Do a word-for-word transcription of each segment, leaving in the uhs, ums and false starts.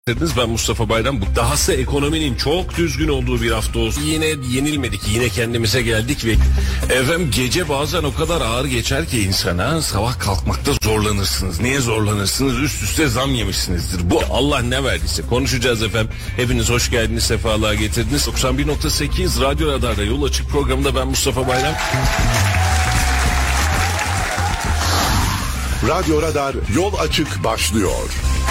Ben Mustafa Bayram. Bu dahası ekonominin çok düzgün olduğu bir hafta olsun. Yine yenilmedik, yine kendimize geldik ve efendim gece bazen o kadar ağır geçer ki insana, sabah kalkmakta zorlanırsınız. Niye zorlanırsınız? Üst üste zam yemişsinizdir. Bu Allah ne verdiyse konuşacağız efendim. Hepiniz hoş geldiniz, sefalar getirdiniz. doksan bir nokta sekiz Radyo Radar'da Yol Açık programında ben Mustafa Bayram. Radyo Radar Yol Açık başlıyor.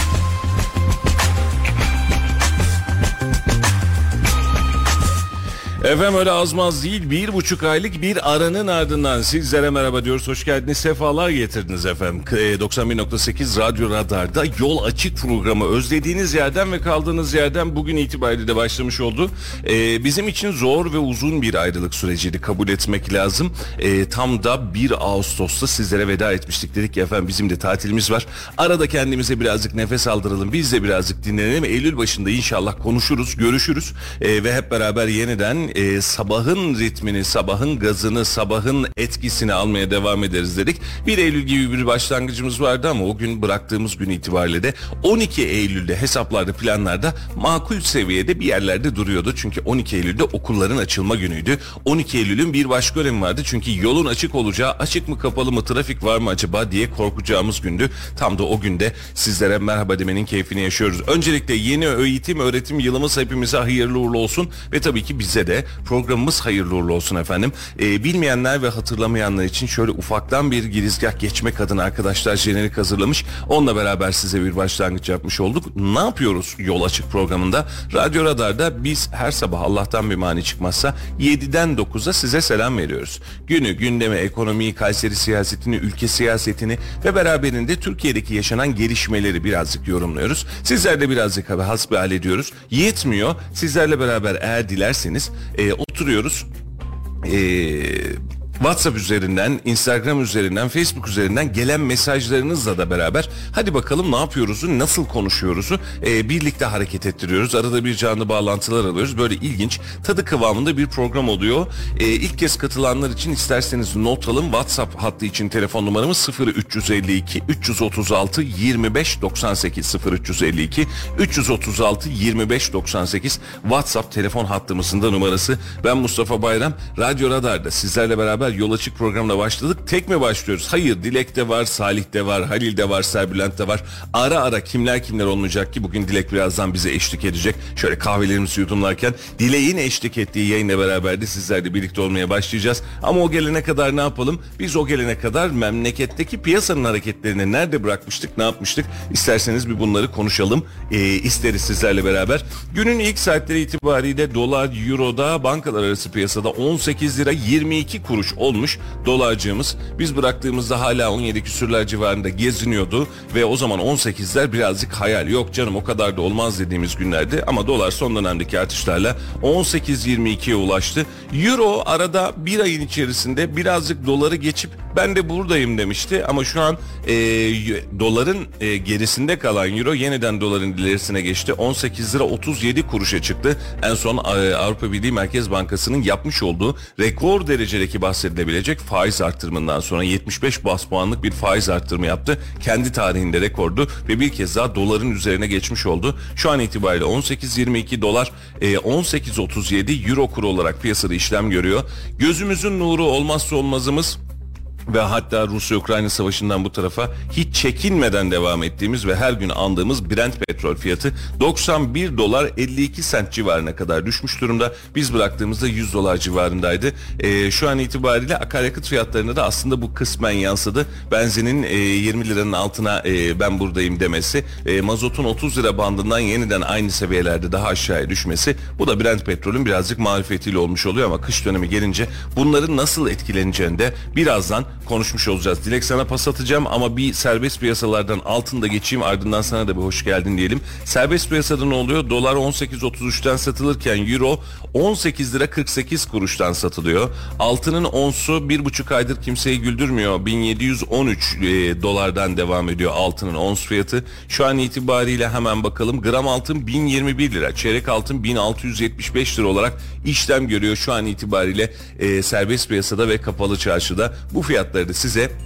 Efendim öyle azmaz değil, bir buçuk aylık bir aranın ardından sizlere merhaba diyoruz. Hoş geldiniz, sefalar getirdiniz efendim. doksan bir nokta sekiz Radyo Radar'da Yol Açık programı özlediğiniz yerden ve kaldığınız yerden bugün itibariyle de başlamış oldu. Ee, bizim için zor ve uzun bir ayrılık süreciydi, kabul etmek lazım. Ee, tam da bir Ağustos'ta sizlere veda etmiştik, dedik ki efendim bizim de tatilimiz var. Arada kendimize birazcık nefes aldıralım, biz de birazcık dinlenelim. Eylül başında inşallah konuşuruz, görüşürüz ee, ve hep beraber yeniden Ee, sabahın ritmini, sabahın gazını, sabahın etkisini almaya devam ederiz dedik. bir Eylül gibi bir başlangıcımız vardı ama o gün bıraktığımız gün itibariyle de on iki Eylül'de hesaplarda, planlarda makul seviyede bir yerlerde duruyordu. Çünkü on iki Eylül'de okulların açılma günüydü. on iki Eylül'ün bir başka önemi vardı. Çünkü yolun açık olacağı, açık mı kapalı mı, trafik var mı acaba diye korkacağımız gündü. Tam da o günde sizlere merhaba demenin keyfini yaşıyoruz. Öncelikle yeni eğitim öğretim yılımız hepimize hayırlı uğurlu olsun ve tabii ki bize de programımız hayırlı uğurlu olsun efendim. Ee, bilmeyenler ve hatırlamayanlar için şöyle ufaktan bir girizgah geçmek adına arkadaşlar jenerik hazırlamış. Onunla beraber size bir başlangıç yapmış olduk. Ne yapıyoruz Yol Açık programında? Radyo Radar'da biz her sabah Allah'tan bir mani çıkmazsa yediden dokuza size selam veriyoruz. Günü, gündemi, ekonomiyi, Kayseri siyasetini, ülke siyasetini ve beraberinde Türkiye'deki yaşanan gelişmeleri birazcık yorumluyoruz. Sizlerle birazcık hasbihal ediyoruz. Yetmiyor. Sizlerle beraber eğer dilerseniz e, oturuyoruz. Eee... WhatsApp üzerinden, Instagram üzerinden, Facebook üzerinden gelen mesajlarınızla da beraber hadi bakalım ne yapıyoruzu, nasıl konuşuyoruzu e, birlikte hareket ettiriyoruz. Arada bir canlı bağlantılar alıyoruz. Böyle ilginç, tadı kıvamında bir program oluyor. E, ilk kez katılanlar için isterseniz not alın. WhatsApp hattı için telefon numaramız sıfır üç elli iki üç otuz altı yirmi beş doksan sekiz sıfır üç elli iki üç otuz altı yirmi beş doksan sekiz WhatsApp telefon hattımızın da numarası. Ben Mustafa Bayram. Radyo Radar'da sizlerle beraber Yol Açık programına başladık. Tek mi başlıyoruz? Hayır. Dilek de var, Salih de var, Halil de var, Serbülent de var. Ara ara kimler kimler olmayacak ki bugün Dilek birazdan bize eşlik edecek. Şöyle kahvelerimizi yudumlarken Dilek'in eşlik ettiği yayınla beraber de sizlerle birlikte olmaya başlayacağız. Ama o gelene kadar ne yapalım? Biz o gelene kadar memleketteki piyasanın hareketlerini nerede bırakmıştık, ne yapmıştık? İsterseniz bir bunları konuşalım. Ee, isteriz sizlerle beraber. Günün ilk saatleri itibariyle dolar, euroda, bankalar arası piyasada on sekiz lira yirmi iki kuruş olmuş dolarcığımız. Biz bıraktığımızda hala on yedi küsürler civarında geziniyordu ve o zaman on sekizler birazcık hayal. Yok canım o kadar da olmaz dediğimiz günlerdi ama dolar son dönemdeki artışlarla on sekiz yirmi ikiye ulaştı. Euro arada bir ayın içerisinde birazcık doları geçip ben de buradayım demişti ama şu an e, doların e, gerisinde kalan euro yeniden doların ilerisine geçti. on sekiz lira otuz yedi kuruşa çıktı. En son e, Avrupa Birliği Merkez Bankası'nın yapmış olduğu rekor derecedeki bahsedilebilecek faiz artırımından sonra yetmiş beş bas puanlık bir faiz artırımı yaptı. Kendi tarihinde rekordu ve bir kez daha doların üzerine geçmiş oldu. Şu an itibariyle on sekiz yirmi iki dolar, e, on sekiz otuz yedi euro kuru olarak piyasada işlem görüyor. Gözümüzün nuru, olmazsa olmazımız ve hatta Rusya-Ukrayna savaşından bu tarafa hiç çekinmeden devam ettiğimiz ve her gün andığımız Brent petrol fiyatı doksan bir dolar elli iki sent civarına kadar düşmüş durumda. Biz bıraktığımızda yüz dolar civarındaydı. E, şu an itibariyle akaryakıt fiyatlarına da aslında bu kısmen yansıdı. Benzinin e, yirmi liranın altına e, ben buradayım demesi, e, mazotun otuz lira bandından yeniden aynı seviyelerde daha aşağıya düşmesi, bu da Brent petrolün birazcık marifetiyle olmuş oluyor ama kış dönemi gelince bunların nasıl etkileneceğini de birazdan konuşmuş olacağız. Dilek sana pas atacağım ama bir serbest piyasalardan altında geçeyim, ardından sana da bir hoş geldin diyelim. Serbest piyasada ne oluyor? Dolar on sekiz otuz üçten satılırken euro on sekiz lira kırk sekiz kuruştan satılıyor. Altının onsu bir buçuk aydır kimseyi güldürmüyor. bin yedi yüz on üç e, dolardan devam ediyor altının ons fiyatı. Şu an itibariyle hemen bakalım. Gram altın bin yirmi bir lira. Çeyrek altın bin altı yüz yetmiş beş lira olarak işlem görüyor şu an itibariyle e, serbest piyasada ve kapalı çarşıda. Bu fiyatları da size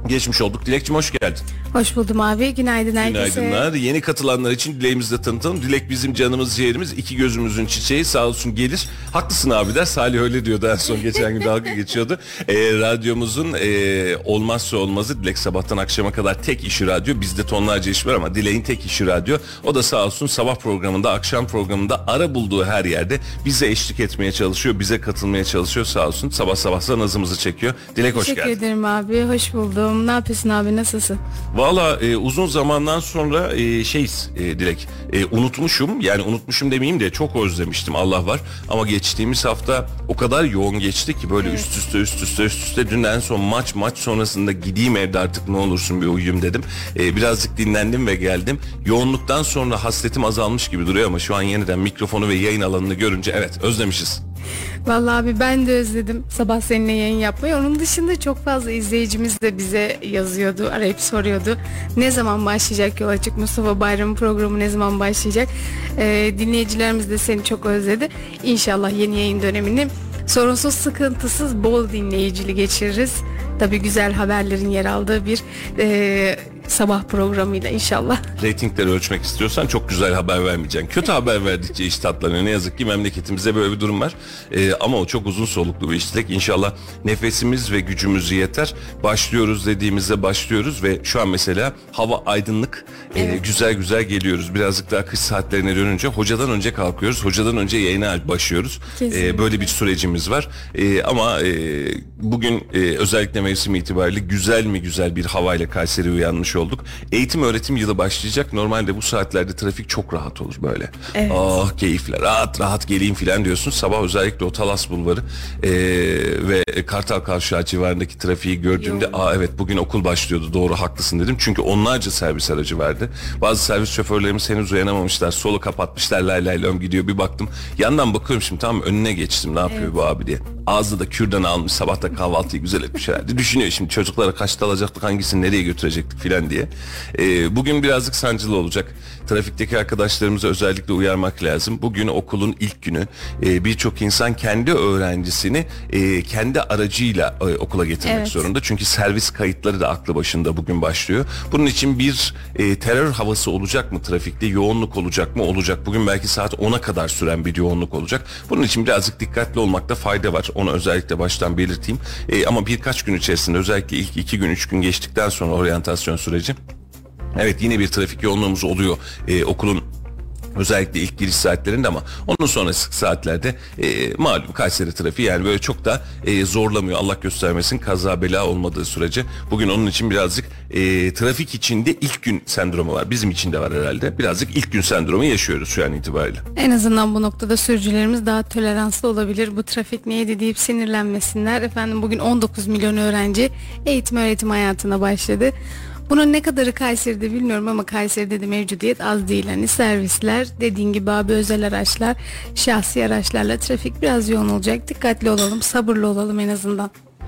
Geçmiş olduk. Dilekçim hoş geldin. Hoş buldum abi. Günaydın herkese. Günaydınlar. Yeni katılanlar için dileğimizi de tanıtalım. Dilek bizim canımız ciğerimiz. İki gözümüzün çiçeği, sağ olsun gelir. Haklısın abi der. Salih öyle diyordu en son geçen gün dalga geçiyordu. E, radyomuzun e, olmazsa olmazı. Dilek sabahtan akşama kadar tek işi radyo. Bizde tonlarca iş var ama Dilek'in tek işi radyo. O da sağ olsun sabah programında, akşam programında, ara bulduğu her yerde bize eşlik etmeye çalışıyor. Bize katılmaya çalışıyor sağ olsun. Sabah sabah da nazımızı çekiyor. Dilek hoş geldin. Teşekkür ederim abi. Hoş buldum. Ne yapıyorsun abi? Nasılsın? Valla e, uzun zamandan sonra e, şeyiz e, Dilek. E, unutmuşum. Yani unutmuşum demeyeyim de çok özlemiştim. Allah var. Ama geçtiğimiz hafta o kadar yoğun geçti ki böyle evet. üst üste üst üste üst üste. Dün en son maç maç sonrasında gideyim evde artık ne olursun bir uyuyayım dedim. E, birazcık dinlendim ve geldim. Yoğunluktan sonra hasretim azalmış gibi duruyor ama şu an yeniden mikrofonu ve yayın alanını görünce evet özlemişiz. Vallahi abi ben de özledim sabah seninle yayın yapmayı. Onun dışında çok fazla izleyicimiz de bize yazıyordu, arayıp soruyordu. Ne zaman başlayacak Yol Açık Mustafa Bayramı programı, ne zaman başlayacak? Ee, dinleyicilerimiz de seni çok özledi. İnşallah yeni yayın dönemini sorunsuz, sıkıntısız, bol dinleyicili geçiririz. Tabii güzel haberlerin yer aldığı bir e, sabah programıyla inşallah. Reytingleri ölçmek istiyorsan çok güzel haber vermeyeceksin. Kötü haber verdikçe iş tatlanıyor. Ne yazık ki memleketimizde böyle bir durum var. Ee, ama o çok uzun soluklu bir iştilik. İnşallah nefesimiz ve gücümüz yeter. Başlıyoruz dediğimizde başlıyoruz ve şu an mesela hava aydınlık. Evet. E, güzel güzel geliyoruz. Birazcık daha kış saatlerine dönünce hocadan önce kalkıyoruz. Hocadan önce yayına başlıyoruz. E, böyle bir sürecimiz var. E, ama e, bugün e, özellikle mevsim itibariyle güzel mi güzel bir havayla Kayseri uyanmış olduk. Eğitim öğretim yılı başlayacak. Normalde bu saatlerde trafik çok rahat olur böyle. Evet. Ah keyifler, rahat rahat geleyim filan diyorsun. Sabah özellikle o Talas Bulvarı e, ve Kartal Kavşağı civarındaki trafiği gördüğümde Yo. aa evet bugün okul başlıyordu, doğru haklısın dedim. Çünkü onlarca servis aracı vardı. Bazı servis şoförlerimiz henüz uyanamamışlar. Solu kapatmışlar, lay lay lom gidiyor. Bir baktım yandan bakıyorum şimdi, tamam önüne geçtim ne yapıyor evet. bu abi diye. Ağzı da kürdan almış, sabah da kahvaltıyı güzel etmiş herhalde. Düşünüyor şimdi çocuklara kaçta alacaktık, hangisini nereye götürecektik filan diye. Ee, bugün birazcık sancılı olacak. Trafikteki arkadaşlarımıza özellikle uyarmak lazım. Bugün okulun ilk günü. Ee, birçok insan kendi öğrencisini e, kendi aracıyla e, okula getirmek evet. zorunda. Çünkü servis kayıtları da aklı başında bugün başlıyor. Bunun için bir e, terör havası olacak mı trafikte? Yoğunluk olacak mı? Olacak. Bugün belki saat ona kadar süren bir yoğunluk olacak. Bunun için birazcık dikkatli olmakta fayda var. Onu özellikle baştan belirteyim. E, ama birkaç gün içerisinde, özellikle ilk iki gün, üç gün geçtikten sonra oryantasyon süreci, evet yine bir trafik yoğunluğumuz oluyor e, okulun özellikle ilk giriş saatlerinde, ama onun sonrası saatlerde e, malum Kayseri trafiği yani böyle çok da e, zorlamıyor. Allah göstermesin kaza bela olmadığı sürece. Bugün onun için birazcık e, trafik içinde ilk gün sendromu var. Bizim için de var herhalde. Birazcık ilk gün sendromu yaşıyoruz şu an itibariyle. En azından bu noktada sürücülerimiz daha toleranslı olabilir. Bu trafik neydi deyip sinirlenmesinler. Efendim bugün on dokuz milyon öğrenci eğitim öğretim hayatına başladı. Bunun ne kadarı Kayseri'de bilmiyorum ama Kayseri'de de mevcudiyet az değil. Hani servisler, dediğin gibi abi, özel araçlar, şahsi araçlarla trafik biraz yoğun olacak. Dikkatli olalım, sabırlı olalım en azından.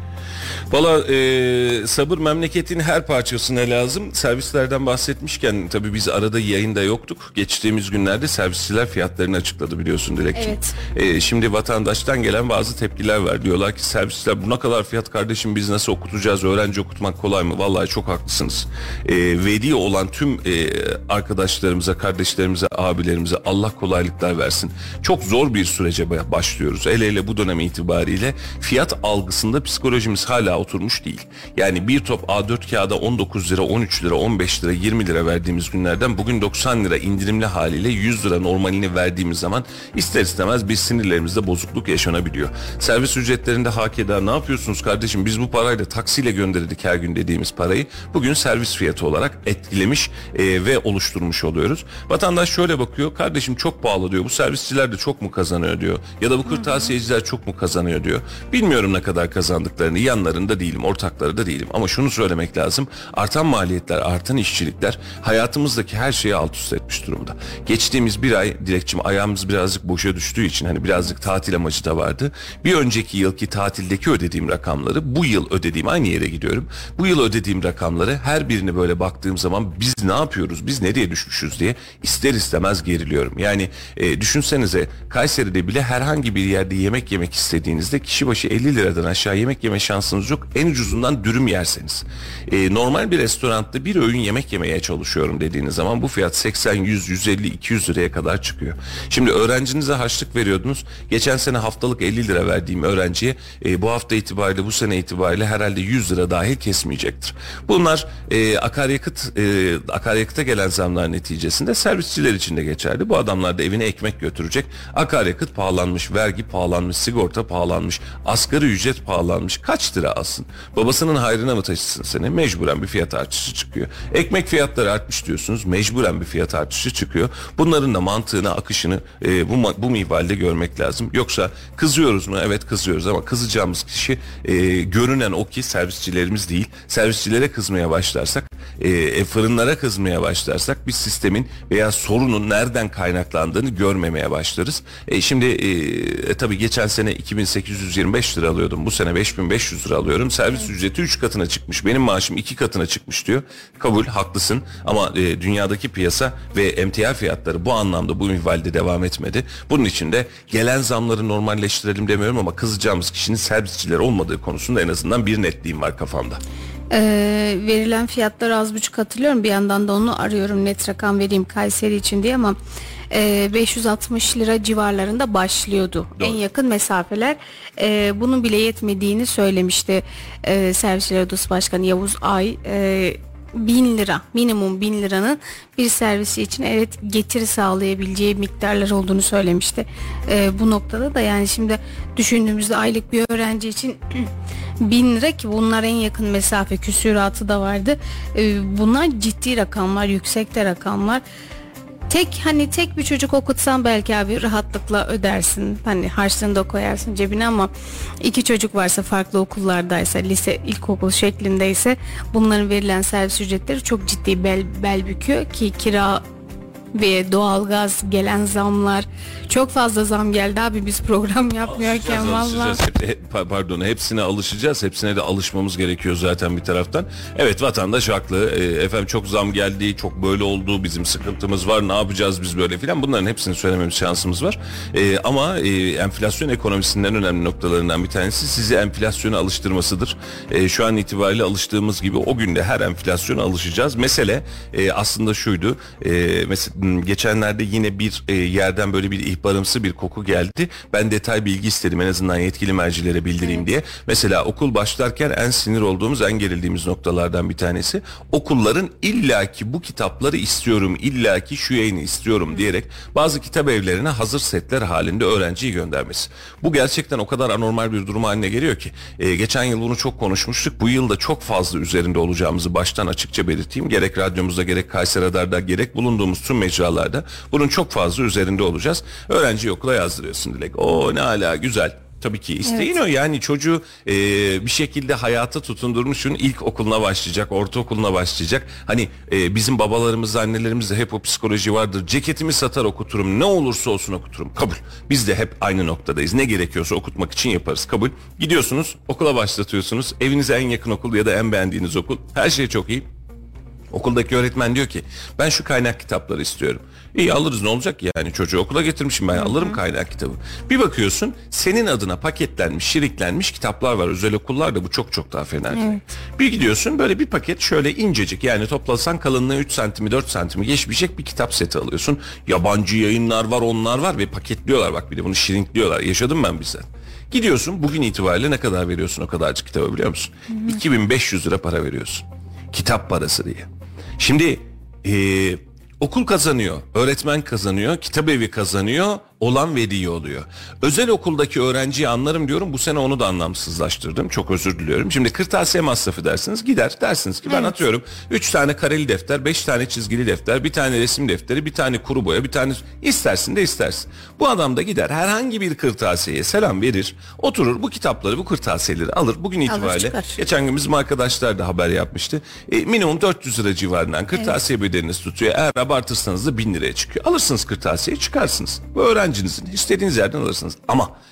Valla e, sabır memleketin her parçasına lazım. Servislerden bahsetmişken tabii biz arada yayında yoktuk. Geçtiğimiz günlerde servisçiler fiyatlarını açıkladı, biliyorsun Dilekçim. Evet. E, şimdi vatandaştan gelen bazı tepkiler var. Diyorlar ki servisler buna kadar fiyat kardeşim, biz nasıl okutacağız? Öğrenci okutmak kolay mı? Vallahi çok haklısınız. E, veli olan tüm e, arkadaşlarımıza, kardeşlerimize, abilerimize Allah kolaylıklar versin. Çok zor bir sürece başlıyoruz. Hele hele bu dönem itibariyle fiyat algısında psikolojimiz hala oturmuş değil. Yani bir top A dört kağıda on dokuz lira, on üç lira, on beş lira, yirmi lira verdiğimiz günlerden bugün doksan lira indirimli haliyle yüz lira normalini verdiğimiz zaman ister istemez bir sinirlerimizde bozukluk yaşanabiliyor. Servis ücretlerinde hakeza ne yapıyorsunuz kardeşim, biz bu parayla taksiyle gönderirdik her gün dediğimiz parayı bugün servis fiyatı olarak etkilemiş e, ve oluşturmuş oluyoruz. Vatandaş şöyle bakıyor, kardeşim çok pahalı diyor, bu servisçiler de çok mu kazanıyor diyor, ya da bu kırtasiyeciler çok mu kazanıyor diyor. Bilmiyorum ne kadar kazandıklarını, yanlarında değilim, ortakları da değilim, ama şunu söylemek lazım, artan maliyetler, artan işçilikler hayatımızdaki her şeyi alt üst etmiş durumda. Geçtiğimiz bir ay Dilekçim ayağımız birazcık boşa düştüğü için, hani birazcık tatil amacı da vardı. Bir önceki yılki tatildeki ödediğim rakamları bu yıl ödediğim, aynı yere gidiyorum. Bu yıl ödediğim rakamları her birini böyle baktığım zaman biz ne yapıyoruz, biz nereye düşmüşüz diye ister istemez geriliyorum. Yani e, düşünsenize, Kayseri'de bile herhangi bir yerde yemek yemek istediğinizde kişi başı elli liradan aşağı yemek yeme şansınız imkanınız yok. En ucuzundan dürüm yerseniz. E, normal bir restoranda bir öğün yemek yemeye çalışıyorum dediğiniz zaman bu fiyat seksen, yüz, yüz elli, iki yüz liraya kadar çıkıyor. Şimdi öğrencinize harçlık veriyordunuz. Geçen sene haftalık elli lira verdiğim öğrenciye e, bu hafta itibariyle, bu sene itibariyle herhalde yüz lira dahil kesmeyecektir. Bunlar e, akaryakıt e, akaryakıta gelen zamlar neticesinde servisçiler için de geçerli. Bu adamlar da evine ekmek götürecek. Akaryakıt pahalanmış, vergi pahalanmış, sigorta pahalanmış, asgari ücret pahalanmış. Kaç lira alsın? Babasının hayrına mı taşısın seni? Mecburen bir fiyat artışı çıkıyor. Ekmek fiyatları artmış diyorsunuz. Mecburen bir fiyat artışı çıkıyor. Bunların da mantığını, akışını e, bu, bu minvalde görmek lazım. Yoksa kızıyoruz mu? Evet kızıyoruz ama kızacağımız kişi e, görünen o ki servisçilerimiz değil. Servisçilere kızmaya başlarsak, e, fırınlara kızmaya başlarsak biz sistemin veya sorunun nereden kaynaklandığını görmemeye başlarız. E, şimdi e, e, tabii geçen sene iki bin sekiz yüz yirmi beş lira alıyordum. Bu sene beş bin beş yüz lira alıyorum. Servis evet. ücreti üç katına çıkmış. Benim maaşım iki katına çıkmış diyor. Kabul, haklısın ama e, dünyadaki piyasa ve emtia fiyatları bu anlamda bu minvalde devam etmedi. Bunun için de gelen zamları normalleştirelim demiyorum ama kızacağımız kişinin servisçiler olmadığı konusunda en azından bir netliğim var kafamda. Ee, verilen fiyatları az buçuk hatırlıyorum. Bir yandan da onu arıyorum, net rakam vereyim Kayseri için diye ama e, beş yüz altmış lira civarlarında başlıyordu. Doğru. En yakın mesafeler e, bunun bile yetmediğini söylemişti e, Servisçiler Odası Başkanı Yavuz Ay. E, bin lira, minimum bin liranın bir servisi için evet getiri sağlayabileceği miktarlar olduğunu söylemişti. Ee, bu noktada da yani şimdi düşündüğümüzde aylık bir öğrenci için bin lira ki bunlar en yakın mesafe küsuratı da vardı. Ee, bunlar ciddi rakamlar, yüksek de rakamlar. Tek hani tek bir çocuk okutsan belki abi rahatlıkla ödersin. Hani harçlığını da koyarsın cebine ama iki çocuk varsa farklı okullardaysa lise, ilkokul şeklindeyse bunların verilen servis ücretleri çok ciddi bel, bel büküyor ki kira ve doğalgaz gelen zamlar çok fazla zam geldi abi biz program yapmıyorken valla. Pardon hepsine alışacağız, hepsine de alışmamız gerekiyor zaten bir taraftan. Evet vatandaş haklı, e, efendim çok zam geldi, çok böyle oldu, bizim sıkıntımız var, ne yapacağız biz böyle filan, bunların hepsini söylememiz şansımız var. E, ama e, enflasyon ekonomisinden önemli noktalarından bir tanesi sizi enflasyona alıştırmasıdır. E, şu an itibariyle alıştığımız gibi o günde her enflasyona alışacağız. Mesele e, aslında şuydu, e, mesela geçenlerde yine bir e, yerden böyle bir ihbarımsı bir koku geldi. Ben detay bilgi istedim en azından yetkili mercilere bildireyim evet. diye. Mesela okul başlarken en sinir olduğumuz, en gerildiğimiz noktalardan bir tanesi okulların illaki bu kitapları istiyorum, illaki şu yayını istiyorum diyerek bazı kitap evlerine hazır setler halinde öğrenciyi göndermesi. Bu gerçekten o kadar anormal bir durum haline geliyor ki. E, geçen yıl bunu çok konuşmuştuk. Bu yıl da çok fazla üzerinde olacağımızı baştan açıkça belirteyim. Gerek radyomuzda, gerek Kayseri Radar'da, gerek bulunduğumuz tüm mecralarda bunun çok fazla üzerinde olacağız. Öğrenciyi okula yazdırıyorsun Dilek. O ne ala güzel. Tabii ki isteğin evet. o yani çocuğu e, bir şekilde hayata tutundurmuşsun, ilk okuluna başlayacak, ortaokuluna başlayacak. Hani e, bizim babalarımız, annelerimiz de hep o psikoloji vardır. Ceketimi satar okuturum, ne olursa olsun okuturum. Kabul. Biz de hep aynı noktadayız. Ne gerekiyorsa okutmak için yaparız. Kabul. Gidiyorsunuz, okula başlatıyorsunuz. Evinize en yakın okul ya da en beğendiğiniz okul. Her şey çok iyi. Okuldaki öğretmen diyor ki ben şu kaynak kitapları istiyorum. İyi alırız, ne olacak yani, çocuğu okula getirmişim ben, Hı-hı. alırım kaynak kitabı. Bir bakıyorsun senin adına paketlenmiş, şiriklenmiş kitaplar var. Özel okullarda bu çok çok daha fena. Evet. Bir gidiyorsun böyle bir paket şöyle incecik, yani toplasan kalınlığı üç santimi dört santimi geçmeyecek bir kitap seti alıyorsun. Yabancı yayınlar var, onlar var ve paketliyorlar, bak bir de bunu şirinkliyorlar. Yaşadım ben bizzat. Gidiyorsun bugün itibariyle ne kadar veriyorsun o kadarcık kitaba biliyor musun? Hı-hı. iki bin beş yüz lira para veriyorsun. Kitap parası diye. Şimdi ee, okul kazanıyor, öğretmen kazanıyor, kitap evi kazanıyor, olan veli oluyor. Özel okuldaki öğrenciyi anlarım diyorum, bu sene onu da anlamsızlaştırdım. Çok özür diliyorum. Şimdi kırtasiye masrafı dersiniz, gider dersiniz ki ben evet. atıyorum üç tane kareli defter, beş tane çizgili defter, bir tane resim defteri, bir tane kuru boya, bir tane istersin de istersin. Bu adam da gider herhangi bir kırtasiyeye selam verir, oturur bu kitapları, bu kırtasiyeleri alır. Bugün itibariyle geçen gün bizim arkadaşlar da haber yapmıştı. E, minimum dört yüz lira civarından kırtasiye evet. bedeliniz tutuyor. Eğer abartırsanız da bin liraya çıkıyor. Alırsınız kırtasiyeyi, çıkarsınız. Bu öğrencinizin istediğiniz yerden alırsınız. Ama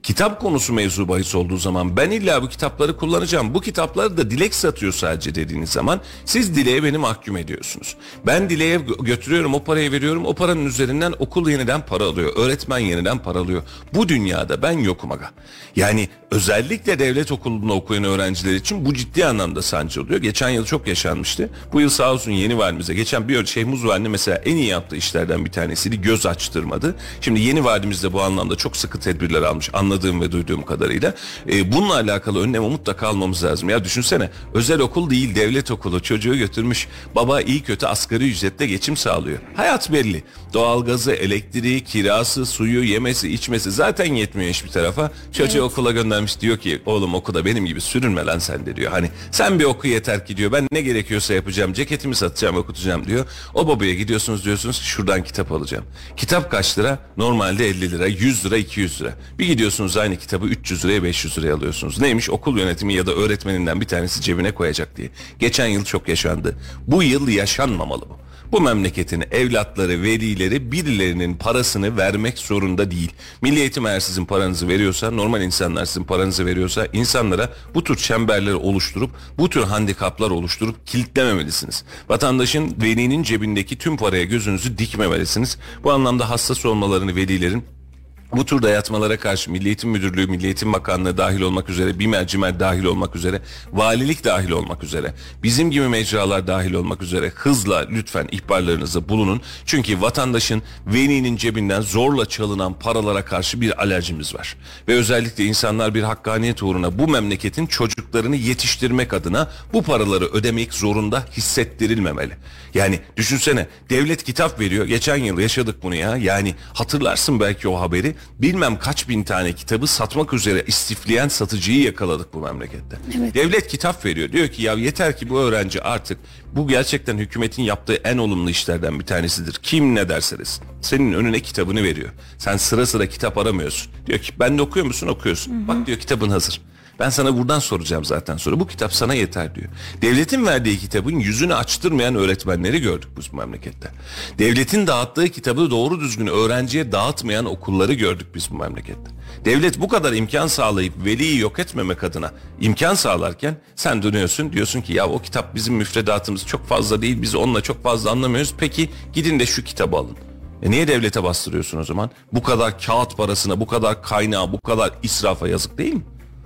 Kitap konusu mevzu bahis olduğu zaman ben illa bu kitapları kullanacağım. Bu kitapları da Dilek satıyor sadece dediğiniz zaman siz Dilek'e beni mahkum ediyorsunuz. Ben Dilek'e götürüyorum, o parayı veriyorum. O paranın üzerinden okul yeniden para alıyor. Öğretmen yeniden para alıyor. Bu dünyada ben yokum aga. Yani özellikle devlet okulunda okuyan öğrenciler için bu ciddi anlamda sancı oluyor. Geçen yıl çok yaşanmıştı. Bu yıl sağ olsun yeni valimize. Geçen bir Şeyh Muzvalli mesela en iyi yaptığı işlerden bir tanesiydi. Göz açtırmadı. Şimdi yeni valimiz de bu anlamda çok sıkı tedbirler almış. Anladığım ve duyduğum kadarıyla. Ee, bununla alakalı önleme mutlaka almamız lazım. Ya düşünsene, özel okul değil devlet okulu, çocuğu götürmüş. Baba iyi kötü asgari ücretle geçim sağlıyor. Hayat belli. Doğalgazı, elektriği, kirası, suyu, yemesi, içmesi zaten yetmiyor hiçbir tarafa. Çocuğu evet. okula göndermiş, diyor ki oğlum okulda benim gibi sürünme lan sen de diyor. Hani sen bir oku yeter ki diyor. Ben ne gerekiyorsa yapacağım. Ceketimi satacağım, okutacağım diyor. O babaya gidiyorsunuz, diyorsunuz ki şuradan kitap alacağım. Kitap kaç lira? Normalde elli lira, yüz lira, iki yüz lira. Bir gidiyorsunuz aynı kitabı üç yüz liraya, beş yüz liraya alıyorsunuz. Neymiş? Okul yönetimi ya da öğretmeninden bir tanesi cebine koyacak diye. Geçen yıl çok yaşandı. Bu yıl yaşanmamalı bu. Bu memleketin evlatları, velileri birilerinin parasını vermek zorunda değil. Milli Eğitim eğer sizin paranızı veriyorsa, normal insanlar sizin paranızı veriyorsa insanlara bu tür çemberleri oluşturup, bu tür handikaplar oluşturup kilitlememelisiniz. Vatandaşın, velinin cebindeki tüm paraya gözünüzü dikmemelisiniz. Bu anlamda hassas olmalarını velilerin, bu tür dayatmalara karşı Milli Eğitim Müdürlüğü, Milli Eğitim Bakanlığı dahil olmak üzere, BİMER, CİMER dahil olmak üzere, valilik dahil olmak üzere, bizim gibi mecralar dahil olmak üzere hızla lütfen ihbarlarınızı bulunun. Çünkü vatandaşın, velinin cebinden zorla çalınan paralara karşı bir alerjimiz var. Ve özellikle insanlar bir hakkaniyet uğruna bu memleketin çocuklarını yetiştirmek adına bu paraları ödemek zorunda hissettirilmemeli. Yani düşünsene, devlet kitap veriyor. Geçen yıl yaşadık bunu ya. Yani hatırlarsın belki o haberi. Bilmem kaç bin tane kitabı satmak üzere istifleyen satıcıyı yakaladık bu memlekette. Evet. Devlet kitap veriyor. Diyor ki ya yeter ki bu öğrenci artık, bu gerçekten hükümetin yaptığı en olumlu işlerden bir tanesidir. Kim ne derse desin. Senin önüne kitabını veriyor. Sen sıra sıra kitap aramıyorsun. Diyor ki ben de okuyor musun? Okuyorsun. Hı hı. Bak diyor kitabın hazır. Ben sana buradan soracağım zaten sonra. Bu kitap sana yeter diyor. Devletin verdiği kitabın yüzünü açtırmayan öğretmenleri gördük bu memlekette. Devletin dağıttığı kitabı doğru düzgün öğrenciye dağıtmayan okulları gördük biz bu memlekette. Devlet bu kadar imkan sağlayıp veliyi yok etmemek adına imkan sağlarken sen dönüyorsun, diyorsun ki ya o kitap bizim müfredatımız çok fazla değil, biz onunla çok fazla anlamıyoruz. Peki gidin de şu kitabı alın. E niye devlete bastırıyorsun o zaman? Bu kadar kağıt parasına, bu kadar kaynağa, bu kadar israfa yazık değil mi?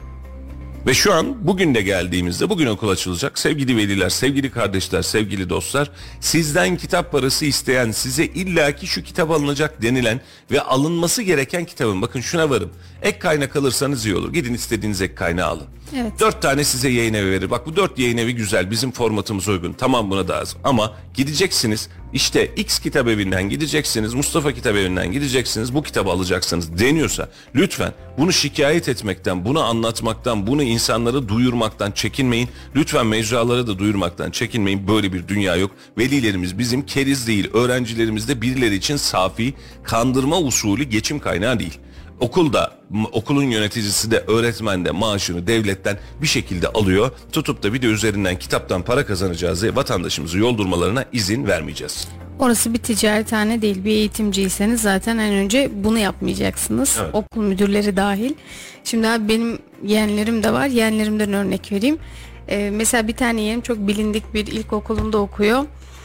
Ve şu an bugün de geldiğimizde, bugün okul açılacak. Sevgili veliler, sevgili kardeşler, sevgili dostlar, sizden kitap parası isteyen, size illaki şu kitap alınacak denilen ve alınması gereken kitabın, bakın şuna varım. Ek kaynak alırsanız iyi olur. Gidin istediğiniz ek kaynağı alın. Evet. Dört tane size yayın evi verir. Bak bu dört yayın evi güzel, bizim formatımız uygun. Tamam, buna da az. Ama gideceksiniz işte X kitap evinden gideceksiniz, Mustafa kitap evinden gideceksiniz, bu kitabı alacaksınız deniyorsa lütfen bunu şikayet etmekten, bunu anlatmaktan, bunu insanlara duyurmaktan çekinmeyin. Lütfen mecralara da duyurmaktan çekinmeyin. Böyle bir dünya yok. Velilerimiz bizim keriz değil, öğrencilerimiz de birileri için safi, kandırma usulü geçim kaynağı değil. Okulda, okulun yöneticisi de, öğretmen de maaşını devletten bir şekilde alıyor. Tutup da video üzerinden kitaptan para kazanacağız diye vatandaşımızı yoldurmalarına izin vermeyeceğiz. Orası bir ticarethane değil. Bir eğitimciyseniz zaten en önce bunu yapmayacaksınız. Evet. Okul müdürleri dahil. Şimdi abi benim yeğenlerim de var. Yeğenlerimden örnek vereyim. Ee, mesela bir tane yeğenim çok bilindik bir ilkokulunda okuyor.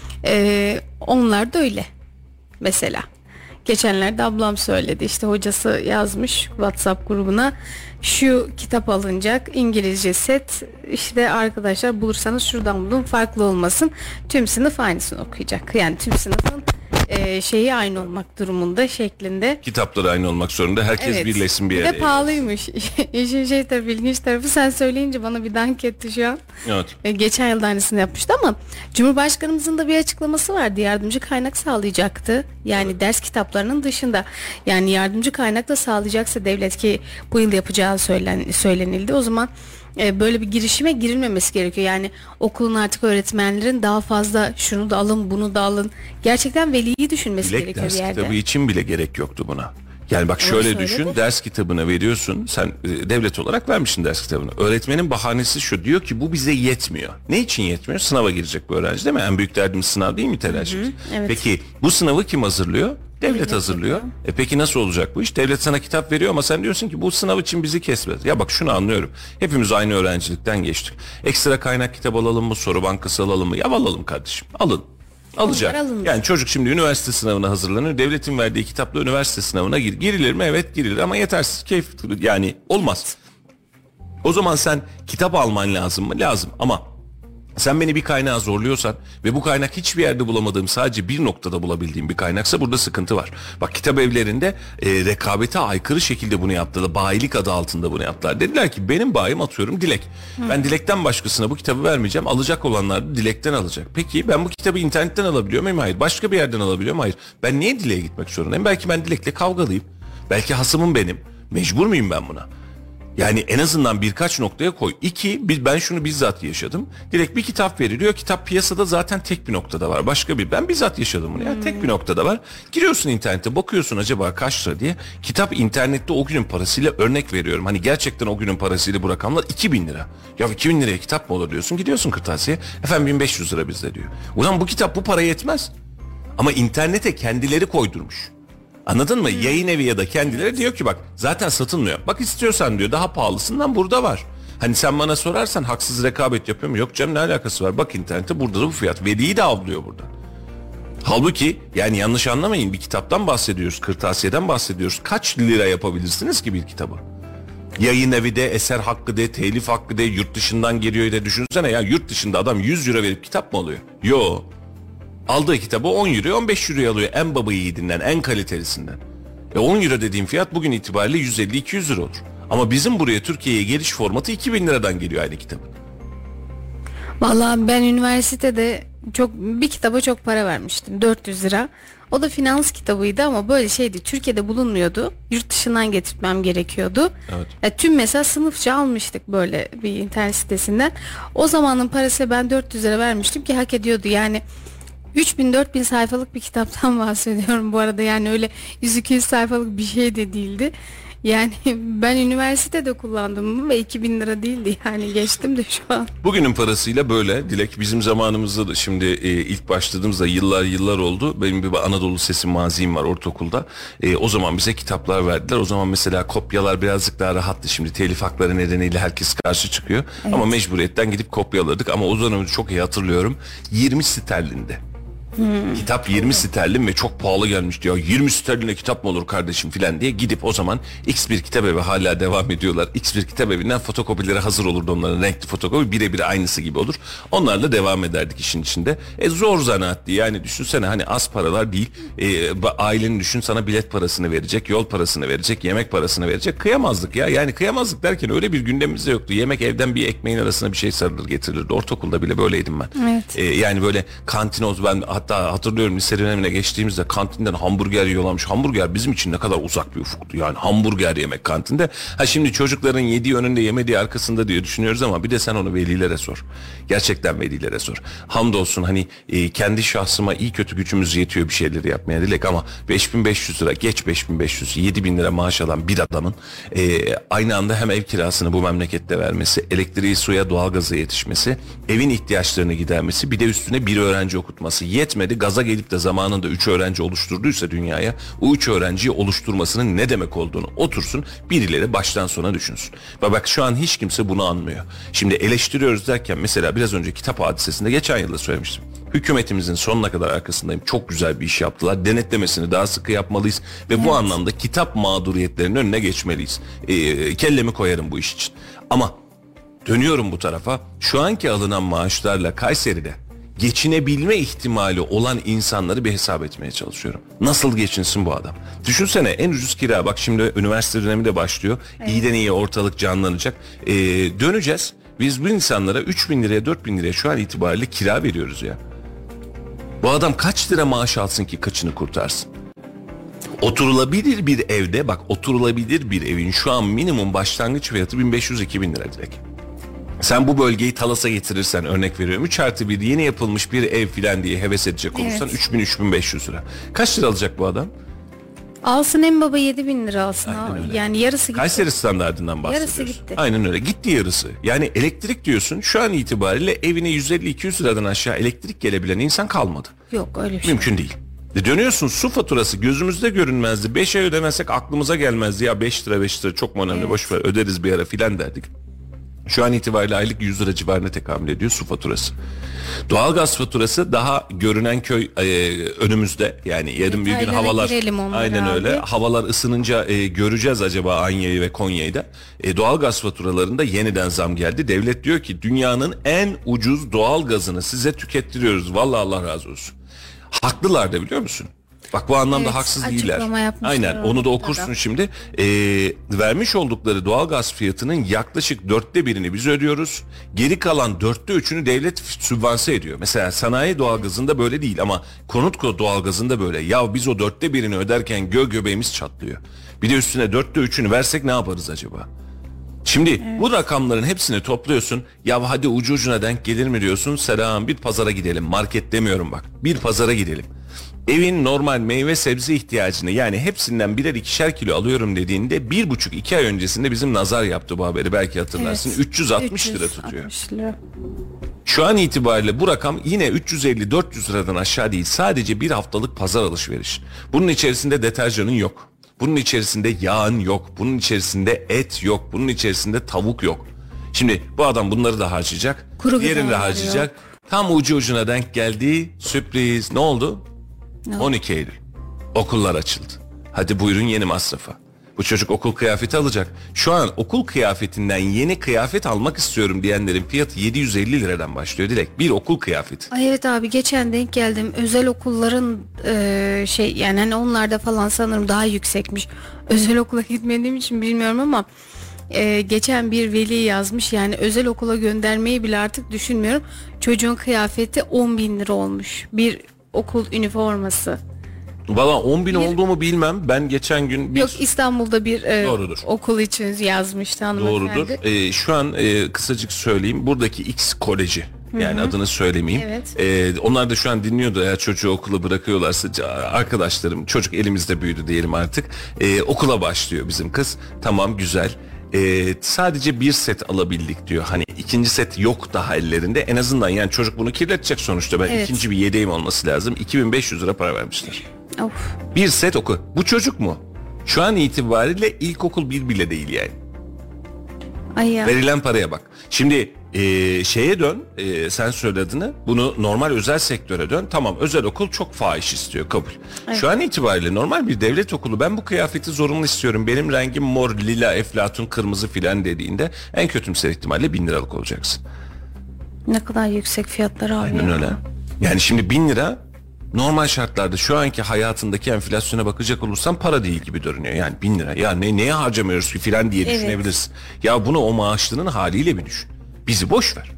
Ee, onlar da öyle. Mesela. Geçenlerde ablam söyledi, işte hocası yazmış WhatsApp grubuna, şu kitap alınacak, İngilizce set, işte arkadaşlar bulursanız şuradan bulun, farklı olmasın, tüm sınıf aynısını okuyacak. Yani tüm sınıfın e, şeyi aynı olmak durumunda şeklinde. Kitapları aynı olmak zorunda, herkes evet. birleşsin bir yere. Bir de pahalıymış. İşin şey tarafı, ilginç tarafı, sen söyleyince bana bir dank etti şu an. Evet. E, geçen yılda aynısını yapmıştı ama Cumhurbaşkanımızın da bir açıklaması vardı. Yardımcı kaynak sağlayacaktı. Yani evet. ders kitaplarının dışında. Yani yardımcı kaynak da sağlayacaksa devlet, ki bu yıl yapacağı söylen, söylenildi. O zaman e, böyle bir girişime girilmemesi gerekiyor. Yani okulun artık öğretmenlerin daha fazla şunu da alın, bunu da alın. Gerçekten veliyi düşünmesi Dilek gerekiyor bir yerde. Ders kitabı için bile gerek yoktu buna. Yani bak şöyle Öyle düşün, söyledi. Ders kitabını veriyorsun, sen e, devlet olarak vermişsin ders kitabını. Öğretmenin bahanesi şu, diyor ki bu bize yetmiyor. Ne için yetmiyor? Sınava girecek bu öğrenci değil mi? En büyük derdimiz sınav değil mi, telaş? Evet. Evet. Peki bu sınavı kim hazırlıyor? Devlet Devlet hazırlıyor. yapıyor. E peki nasıl olacak bu iş? Devlet sana kitap veriyor ama sen diyorsun ki bu sınav için bizi kesmez. Ya bak şunu anlıyorum. Hepimiz aynı öğrencilikten geçtik. Ekstra kaynak kitap alalım mı? Soru bankası alalım mı? Ya alalım kardeşim. Alın. Alacak. alınır. Yani çocuk şimdi üniversite sınavına hazırlanır. Devletin verdiği kitapla üniversite sınavına gir. Girilir mi? Evet girilir ama yetersiz keyif yani olmaz. O zaman sen kitap alman lazım mı? Lazım ama sen beni bir kaynağa zorluyorsan ve bu kaynak hiçbir yerde bulamadığım sadece bir noktada bulabildiğim bir kaynaksa burada sıkıntı var. Bak kitap evlerinde e, rekabete aykırı şekilde bunu yaptılar. Bayilik adı altında bunu yaptılar. Dediler ki benim bayim atıyorum Dilek. Hı. Ben Dilek'ten başkasına bu kitabı vermeyeceğim. Alacak olanlar da Dilek'ten alacak. Peki ben bu kitabı internetten alabiliyor muyum? Hayır. Başka bir yerden alabiliyor muyum? Hayır. Ben niye Dilek'e gitmek zorundayım? Belki ben Dilek'le kavgalıyım. Belki hasımım benim. Mecbur muyum ben buna? Yani en azından birkaç noktaya koy. İki, ben şunu bizzat yaşadım. Direkt bir kitap veriliyor. Kitap piyasada zaten tek bir noktada var. Başka bir, ben bizzat yaşadım bunu ya. Hmm. Tek bir noktada var. Giriyorsun internete, bakıyorsun acaba kaç lira diye. Kitap internette o günün parasıyla, örnek veriyorum. Hani gerçekten o günün parasıyla bu rakamlar iki bin lira. Ya iki bin liraya kitap mı olur diyorsun. Gidiyorsun kırtasiye. Efendim bin beş yüz lira bizde diyor. Ulan bu kitap bu paraya yetmez. Ama internete kendileri koydurmuş. Anladın mı? Hmm. Yayın evi ya da kendileri diyor ki bak zaten satılmıyor. Bak istiyorsan diyor daha pahalısından burada var. Hani sen bana sorarsan haksız rekabet yapıyor mu? Yok canım ne alakası var? Bak internette burada da bu fiyat. Veliyi de avlıyor burada. Halbuki yani yanlış anlamayın bir kitaptan bahsediyoruz. Kırtasiyeden bahsediyoruz. Kaç lira yapabilirsiniz ki bir kitabı? Yayın evi de, eser hakkı de, telif hakkı de, yurt dışından geliyor de düşünsene ya yurt dışında adam yüz euro verip kitap mı alıyor? Yo. Aldığı kitabı on euro on beş euroya alıyor en baba yiğidinden en kalitelisinden. E on euro dediğim fiyat bugün itibariyle yüz elli iki yüz lira olur. Ama bizim buraya Türkiye'ye geliş formatı iki bin liradan geliyor aynı kitabın. Vallahi ben üniversitede çok bir kitaba çok para vermiştim dört yüz lira. O da finans kitabıydı ama böyle şeydi Türkiye'de bulunmuyordu. Yurt dışından getirtmem gerekiyordu. Evet. Ya, tüm mesela sınıfça almıştık böyle bir internet sitesinden. O zamanın parası ben dört yüz lira vermiştim ki hak ediyordu yani. üç bin dört bin sayfalık bir kitaptan bahsediyorum bu arada yani öyle yüz iki yüz sayfalık bir şey de değildi. Yani ben üniversitede kullandım ve iki bin lira değildi yani geçtim de şu an. Bugünün parasıyla böyle Dilek bizim zamanımızda da şimdi e, ilk başladığımızda yıllar yıllar oldu. Benim bir Anadolu Sesi mazim var ortaokulda. E, o zaman bize kitaplar verdiler. O zaman mesela kopyalar birazcık daha rahattı. Şimdi telif hakları nedeniyle herkes karşı çıkıyor. Evet. Ama mecburiyetten gidip kopyaladık. Ama o dönemi çok iyi hatırlıyorum. yirmi sterlinde. Hmm. Kitap yirmi sterlin ve çok pahalı gelmişti ya yirmi sterline kitap mı olur kardeşim filan diye gidip o zaman X bir kitap evi hala devam ediyorlar. X bir kitap evinden fotokopileri hazır olurdu onların renkli fotokopi birebir aynısı gibi olur. Onlarla devam ederdik işin içinde. E zor zanaatti yani düşünsene hani az paralar değil. E, ailenin düşün sana bilet parasını verecek, yol parasını verecek, yemek parasını verecek. Kıyamazdık ya yani kıyamazdık derken öyle bir gündemimiz de yoktu. Yemek evden bir ekmeğin arasına bir şey sarılır getirilirdi. Ortaokulda bile böyleydim ben. Evet. E, yani böyle kantinoz ben hatta hatırlıyorum lise dönemine geçtiğimizde kantinden hamburger yiyorlarmış. Hamburger bizim için ne kadar uzak bir ufuktu. Yani hamburger yemek kantinde. Ha şimdi çocukların yediği önünde yemediği arkasında diye düşünüyoruz ama bir de sen onu velilere sor. Gerçekten velilere sor. Hamdolsun hani e, kendi şahsıma iyi kötü gücümüz yetiyor bir şeyleri yapmaya Dilek ama beş bin beş yüz lira geç beş bin beş yüz yedi bin lira maaş alan bir adamın e, aynı anda hem ev kirasını bu memlekette vermesi, elektriği, suya, doğalgaza yetişmesi, evin ihtiyaçlarını gidermesi bir de üstüne bir öğrenci okutması yetmedi. Gaza gelip de zamanında üç öğrenci oluşturduysa dünyaya o üç öğrenciyi oluşturmasının ne demek olduğunu otursun birileri baştan sona düşünsün. Ve bak şu an hiç kimse bunu anlıyor. Şimdi eleştiriyoruz derken mesela biraz önce kitap hadisesinde geçen yılda söylemiştim. Hükümetimizin sonuna kadar arkasındayım. Çok güzel bir iş yaptılar. Denetlemesini daha sıkı yapmalıyız. Ve evet. Bu anlamda kitap mağduriyetlerinin önüne geçmeliyiz. E, kellemi koyarım bu iş için. Ama dönüyorum bu tarafa. Şu anki alınan maaşlarla Kayseri'de geçinebilme ihtimali olan insanları bir hesap etmeye çalışıyorum. Nasıl geçinsin bu adam? Düşünsene en ucuz kira bak şimdi üniversite dönemi de başlıyor. Evet. İyiden iyiye ortalık canlanacak. Ee, döneceğiz. Biz bu insanlara üç bin liraya dört bin liraya şu an itibariyle kira veriyoruz ya. Bu adam kaç lira maaş alsın ki kaçını kurtarsın? Oturulabilir bir evde bak oturulabilir bir evin şu an minimum başlangıç fiyatı bin beş yüz iki bin lira direkt. Sen bu bölgeyi Talas'a getirirsen örnek veriyorum üç artı bir yeni yapılmış bir ev filan diye heves edecek olursan evet. üç bin üç bin beş yüz lira. Kaç lira alacak bu adam? Alsın en baba yedi bin lira alsın. Yani yarısı gitti. Kayseri standartından bahsediyoruz. Yarısı gitti. Aynen öyle gitti yarısı. Yani elektrik diyorsun şu an itibariyle evine yüz elli iki yüz liradan aşağı elektrik gelebilen insan kalmadı. Yok öyle bir şey. Mümkün değil. E dönüyorsun, su faturası gözümüzde görünmezdi. beş ay ödemezsek aklımıza gelmezdi. Ya beş lira beş lira çok mu önemli, evet. Boş ver öderiz bir ara filan derdik. Şu an itibariyle aylık yüz lira civarına tekamül ediyor su faturası. Doğalgaz faturası daha görünen köy e, önümüzde. Yani yarın bir gün havalar aynen öyle. Abi. Havalar ısınınca e, göreceğiz acaba Anya'yı ve Konya'yı da. E, doğalgaz faturalarında yeniden zam geldi. Devlet diyor ki dünyanın en ucuz doğalgazını size tükettiriyoruz. Vallahi Allah razı olsun. Haklılar da, biliyor musun? Bak bu anlamda evet, haksız değiller. Aynen, onu da okursun da. Şimdi. Ee, vermiş oldukları doğalgaz fiyatının yaklaşık dörtte birini biz ödüyoruz. Geri kalan dörtte üçünü devlet sübvanse ediyor. Mesela sanayi doğalgazında böyle değil ama konut doğalgazında böyle. Ya biz o dörtte birini öderken gö göbeğimiz çatlıyor. Bir de üstüne dörtte üçünü versek ne yaparız acaba? Şimdi evet. Bu rakamların hepsini topluyorsun. Ya hadi ucu ucuna denk gelir mi diyorsun. Selam, bir pazara gidelim. Market demiyorum bak. Bir pazara gidelim. Evin normal meyve sebze ihtiyacını, yani hepsinden birer ikişer kilo alıyorum dediğinde bir buçuk iki ay öncesinde bizim Nazar yaptı bu haberi, belki hatırlarsın. Evet. üç yüz altmış lira tutuyor. Lira. Şu an itibariyle bu rakam yine üç yüz elli dört yüz liradan aşağı değil. Sadece bir haftalık pazar alışveriş. Bunun içerisinde deterjanın yok. Bunun içerisinde yağın yok. Bunun içerisinde et yok. Bunun içerisinde tavuk yok. Şimdi bu adam bunları da harcayacak. Kuru diğerini de harcayacak. Yok. Tam ucu ucuna denk geldi. Sürpriz. Ne oldu? No. on iki Eylül. Okullar açıldı. Hadi buyurun yeni masrafa. Bu çocuk okul kıyafeti alacak. Şu an okul kıyafetinden yeni kıyafet almak istiyorum diyenlerin fiyatı yedi yüz elli liradan başlıyor direkt. Bir okul kıyafeti. Ay evet abi, geçen denk geldim. Özel okulların e, şey yani hani onlarda falan sanırım daha yüksekmiş. Özel okula gitmediğim için bilmiyorum ama e, geçen bir veli yazmış. Yani özel okula göndermeyi bile artık düşünmüyorum. Çocuğun kıyafeti on bin lira olmuş. Bir okul üniforması. Valla on bin bir... olduğumu bilmem. Ben geçen gün... Bir... Yok, İstanbul'da bir e, okul için yazmıştı hanımefendi. Doğrudur. E, şu an e, kısacık söyleyeyim. Buradaki X koleji, yani Hı-hı. adını söylemeyeyim. Evet. E, onlar da şu an dinliyordu. Eğer çocuğu okula bırakıyorlarsa, arkadaşlarım, çocuk elimizde büyüdü diyelim artık. E, okula başlıyor bizim kız. Tamam, güzel. Ee, sadece bir set alabildik diyor. Hani ikinci set yok daha ellerinde. En azından yani çocuk bunu kirletecek sonuçta. Ben evet. ikinci bir yedeğim olması lazım. iki bin beş yüz lira para vermişler. Of. Bir set oku. Bu çocuk mu? Şu an itibariyle ilkokul bir bile değil yani. Ay ya. Verilen paraya bak. Şimdi e, şeye dön. E, sen söyle adını. Bunu normal özel sektöre dön. Tamam, özel okul çok fahiş istiyor, kabul. Evet. Şu an itibariyle normal bir devlet okulu, ben bu kıyafeti zorunlu istiyorum, benim rengim mor, lila, eflatun, kırmızı filan dediğinde en kötümser ihtimalle bin liralık olacaksın. Ne kadar yüksek fiyatlar abi. Aynen ya. Öyle. Yani şimdi bin lira normal şartlarda şu anki hayatındaki enflasyona bakacak olursan para değil gibi görünüyor. Yani bin lira ya ne, neye harcamıyoruz ki filan diye evet. düşünebilirsin. Ya bunu o maaşlının haliyle bir düşün. Bizi boş ver.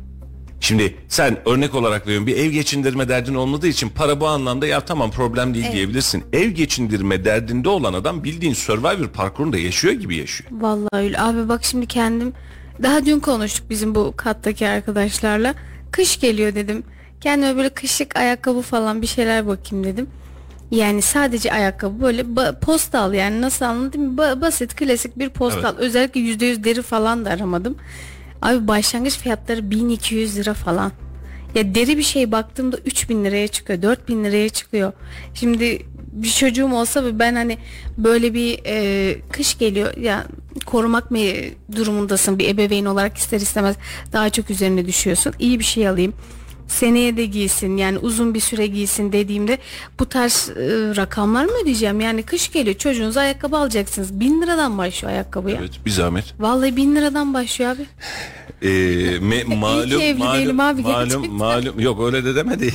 Şimdi sen örnek olarak veriyorum, bir ev geçindirme derdin olmadığı için para bu anlamda ya tamam problem değil evet. diyebilirsin. Ev geçindirme derdinde olan adam bildiğin Survivor parkurunda yaşıyor gibi yaşıyor. Vallahi öyle abi, bak şimdi kendim daha dün konuştuk bizim bu kattaki arkadaşlarla. Kış geliyor dedim. Kendime böyle kışlık ayakkabı falan bir şeyler bakayım dedim. Yani sadece ayakkabı, böyle ba- postal, yani nasıl anlatayım, ba- basit klasik bir postal. Evet. Özellikle yüzde yüz deri falan da aramadım. Abi başlangıç fiyatları bin iki yüz lira falan. Ya deri bir şey baktığımda üç bin liraya çıkıyor, dört bin liraya çıkıyor. Şimdi bir çocuğum olsa ve ben hani böyle bir e, kış geliyor ya, korumak mı durumundasın bir ebeveyn olarak, ister istemez daha çok üzerine düşüyorsun. İyi bir şey alayım, seneye de giysin, yani uzun bir süre giysin dediğimde bu tarz e, rakamlar mı ödeyeceğim? Yani kış geliyor, çocuğunuza ayakkabı alacaksınız, bin liradan başlıyor ayakkabıya. Evet, bir zahmet. Vallahi bin liradan başlıyor abi. Ee, me, malum malum abi, malum malum yok öyle de demedi.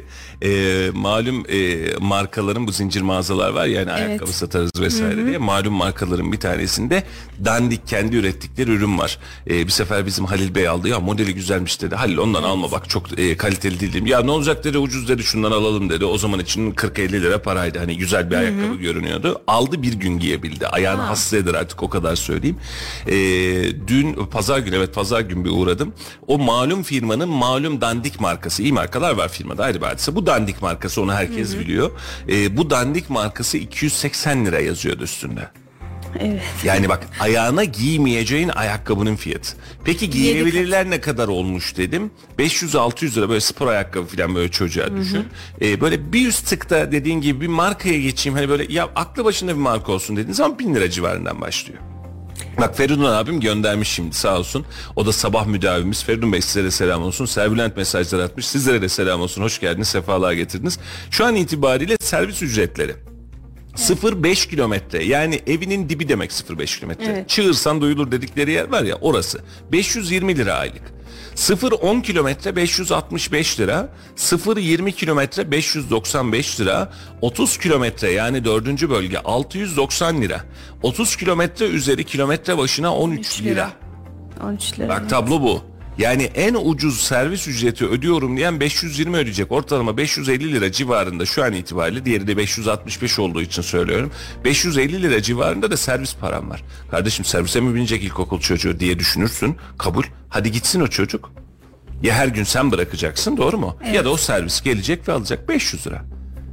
e, malum e, markaların, bu zincir mağazalar var yani, evet. ayakkabı satarız vesaire Hı-hı. diye. Malum markaların bir tanesinde dandik kendi ürettikleri ürün var. E, bir sefer bizim Halil Bey aldı, ya modeli güzelmiş dedi. Halil ondan evet. alma bak, çok e, kaliteli değil dedim. Ya ne olacak dedi, ucuz dedi, şundan alalım dedi. O zaman için kırk elli lira paraydı. Hani güzel bir Hı-hı. ayakkabı görünüyordu. Aldı, bir gün giyebildi. Ayağını ha. hasta eder artık, o kadar söyleyeyim. E, dün pazar günü, evet pazar günü bir uğradım. O malum firmanın malum dandik markası, iyi markalar var firmada ayrı bir hadise. Bu dandik markası, onu herkes Hı-hı. biliyor. E, bu dandik markası iki yüz seksen lira yazıyordu üstünde. Evet. Yani bak, ayağına giymeyeceğin ayakkabının fiyatı. Peki giyilebilirler ne kadar olmuş dedim. beş yüz altı yüz lira böyle spor ayakkabı falan böyle çocuğa düşün. Ee, böyle bir üst tıkta dediğin gibi bir markaya geçeyim. Hani böyle ya aklı başında bir marka olsun dediğin zaman bin lira civarından başlıyor. Bak Feridun abim göndermiş şimdi sağ olsun. O da sabah müdavimiz. Feridun Bey size de selam olsun. Servilent mesajlar atmış. Sizlere de selam olsun. Hoş geldiniz. Sefalar getirdiniz. Şu an itibariyle servis ücretleri sıfır virgül beş kilometre, yani evinin dibi demek sıfır virgül beş kilometre. Evet. Çığırsan duyulur dedikleri yer var ya, orası. beş yüz yirmi lira aylık. sıfır virgül on kilometre beş yüz altmış beş lira. sıfır virgül yirmi kilometre beş yüz doksan beş lira. otuz kilometre yani dördüncü bölge altı yüz doksan lira. otuz kilometre üzeri kilometre başına on üç lira. on üç lira. Bak tablo bu. Yani en ucuz servis ücreti ödüyorum diyen beş yüz yirmi ödeyecek. Ortalama beş yüz elli lira civarında şu an itibariyle. Diğeri de beş yüz altmış beş olduğu için söylüyorum. beş yüz elli lira civarında da servis param var. Kardeşim servise mi binecek ilkokul çocuğu diye düşünürsün. Kabul. Hadi gitsin o çocuk. Ya her gün sen bırakacaksın, doğru mu? Evet. Ya da o servis gelecek ve alacak beş yüz lira.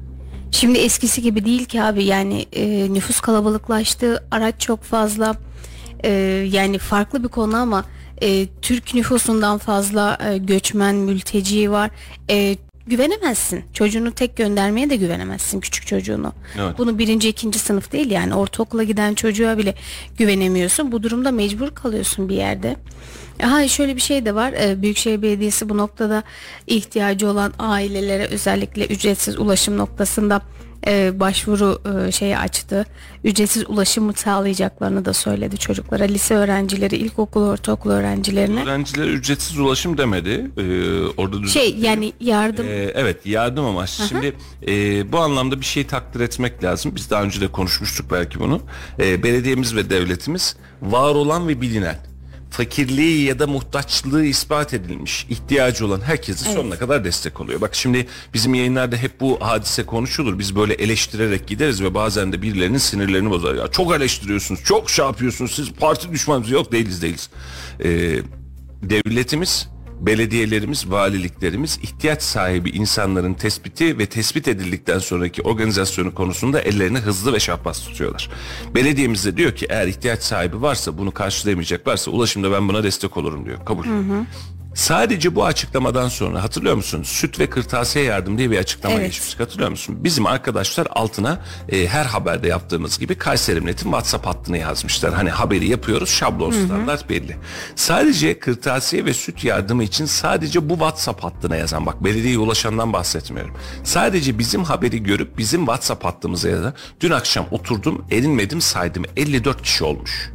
Şimdi eskisi gibi değil ki abi, yani e, nüfus kalabalıklaştı, araç çok fazla, e, yani farklı bir konu ama e, Türk nüfusundan fazla e, göçmen, mülteci var. E, güvenemezsin. Çocuğunu tek göndermeye de güvenemezsin, küçük çocuğunu. Evet. Bunu birinci, ikinci sınıf değil, yani ortaokula giden çocuğa bile güvenemiyorsun. Bu durumda mecbur kalıyorsun bir yerde. Ha, şöyle bir şey de var. Büyükşehir Belediyesi bu noktada ihtiyacı olan ailelere özellikle ücretsiz ulaşım noktasında e, başvuru e, şeyi açtı. Ücretsiz ulaşımı sağlayacaklarını da söyledi çocuklara, lise öğrencileri, ilkokul, ortaokul öğrencilerine. Öğrencilere ücretsiz ulaşım demedi. Ee, orada şey yani yardım. Ee, evet, yardım amaçlı. Şimdi e, bu anlamda bir şey takdir etmek lazım. Biz daha önce de konuşmuştuk belki bunu. Ee, belediyemiz ve devletimiz var olan ve bilinen, fakirliği ya da muhtaçlığı ispat edilmiş, ihtiyacı olan herkese evet. sonuna kadar destek oluyor. Bak şimdi bizim yayınlarda hep bu hadise konuşulur. Biz böyle eleştirerek gideriz ve bazen de birilerinin sinirlerini bozar. Ya çok eleştiriyorsunuz, çok şey yapıyorsunuz, siz parti düşmanınız. Yok, değiliz değiliz. Ee, devletimiz, belediyelerimiz, valiliklerimiz ihtiyaç sahibi insanların tespiti ve tespit edildikten sonraki organizasyonu konusunda ellerini hızlı ve şahbaz tutuyorlar. Belediyemiz de diyor ki eğer ihtiyaç sahibi varsa, bunu karşılayamayacak varsa ulaşımda ben buna destek olurum diyor. Kabul. Hı hı. Sadece bu açıklamadan sonra hatırlıyor musun? Süt ve kırtasiye yardım diye bir açıklama evet. geçmiştik. Hatırlıyor musun? Bizim arkadaşlar altına e, her haberde yaptığımız gibi Kayseri Emniyet'in WhatsApp hattını yazmışlar. Hani haberi yapıyoruz, şablon standart belli. Sadece kırtasiye ve süt yardımı için sadece bu WhatsApp hattına yazan, bak belediyeye ulaşandan bahsetmiyorum. Sadece bizim haberi görüp bizim WhatsApp hattımıza yazan, dün akşam oturdum, erinmedim saydım, elli dört kişi olmuş.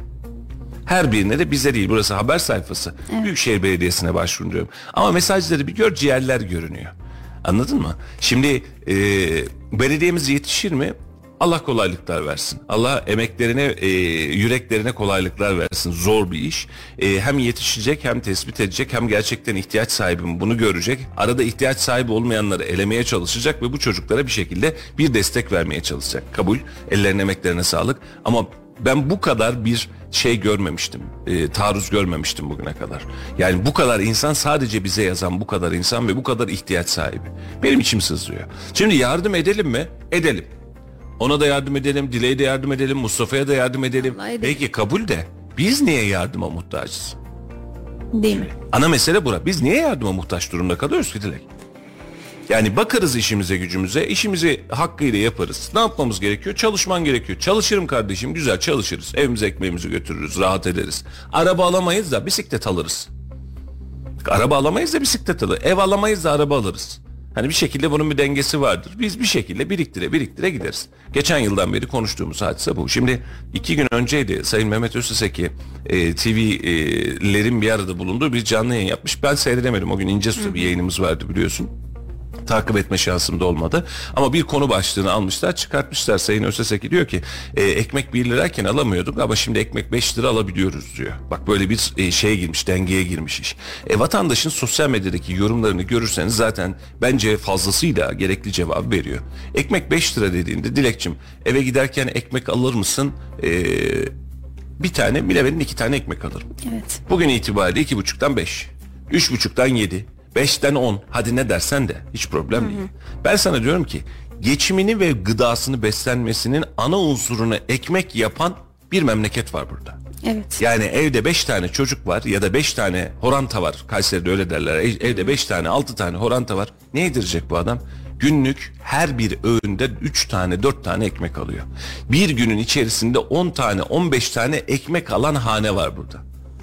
Her birine de bize değil, burası haber sayfası. Evet. Büyükşehir Belediyesi'ne başvurun diyorum. Ama mesajları bir gör, ciğerler görünüyor. Anladın mı? Şimdi e, belediyemiz yetişir mi? Allah kolaylıklar versin. Allah emeklerine, e, yüreklerine kolaylıklar versin. Zor bir iş. E, hem yetişecek, hem tespit edecek, hem gerçekten ihtiyaç sahibi mi bunu görecek. Arada ihtiyaç sahibi olmayanları elemeye çalışacak ve bu çocuklara bir şekilde bir destek vermeye çalışacak. Kabul. Ellerine, emeklerine sağlık. Ama ben bu kadar bir şey görmemiştim, e, taarruz görmemiştim bugüne kadar. Yani bu kadar insan, sadece bize yazan bu kadar insan ve bu kadar ihtiyaç sahibi. Benim içim sızlıyor. Şimdi yardım edelim mi? Edelim. Ona da yardım edelim, Dilek'e de yardım edelim, Mustafa'ya da yardım edelim. Peki kabul de. Biz niye yardıma muhtacız? Değil mi? Ana mesele bura. Biz niye yardıma muhtaç durumda kalıyoruz ki Dilek? Yani bakarız işimize gücümüze, işimizi hakkıyla yaparız. Ne yapmamız gerekiyor? Çalışman gerekiyor. Çalışırım kardeşim, güzel çalışırız. Evimize ekmeğimizi götürürüz, rahat ederiz. Araba alamayız da bisiklet alırız. Araba alamayız da bisiklet alırız. Ev alamayız da araba alırız. Hani bir şekilde bunun bir dengesi vardır. Biz bir şekilde biriktire biriktire gideriz. Geçen yıldan beri konuştuğumuz hadise bu. Şimdi iki gün önceydi Sayın Mehmet Özteseki e, T V'lerin bir arada bulunduğu bir canlı yayın yapmış. Ben seyredemedim. O gün İncesu'da bir yayınımız vardı biliyorsun. Takip etme şansım da olmadı. Ama bir konu başlığını almışlar, çıkartmışlar. Sayın Özteseki diyor ki e, ekmek bir lirayken alamıyorduk ama şimdi ekmek beş lira alabiliyoruz diyor. Bak böyle bir e, şeye girmiş, dengeye girmiş iş. E, vatandaşın sosyal medyadaki yorumlarını görürseniz zaten bence fazlasıyla gerekli cevabı veriyor. Ekmek beş lira dediğinde Dilekçim eve giderken ekmek alır mısın? E, bir tane, bilemedim iki tane ekmek alırım. Evet. Bugün itibariyle iki buçuktan beş, üç buçuktan yedi. beşten on, hadi ne dersen de hiç problem değil. Hı hı. Ben sana diyorum ki geçimini ve gıdasını, beslenmesinin ana unsurunu ekmek yapan bir memleket var burada. Evet. Yani evde beş tane çocuk var ya da beş tane horanta var. Kayseri'de öyle derler. Evde beş tane, altı tane horanta var. Ne yedirecek bu adam? Günlük her bir öğünde üç tane, dört tane ekmek alıyor. Bir günün içerisinde on tane, on beş tane ekmek alan hane var burada.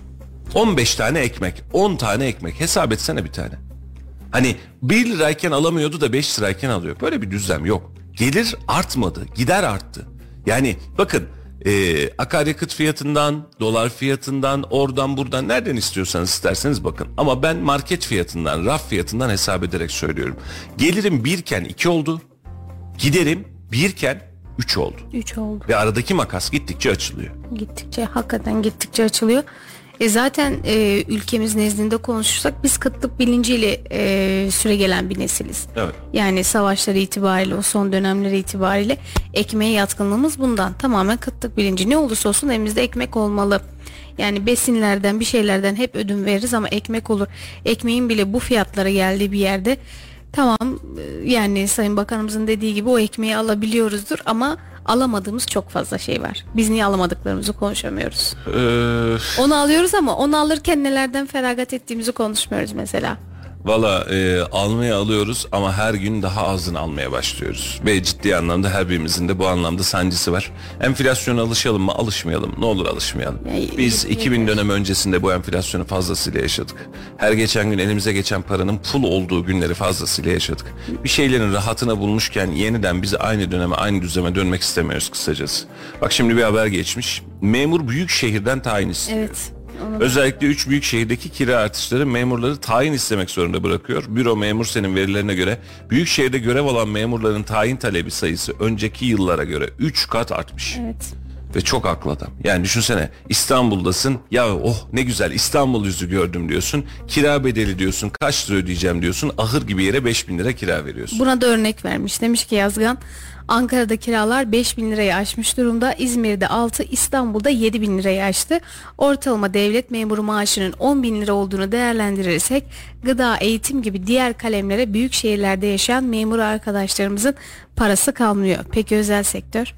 on beş tane ekmek, on tane ekmek. Hesap etsene bir tane. Hani bir lirayken alamıyordu da beş lirayken alıyor. Böyle bir düzlem yok. Gelir artmadı, gider arttı. Yani bakın e, akaryakıt fiyatından, dolar fiyatından, oradan buradan nereden istiyorsanız isterseniz bakın. Ama ben market fiyatından, raf fiyatından hesap ederek söylüyorum. Gelirim birken iki oldu, giderim birken üç oldu. üç oldu. Ve aradaki makas gittikçe açılıyor. Gittikçe, hakikaten gittikçe açılıyor. E zaten e, ülkemiz nezdinde konuşursak biz kıtlık bilinciyle e, süre gelen bir nesiliz. Evet. Yani savaşları itibariyle, o son dönemleri itibariyle ekmeğe yatkınlığımız bundan. Tamamen kıtlık bilinci. Ne olursa olsun elimizde ekmek olmalı. Yani besinlerden, bir şeylerden hep ödün veririz ama ekmek olur. Ekmeğin bile bu fiyatlara geldiği bir yerde tamam, yani Sayın Bakanımızın dediği gibi o ekmeği alabiliyoruzdur ama alamadığımız çok fazla şey var. Biz niye alamadıklarımızı konuşamıyoruz. Ee... Onu alıyoruz ama onu alırken nelerden feragat ettiğimizi konuşmuyoruz mesela. Valla e, almaya alıyoruz ama her gün daha azını almaya başlıyoruz. Ve ciddi anlamda her birimizin de bu anlamda sancısı var. Enflasyona alışalım mı? Alışmayalım. Ne olur alışmayalım. Ya, Biz iki bin dönem öncesinde bu enflasyonu fazlasıyla yaşadık. Her geçen gün elimize geçen paranın pul olduğu günleri fazlasıyla yaşadık. Bir şeylerin rahatına bulmuşken yeniden biz aynı döneme, aynı düzeme dönmek istemiyoruz kısacası. Bak şimdi bir haber geçmiş. Memur büyük şehirden tayin istiyor. Evet. Özellikle üç büyük şehirdeki kira artışları memurları tayin istemek zorunda bırakıyor. Büro Memur Sen'in verilerine göre büyük şehirde görev alan memurların tayin talebi sayısı önceki yıllara göre üç kat artmış. Evet. Ve çok haklı adam. Yani düşünsene, İstanbul'dasın, ya oh ne güzel İstanbul yüzü gördüm diyorsun. Kira bedeli diyorsun, kaç lira ödeyeceğim diyorsun. Ahır gibi yere beş bin lira kira veriyorsun. Buna da örnek vermiş. Demiş ki Yazgan, Ankara'da kiralar beş bin lirayı aşmış durumda. İzmir'de altı, İstanbul'da yedi bin lirayı aştı. Ortalama devlet memuru maaşının on bin lira olduğunu değerlendirirsek gıda, eğitim gibi diğer kalemlere büyük şehirlerde yaşayan memur arkadaşlarımızın parası kalmıyor. Peki özel sektör?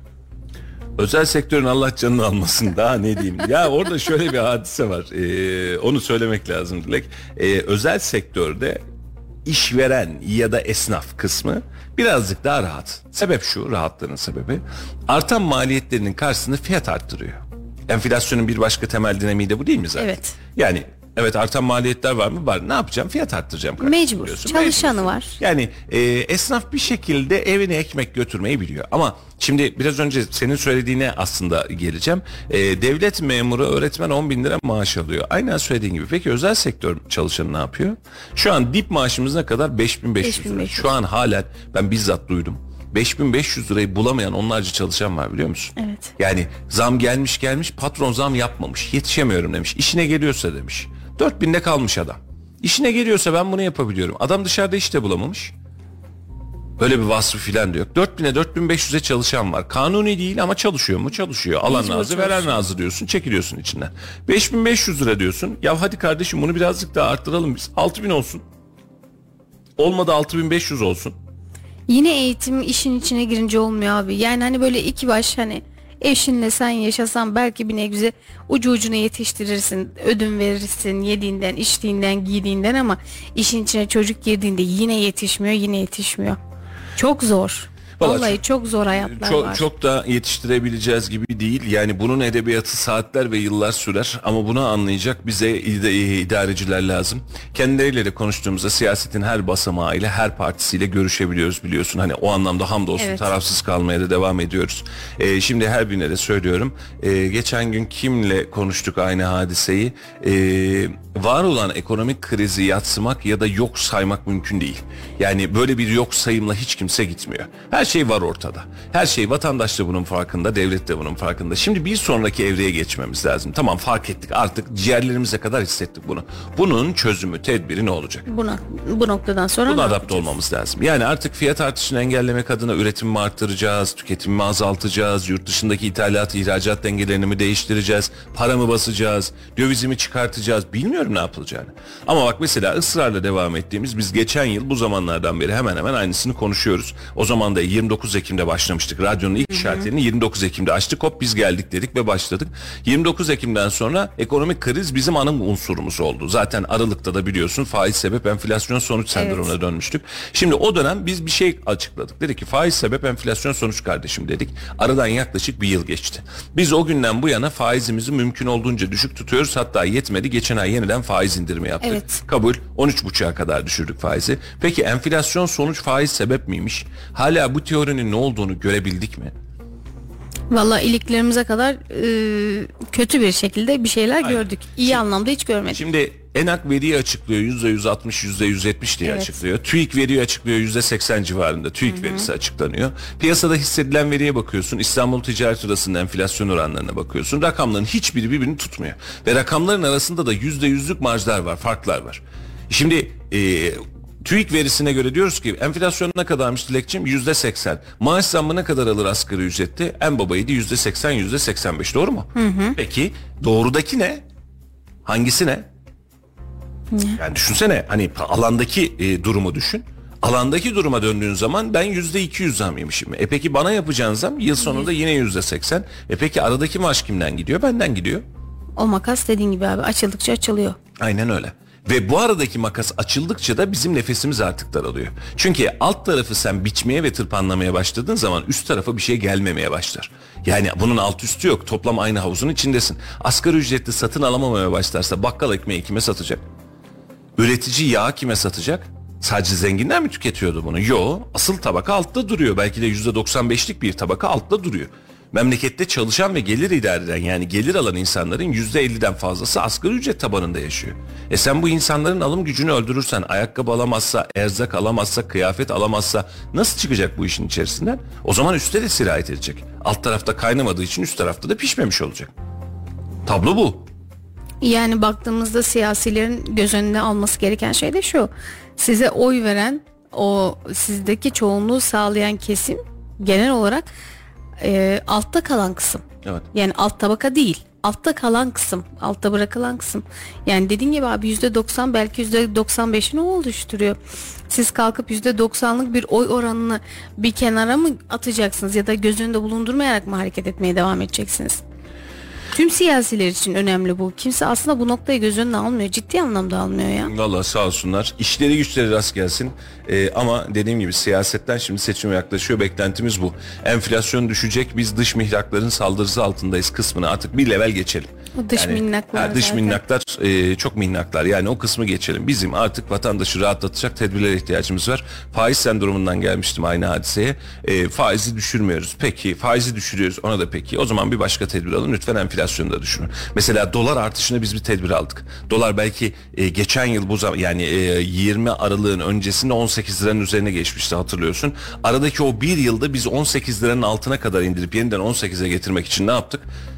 Özel sektörün Allah canını almasın, daha ne diyeyim. Ya orada şöyle bir hadise var. Ee, onu söylemek lazım Dilek. Ee, özel sektörde işveren ya da esnaf kısmı birazcık daha rahat. Sebep şu, rahatlığının sebebi artan maliyetlerinin karşısında fiyat arttırıyor. Enflasyonun bir başka temel dinamiği de bu değil mi zaten? Evet. Yani evet, artan maliyetler var mı? Var. Ne yapacağım? Fiyat arttıracağım. Mecbur. Çalışanı Mecbur. var. Yani e, esnaf bir şekilde evine ekmek götürmeyi biliyor. Ama şimdi biraz önce senin söylediğine aslında geleceğim. E, devlet memuru, öğretmen on bin lira maaş alıyor. Aynen söylediğin gibi. Peki özel sektör çalışanı ne yapıyor? Şu an dip maaşımız ne kadar? beş bin beş yüz lira. Şu an halen ben bizzat duydum. beş bin beş yüz lirayı bulamayan onlarca çalışan var, biliyor musun? Evet. Yani zam gelmiş gelmiş, patron zam yapmamış, yetişemiyorum demiş, işine geliyorsa demiş. dört binde kalmış adam. İşine geliyorsa ben bunu yapabiliyorum. Adam dışarıda iş de bulamamış. Böyle bir vasfı filan da yok. dört bine dört bin beş yüze çalışan var. Kanuni değil ama çalışıyor mu? Çalışıyor. Alan razı, veren razı diyorsun. Çekiliyorsun içinden. beş bin beş yüz lira diyorsun. Ya hadi kardeşim bunu birazcık daha arttıralım biz. altı bin olsun. Olmadı altı bin beş yüz olsun. Yine eğitim işin içine girince olmuyor abi. Yani hani böyle iki baş, hani eşinle sen yaşasan belki bir nebze ucu ucuna yetiştirirsin, ödün verirsin yediğinden, içtiğinden, giydiğinden, ama işin içine çocuk girdiğinde yine yetişmiyor, yine yetişmiyor. Çok zor. Vallahi, Vallahi çok, çok zor hayatlar çok, var. Çok da yetiştirebileceğiz gibi değil. Yani bunun edebiyatı saatler ve yıllar sürer. Ama bunu anlayacak bize idareciler lazım. Kendileriyle de konuştuğumuzda siyasetin her basamağıyla, her partisiyle görüşebiliyoruz, biliyorsun. Hani o anlamda hamdolsun, evet, tarafsız kalmaya da devam ediyoruz. Ee, şimdi her birine de söylüyorum. Ee, geçen gün kimle konuştuk aynı hadiseyi? Ee, var olan ekonomik krizi yadsımak ya da yok saymak mümkün değil. Yani böyle bir yok sayımla hiç kimse gitmiyor. Her şey var ortada. Her şey, vatandaş da bunun farkında, devlet de bunun farkında. Şimdi bir sonraki evreye geçmemiz lazım. Tamam, fark ettik, artık ciğerlerimize kadar hissettik bunu. Bunun çözümü, tedbiri ne olacak? Buna, bu noktadan sonra Buna adapte olmamız lazım. Yani artık fiyat artışını engellemek adına üretimi mi arttıracağız, tüketimi mi azaltacağız, yurt dışındaki ithalat, ihracat dengelerini mi değiştireceğiz, para mı basacağız, dövizi mi çıkartacağız, bilmiyorum ne yapılacağını. Ama bak mesela ısrarla devam ettiğimiz, biz geçen yıl bu zamanlardan beri hemen hemen aynısını konuşuyoruz. O zaman da yirmi yirmi dokuz Ekim'de başlamıştık. Radyonun ilk işaretlerini yirmi dokuz Ekim'de açtık. Hop biz geldik dedik ve başladık. yirmi dokuz Ekim'den sonra ekonomik kriz bizim ana unsurumuz oldu. Zaten Aralık'ta da biliyorsun faiz sebep enflasyon sonuç sendromuna evet. dönmüştük. Şimdi o dönem biz bir şey açıkladık. Dedik ki faiz sebep enflasyon sonuç kardeşim dedik. Aradan yaklaşık bir yıl geçti. Biz o günden bu yana faizimizi mümkün olduğunca düşük tutuyoruz. Hatta yetmedi. Geçen ay yeniden faiz indirimi yaptık. Evet. Kabul. on üç buçuğa kadar düşürdük faizi. Peki enflasyon sonuç faiz sebep miymiş? Hala bu teorinin ne olduğunu görebildik mi? Vallahi iliklerimize kadar e, kötü bir şekilde bir şeyler Aynen. gördük. İyi şimdi, anlamda hiç görmedik. Şimdi ENAK veriyi açıklıyor yüzde yüz altmış yüzde yüz yetmiş diye evet. açıklıyor. TÜİK veriyi açıklıyor yüzde seksen civarında. TÜİK Hı-hı. verisi açıklanıyor. Piyasada hissedilen veriye bakıyorsun. İstanbul Ticaret Odası'nın enflasyon oranlarına bakıyorsun. Rakamların hiçbiri birbirini tutmuyor. Ve rakamların arasında da yüzde yüzlük marjlar var, farklar var. Şimdi e, TÜİK verisine göre diyoruz ki enflasyon ne kadarmış Dilekçim? yüzde seksen. Maaş zammı ne kadar alır asgari ücretti? En babaydı yüzde seksen yüzde seksen beş, doğru mu? Hı hı. Peki doğrudaki ne? Hangisi ne? Ne? Yani düşünsene hani alandaki e, durumu düşün. Alandaki duruma döndüğün zaman ben yüzde iki yüz zam yemişim. E peki bana yapacağın zam yıl sonunda yine yüzde seksen. E peki aradaki maaş kimden gidiyor? Benden gidiyor. O makas dediğin gibi abi açıldıkça açılıyor. Aynen öyle. Ve bu aradaki makas açıldıkça da bizim nefesimiz artık daralıyor. Çünkü alt tarafı sen biçmeye ve tırpanlamaya başladığın zaman üst tarafa bir şey gelmemeye başlar. Yani bunun alt üstü yok. Toplam aynı havuzun içindesin. Asgari ücretli satın alamamaya başlarsa bakkal ekmeği kime satacak? Üretici yağ kime satacak? Sadece zenginler mi tüketiyordu bunu? Yo, asıl tabaka altta duruyor. Belki de yüzde doksan beşlik bir tabaka altta duruyor. Memlekette çalışan ve gelir idare eden yani gelir alan insanların yüzde elliden fazlası asgari ücret tabanında yaşıyor. E sen bu insanların alım gücünü öldürürsen, ayakkabı alamazsa, erzak alamazsa, kıyafet alamazsa nasıl çıkacak bu işin içerisinden? O zaman üstte de sirayet edecek. Alt tarafta kaynamadığı için üst tarafta da pişmemiş olacak. Tablo bu. Yani baktığımızda siyasilerin göz önüne alması gereken şey de şu. Size oy veren, o sizdeki çoğunluğu sağlayan kesim genel olarak e, altta kalan kısım. Evet. Yani alt tabaka değil. Altta kalan kısım, altta bırakılan kısım. Yani dediğin gibi abi yüzde doksan belki yüzde doksan beşini o oluşturuyor. Siz kalkıp yüzde doksanlık bir oy oranını bir kenara mı atacaksınız ya da göz önünde bulundurmayarak mı hareket etmeye devam edeceksiniz? Tüm siyasiler için önemli bu. Kimse aslında bu noktayı göz önüne almıyor. Ciddi anlamda almıyor ya. Vallahi sağ olsunlar. İşleri güçleri rast gelsin. Ee, ama dediğim gibi siyasetten şimdi seçime yaklaşıyor. Beklentimiz bu. Enflasyon düşecek. Biz dış mihrakların saldırısı altındayız kısmını artık bir level geçelim. O dış yani, minnaklar. Dış zaten. minnaklar e, çok minnaklar. Yani o kısmı geçelim. Bizim artık vatandaşı rahatlatacak tedbirlere ihtiyacımız var. Faiz sendromundan gelmiştim aynı hadiseye. E, faizi düşürmüyoruz. Peki faizi düşürüyoruz. Ona da peki. O zaman bir başka tedbir alın. Lütfen enflasyonu da düşürün. Mesela dolar artışına biz bir tedbir aldık. Dolar belki e, geçen yıl bu zaman yani e, yirmi Aralık'ın öncesinde on sekiz liranın üzerine geçmişti hatırlıyorsun. Aradaki o bir yılda biz on sekiz liranın altına kadar indirip yeniden on sekize getirmek için ne yaptık?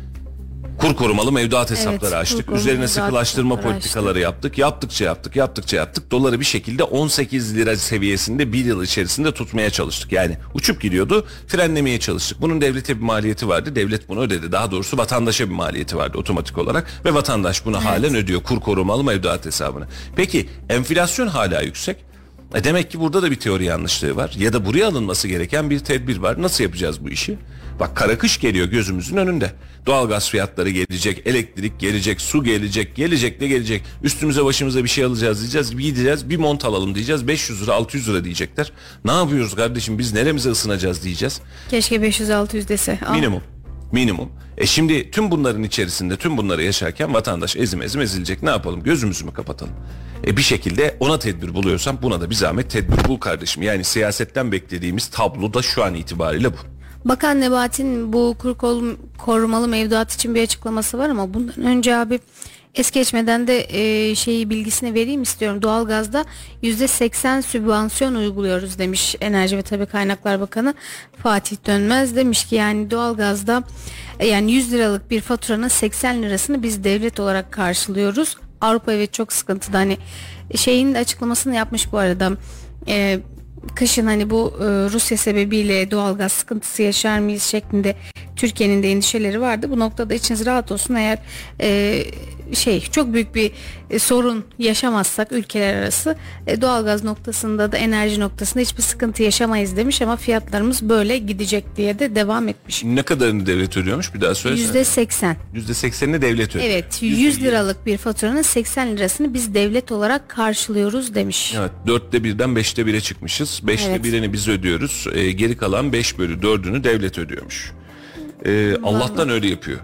Kur korumalı mevduat hesapları evet, açtık. Üzerine sıkılaştırma politikaları açtık. yaptık. Yaptıkça yaptık, yaptıkça yaptık. Doları bir şekilde on sekiz lira seviyesinde bir yıl içerisinde tutmaya çalıştık. Yani uçup gidiyordu, frenlemeye çalıştık. Bunun devlete bir maliyeti vardı. Devlet bunu ödedi. Daha doğrusu vatandaşa bir maliyeti vardı otomatik olarak. Ve vatandaş bunu evet. halen ödüyor. Kur korumalı mevduat hesabını. Peki enflasyon hala yüksek. E demek ki burada da bir teori yanlışlığı var. Ya da buraya alınması gereken bir tedbir var. Nasıl yapacağız bu işi? Bak kara kış geliyor gözümüzün önünde. Doğalgaz fiyatları gelecek, elektrik gelecek, su gelecek, gelecek de gelecek. Üstümüze başımıza bir şey alacağız diyeceğiz, bir gideceğiz, bir mont alalım diyeceğiz. beş yüz lira, altı yüz lira diyecekler. Ne yapıyoruz kardeşim biz neremize ısınacağız diyeceğiz. Keşke beş yüz altı yüz dese. Al. Minimum. Minimum. E şimdi tüm bunların içerisinde tüm bunları yaşarken vatandaş ezim ezim ezilecek. Ne yapalım? Gözümüzü mü kapatalım? E bir şekilde ona tedbir buluyorsam buna da bir zahmet tedbir bul kardeşim. Yani siyasetten beklediğimiz tablo da şu an itibariyle bu. Bakan Nebati'nin bu kur korumalı mevduat için bir açıklaması var ama bundan önce abi es geçmeden de e, şeyi bilgisini vereyim istiyorum. Doğalgazda yüzde seksen sübvansiyon uyguluyoruz demiş Enerji ve Tabii Kaynaklar Bakanı Fatih Dönmez. Demiş ki yani doğalgazda e, yani yüz liralık bir faturanın seksen lirasını biz devlet olarak karşılıyoruz. Avrupa evet çok sıkıntıda, hani şeyin de açıklamasını yapmış bu arada. E, kışın hani bu e, Rusya sebebiyle doğalgaz sıkıntısı yaşar mıyız şeklinde Türkiye'nin de endişeleri vardı. Bu noktada içiniz rahat olsun, eğer e, şey çok büyük bir e, sorun yaşamazsak ülkeler arası e, doğalgaz noktasında da enerji noktasında hiçbir sıkıntı yaşamayız demiş, ama fiyatlarımız böyle gidecek diye de devam etmiş. Ne kadarını devlet ödüyormuş, bir daha söylesene. yüzde seksen. yüzde seksenini devlet ödüyor. Evet, yüz liralık bir faturanın seksen lirasını biz devlet olarak karşılıyoruz demiş. Evet, dörtte birden beşte bire çıkmışız. Beşte Evet. birini biz ödüyoruz. E, geri kalan beş bölü dördünü devlet ödüyormuş. E, Allah'tan öyle yapıyor.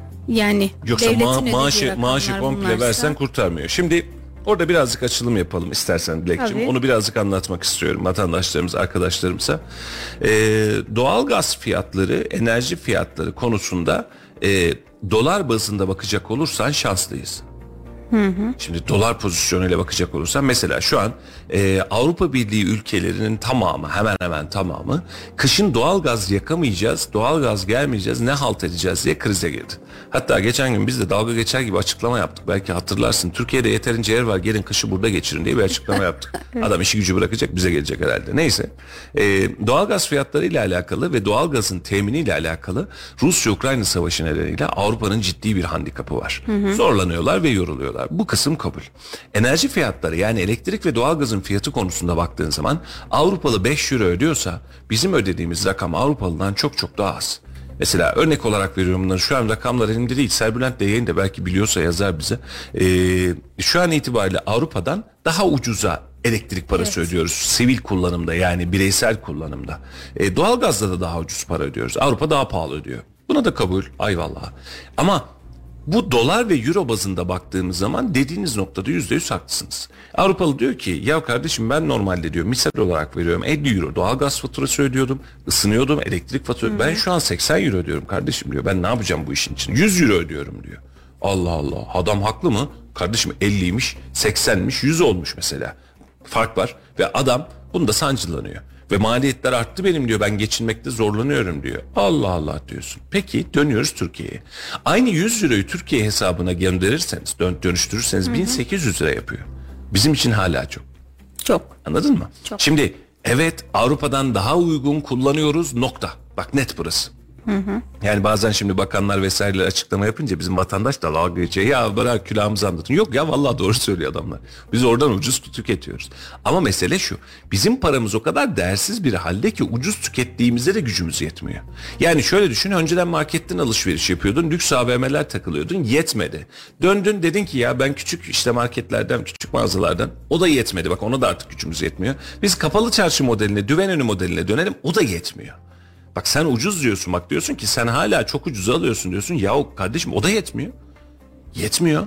Yani Yoksa devletin ma- ödediği maaşı rakamlar maaşı komple bunlarsa- versen kurtarmıyor. Şimdi orada birazcık açılım yapalım istersen Dilekçim. Tabii. Onu birazcık anlatmak istiyorum vatandaşlarımız, arkadaşlarımıza. Ee, doğalgaz fiyatları, enerji fiyatları konusunda e, dolar bazında bakacak olursan şanslıyız. Hı hı. Şimdi dolar pozisyonuyla bakacak olursan mesela şu an e, Avrupa Birliği ülkelerinin tamamı, hemen hemen tamamı kışın doğalgaz yakamayacağız, doğalgaz gelmeyeceğiz, ne halt edeceğiz diye krize girdi. Hatta geçen gün biz de dalga geçer gibi açıklama yaptık. Belki hatırlarsın, Türkiye'de yeterince yer var, gelin kışı burada geçirin diye bir açıklama yaptık. Evet. Adam işi gücü bırakacak, bize gelecek herhalde. Neyse, e, doğalgaz fiyatları ile alakalı ve doğalgazın temini ile alakalı Rusya-Ukrayna savaşı nedeniyle Avrupa'nın ciddi bir handikapı var. Hı hı. Zorlanıyorlar ve yoruluyorlar. Bu kısım kabul. Enerji fiyatları, yani elektrik ve doğalgazın fiyatı konusunda baktığın zaman Avrupalı beş euro ödüyorsa bizim ödediğimiz rakam Avrupalı'dan çok çok daha az. Mesela örnek olarak veriyorum bunları. Şu an rakamlar elimde değil. Serbülent de yayında belki biliyorsa yazar bize. Ee, şu an itibariyle Avrupa'dan daha ucuza elektrik parası evet. ödüyoruz. Sivil kullanımda, yani bireysel kullanımda. Ee, doğalgazda da daha ucuz para ödüyoruz. Avrupa daha pahalı ödüyor. Buna da kabul. Eyvallah. Ama bu dolar ve euro bazında baktığımız zaman dediğiniz noktada yüzde yüz haklısınız. Avrupalı diyor ki ya kardeşim, ben normalde diyor misal olarak veriyorum elli euro doğalgaz faturası ödüyordum, ısınıyordum, elektrik faturası. Hmm. Ben şu an seksen euro ödüyorum kardeşim diyor. Ben ne yapacağım bu işin için? yüz euro ödüyorum diyor. Allah Allah, adam haklı mı? Kardeşim elliymiş, seksenmiş, yüz olmuş mesela. Fark var ve adam bunda sancılanıyor. Ve maliyetler arttı benim diyor, ben geçinmekte zorlanıyorum diyor. Allah Allah diyorsun. Peki dönüyoruz Türkiye'ye. Aynı yüz lirayı Türkiye hesabına gönderirseniz, dön, dönüştürürseniz hı hı. bin sekiz yüz lira yapıyor. Bizim için hala çok. Çok. Anladın mı? Çok. Şimdi evet, Avrupa'dan daha uygun kullanıyoruz, nokta. Bak net burası. Hı hı. Yani bazen şimdi bakanlar vesaireler açıklama yapınca bizim vatandaş da dalga geçiyor. Ya bırak külahımızı anlatın. Yok ya, vallahi doğru söylüyor adamlar. Biz oradan ucuz tüketiyoruz. Ama mesele şu. Bizim paramız o kadar değersiz bir halde ki ucuz tükettiğimizde de gücümüz yetmiyor. Yani şöyle düşün, önceden marketten alışveriş yapıyordun. Lüks A V M'ler takılıyordun. Yetmedi. Döndün dedin ki ya ben küçük işte marketlerden, küçük mağazalardan. O da yetmedi. Bak ona da artık gücümüz yetmiyor. Biz kapalı çarşı modeline, düven önü modeline dönelim. O da yetmiyor. Bak sen ucuz diyorsun, bak diyorsun ki sen hala çok ucuz alıyorsun diyorsun. Ya kardeşim o da yetmiyor. Yetmiyor.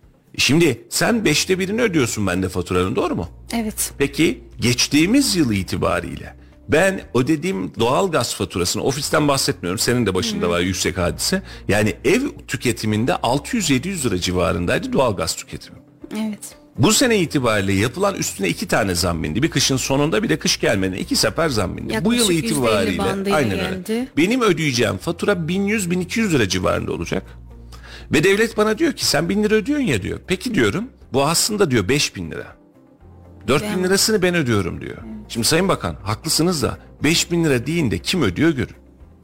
Şimdi sen beşte birini ödüyorsun bende faturanın, doğru mu? Evet. Peki geçtiğimiz yıl itibariyle ben ödediğim doğalgaz faturasını, ofisten bahsetmiyorum, senin de başında hmm. var yüksek hadise. Yani ev tüketiminde altı yüz yedi yüz lira civarındaydı doğalgaz tüketimi. Evet. Bu sene itibariyle yapılan üstüne iki tane zam bindi. Bir kışın sonunda, bir de kış gelmeden iki sefer zam bindi. Yaklaşık bu yıl itibariyle aynen geldi. öyle. Benim ödeyeceğim fatura bin yüz bin iki yüz lira civarında olacak. Ve devlet bana diyor ki sen bin lira ödüyorsun ya diyor. Peki diyorum, bu aslında diyor beş bin lira. dört bin lirasını ben ödüyorum diyor. Evet. Şimdi Sayın Bakan haklısınız da beş bin lira deyin de kim ödüyor görün.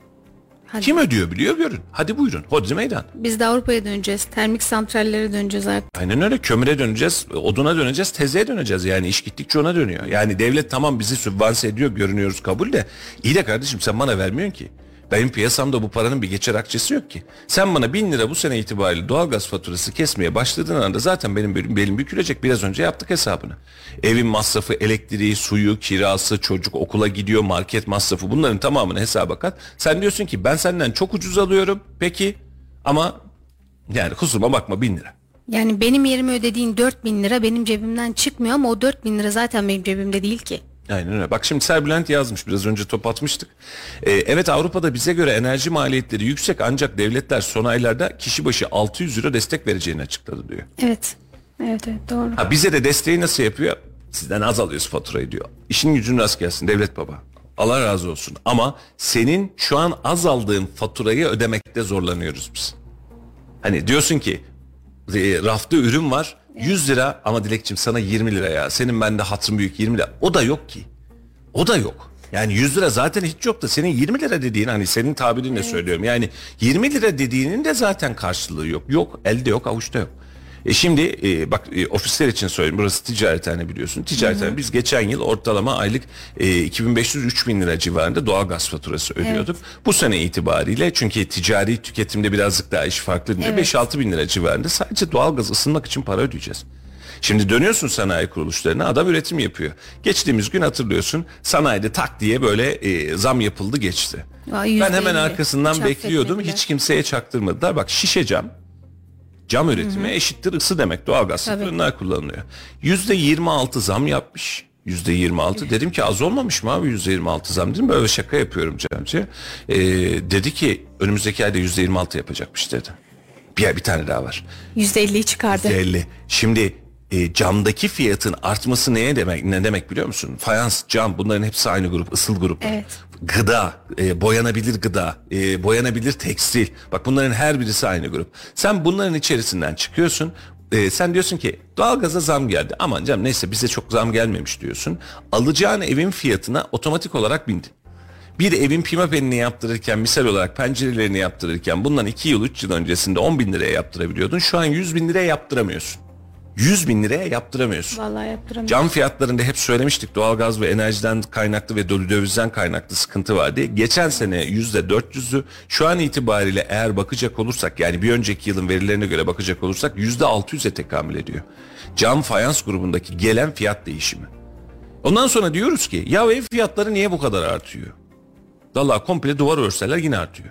Hadi. Kim ödüyor biliyor görün. Hadi buyurun. Hodri meydan. Biz de Avrupa'ya döneceğiz. Termik santrallere döneceğiz artık. Aynen öyle. Kömüre döneceğiz. Oduna döneceğiz. Tezeye döneceğiz. Yani iş gittikçe ona dönüyor. Yani devlet tamam bizi sübvanse ediyor. Görünüyoruz, kabul de. İyi de kardeşim sen bana vermiyorsun ki. Benim piyasamda bu paranın bir geçer akçesi yok ki. Sen bana bin lira bu sene itibariyle doğalgaz faturası kesmeye başladığın anda zaten benim belim, belim bükülecek. Biraz önce yaptık hesabını. Evin masrafı, elektriği, suyu, kirası, çocuk okula gidiyor, market masrafı, bunların tamamını hesaba kat. Sen diyorsun ki ben senden çok ucuz alıyorum. Peki ama yani kusuruma bakma bin lira. Yani benim yerime ödediğin dört bin lira benim cebimden çıkmıyor ama o dört bin lira zaten benim cebimde değil ki. Aynen öyle. Bak şimdi Serbülent yazmış, biraz önce top atmıştık. Ee, evet Avrupa'da bize göre enerji maliyetleri yüksek ancak devletler son aylarda kişi başı altı yüz euro destek vereceğini açıkladı diyor. Evet. Evet evet doğru. Ha, bize de desteği nasıl yapıyor? Sizden az alıyoruz faturayı diyor. İşin gücün rast gelsin devlet baba. Allah razı olsun. Ama senin şu an az aldığın faturayı ödemekte zorlanıyoruz biz. Hani diyorsun ki rafta ürün var yüz lira ama Dilekçim sana yirmi lira ya. Senin bende hatırın büyük yirmi lira. O da yok ki. O da yok. Yani yüz lira zaten hiç yok da senin yirmi lira dediğin, hani senin tabirinle evet. söylüyorum. Yani yirmi lira dediğinin de zaten karşılığı yok. Yok, elde yok, avuçta yok. E şimdi e, bak e, ofisler için söyleyeyim, burası ticarethane biliyorsun. Ticarethane, biz geçen yıl ortalama aylık e, iki bin beş yüz üç bin lira civarında doğalgaz faturası ödüyorduk. Evet. Bu sene itibariyle, çünkü ticari tüketimde birazcık daha iş farklı, evet. beş altı bin lira civarında sadece doğalgaz ısınmak için para ödeyeceğiz. Şimdi dönüyorsun sanayi kuruluşlarına, adam üretim yapıyor. Geçtiğimiz gün hatırlıyorsun, sanayide tak diye böyle e, zam yapıldı geçti. Aa, ben hemen arkasından hiç bekliyordum, hiç kimseye çaktırmadılar. Bak, şişe cam, cam üretimi hı hı. eşittir ısı demek, doğalgaz fırınlar kullanılıyor. Yüzde yirmi altı zam yapmış. Yüzde yirmi altı dedim ki az olmamış mı abi yüzde yirmi altı zam, dedim böyle şaka yapıyorum camcı. Ee, dedi ki önümüzdeki ayda yüzde yirmi altı yapacakmış dedi. Bir, bir tane daha var. Yüzde elliyi çıkardı. Yüzde elli. Şimdi E, camdaki fiyatın artması neye demek, ne demek biliyor musun? Fayans, cam, bunların hepsi aynı grup, ısıl grup. Evet. Gıda, e, boyanabilir gıda, e, boyanabilir tekstil. Bak, bunların her birisi aynı grup. Sen bunların içerisinden çıkıyorsun. E, sen diyorsun ki doğalgaza zam geldi. Aman canım neyse, bize çok zam gelmemiş diyorsun. Alacağın evin fiyatına otomatik olarak bindin. Bir evin pimapenini yaptırırken, misal olarak pencerelerini yaptırırken bundan iki yıl üç yıl öncesinde on bin liraya yaptırabiliyordun. Şu an yüz bin liraya yaptıramıyorsun. yüz bin liraya yaptıramıyorsun. Vallahi yaptıramıyorsun. Cam fiyatlarında hep söylemiştik, doğalgaz ve enerjiden kaynaklı ve dövizden kaynaklı sıkıntı var diye. Geçen sene yüzde dört yüzü, şu an itibariyle eğer bakacak olursak, yani bir önceki yılın verilerine göre bakacak olursak yüzde altı yüze tekamül ediyor. Cam fayans grubundaki gelen fiyat değişimi. Ondan sonra diyoruz ki ya ev fiyatları niye bu kadar artıyor? Vallahi komple duvar örseler yine artıyor.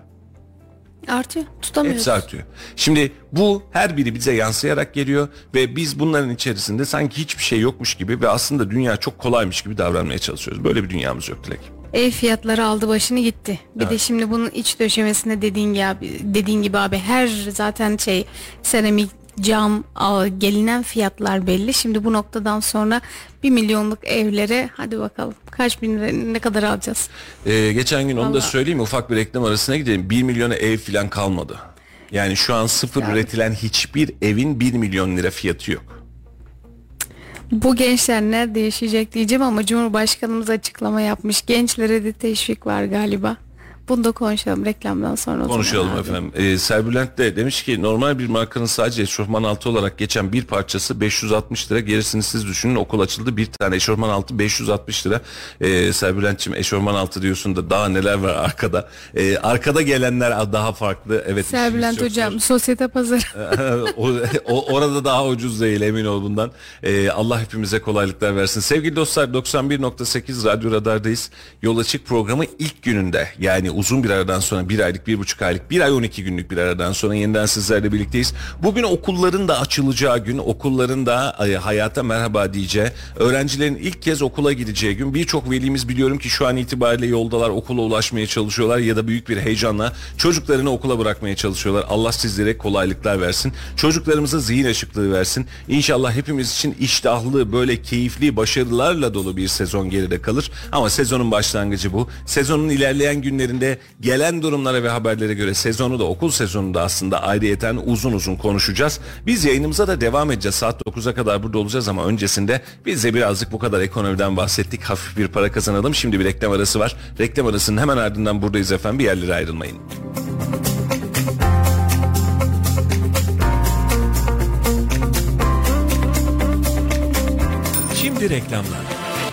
Artıyor, tutamıyoruz. Hepsi artıyor. Şimdi bu her biri bize yansıyarak geliyor ve biz bunların içerisinde sanki hiçbir şey yokmuş gibi ve aslında dünya çok kolaymış gibi davranmaya çalışıyoruz. Böyle bir dünyamız yok Dilek. Ev fiyatları aldı başını gitti. Bir evet. de şimdi bunun iç döşemesinde dediğin gibi, dediğin gibi abi, her zaten şey seramik, cam, gelinen fiyatlar belli. Şimdi bu noktadan sonra bir milyonluk evlere hadi bakalım kaç bin lira, ne kadar alacağız? Ee, geçen gün Vallahi. onu da söyleyeyim, ufak bir reklam arasına gidelim. Bir milyona ev falan kalmadı. Yani şu an sıfır yani. üretilen hiçbir evin bir milyon lira fiyatı yok. Bu gençler nerede yaşayacak diyeceğim ama Cumhurbaşkanımız açıklama yapmış. Gençlere de teşvik var galiba. Bunu da konuşalım reklamdan sonra. Konuşalım efendim. Ee, Serbülent de demiş ki normal bir markanın sadece eşofman altı olarak geçen bir parçası beş yüz altmış lira. Gerisini siz düşünün, okul açıldı, bir tane eşofman altı beş yüz altmış lira. Ee, Serbülent'ciğim, eşofman altı diyorsun da daha neler var arkada. Ee, arkada gelenler daha farklı. Evet. Serbülent hocam, var. Sosyete pazarı. o, o, orada daha ucuz değil, emin ol bundan. Ee, Allah hepimize kolaylıklar versin. Sevgili dostlar, doksan bir nokta sekiz Radyo Radar'dayız. Yol Açık programı ilk gününde, yani uzun bir aradan sonra, bir aylık, bir buçuk aylık, bir ay on iki günlük bir aradan sonra yeniden sizlerle birlikteyiz. Bugün okulların da açılacağı gün, okulların da e, hayata merhaba diyeceği, öğrencilerin ilk kez okula gideceği gün. Birçok velimiz biliyorum ki şu an itibariyle yoldalar, okula ulaşmaya çalışıyorlar ya da büyük bir heyecanla çocuklarını okula bırakmaya çalışıyorlar. Allah sizlere kolaylıklar versin. Çocuklarımıza zihin açıklığı versin. İnşallah hepimiz için iştahlı, böyle keyifli, başarılarla dolu bir sezon geride kalır. Ama sezonun başlangıcı bu. Sezonun ilerleyen günlerinde gelen durumlara ve haberlere göre sezonu da, okul sezonu da aslında ayrıyeten uzun uzun konuşacağız. Biz yayınımıza da devam edeceğiz. Saat dokuza kadar burada olacağız ama öncesinde biz de birazcık bu kadar ekonomiden bahsettik. Hafif bir para kazanalım. Şimdi bir reklam arası var. Reklam arasının hemen ardından buradayız efendim. Bir yerlere ayrılmayın. Şimdi reklamlar.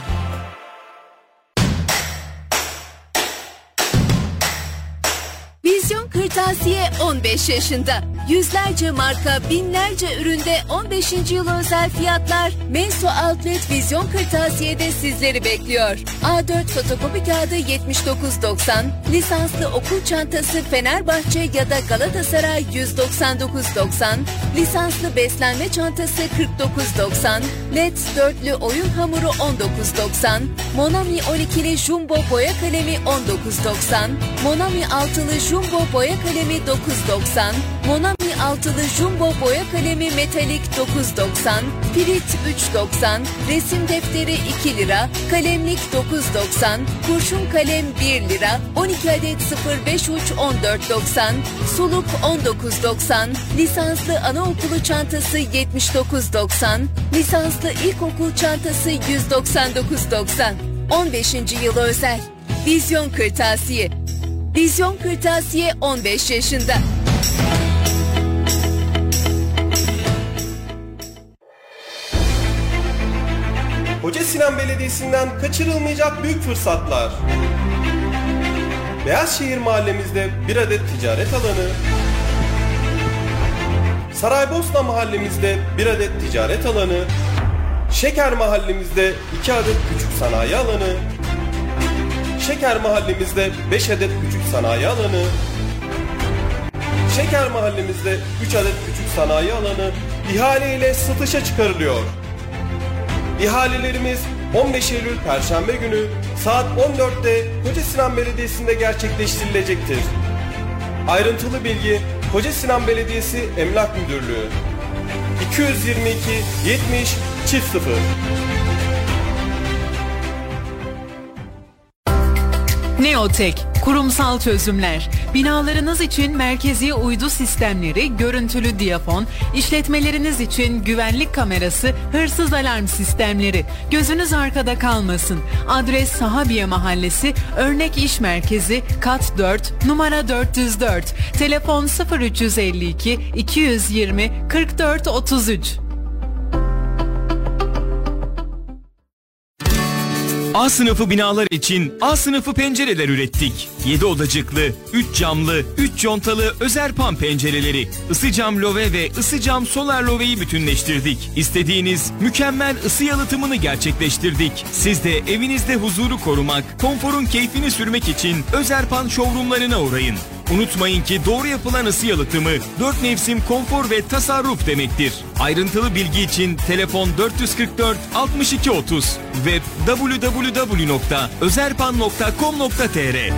Vizyon Kırtasiye on beş yaşında. Yüzlerce marka, binlerce üründe on beşinci yıl özel fiyatlar Menso Outlet Vizyon Kırtasiye'de sizleri bekliyor. A dört fotokopi kağıdı yetmiş dokuz doksan, lisanslı okul çantası Fenerbahçe ya da Galatasaray yüz doksan dokuz doksan, lisanslı beslenme çantası kırk dokuz doksan, L E D dörtlü oyun hamuru on dokuz doksan, Monami on ikili jumbo boya kalemi on dokuz doksan, Monami altılı jumbo boya kalemi dokuz doksan, Monami altılı jumbo boya kalemi metalik dokuz doksan, pirit üç doksan, resim defteri iki lira, kalemlik dokuz doksan, kurşun kalem bir lira, on iki adet sıfır beş uç on dört doksan, suluk on dokuz doksan, lisanslı anaokulu çantası yetmiş dokuz doksan, lisanslı ilkokul çantası yüz doksan dokuz doksan. on beşinci yıl özel. Vizyon Kırtasiye. Vizyon Kırtasiye on beş yaşında. Kocasinan Belediyesi'nden kaçırılmayacak büyük fırsatlar. Beyazşehir mahallemizde bir adet ticaret alanı, Saraybosna mahallemizde bir adet ticaret alanı, Şeker mahallemizde iki adet küçük sanayi alanı, Şeker mahallemizde beş adet küçük sanayi alanı, Şeker mahallemizde üç adet küçük sanayi alanı ihale ile satışa çıkarılıyor. İhalelerimiz on beş Eylül Perşembe günü saat on dörtte Kocasinan Belediyesi'nde gerçekleştirilecektir. Ayrıntılı bilgi Kocasinan Belediyesi Emlak Müdürlüğü iki yüz yirmi iki yetmiş çift sıfır. Neotek, kurumsal çözümler. Binalarınız için merkezi uydu sistemleri, görüntülü diyafon, işletmeleriniz için güvenlik kamerası, hırsız alarm sistemleri. Gözünüz arkada kalmasın. Adres Sahabiye Mahallesi, Örnek İş Merkezi, kat dört, numara dört yüz dört. Telefon sıfır üç yüz elli iki iki yüz yirmi kırk dört otuz üç. A sınıfı binalar için A sınıfı pencereler ürettik. yedi odacıklı, üç camlı, üç contalı Özerpan pencereleri. Isı cam love ve ısı cam solar loveyi bütünleştirdik. İstediğiniz mükemmel ısı yalıtımını gerçekleştirdik. Siz de evinizde huzuru korumak, konforun keyfini sürmek için Özerpan showroomlarına uğrayın. Unutmayın ki doğru yapılan ısı yalıtımı dört mevsim konfor ve tasarruf demektir. Ayrıntılı bilgi için telefon dört yüz kırk dört altmış iki otuz, web double-u double-u double-u nokta özerpan nokta com nokta t r.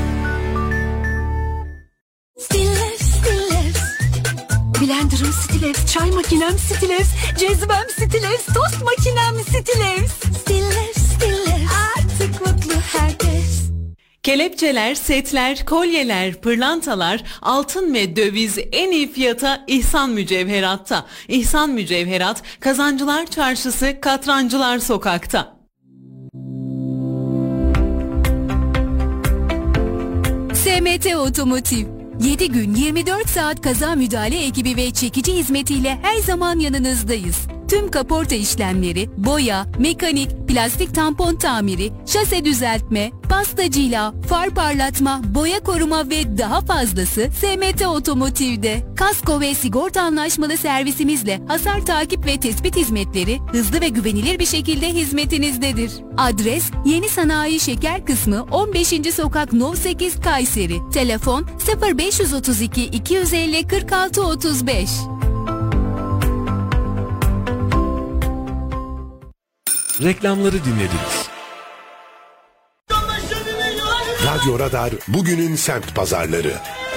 Stilevs, Stilevs. Blender'ım Stilevs, çay makinem Stilevs, cezvem Stilevs, tost makinem Stilevs. Stilevs, Stilevs. Artık mutlu herkes. Kelepçeler, setler, kolyeler, pırlantalar, altın ve döviz en iyi fiyata İhsan Mücevherat'ta. İhsan Mücevherat, Kazancılar Çarşısı, Katrancılar Sokak'ta. S M T Otomotiv. yedi gün yirmi dört saat kaza müdahale ekibi ve çekici hizmetiyle her zaman yanınızdayız. Tüm kaporta işlemleri, boya, mekanik, plastik tampon tamiri, şase düzeltme, pastacıyla, far parlatma, boya koruma ve daha fazlası S M T Otomotiv'de. Kasko ve sigorta anlaşmalı servisimizle hasar takip ve tespit hizmetleri hızlı ve güvenilir bir şekilde hizmetinizdedir. Adres Yeni Sanayi Şeker Kısmı on beşinci Sokak No sekiz Kayseri. Telefon sıfır beş otuz iki iki yüz elli kırk altı otuz beş. Reklamları dinlediniz. Radyo Radar bugünün semt pazarları.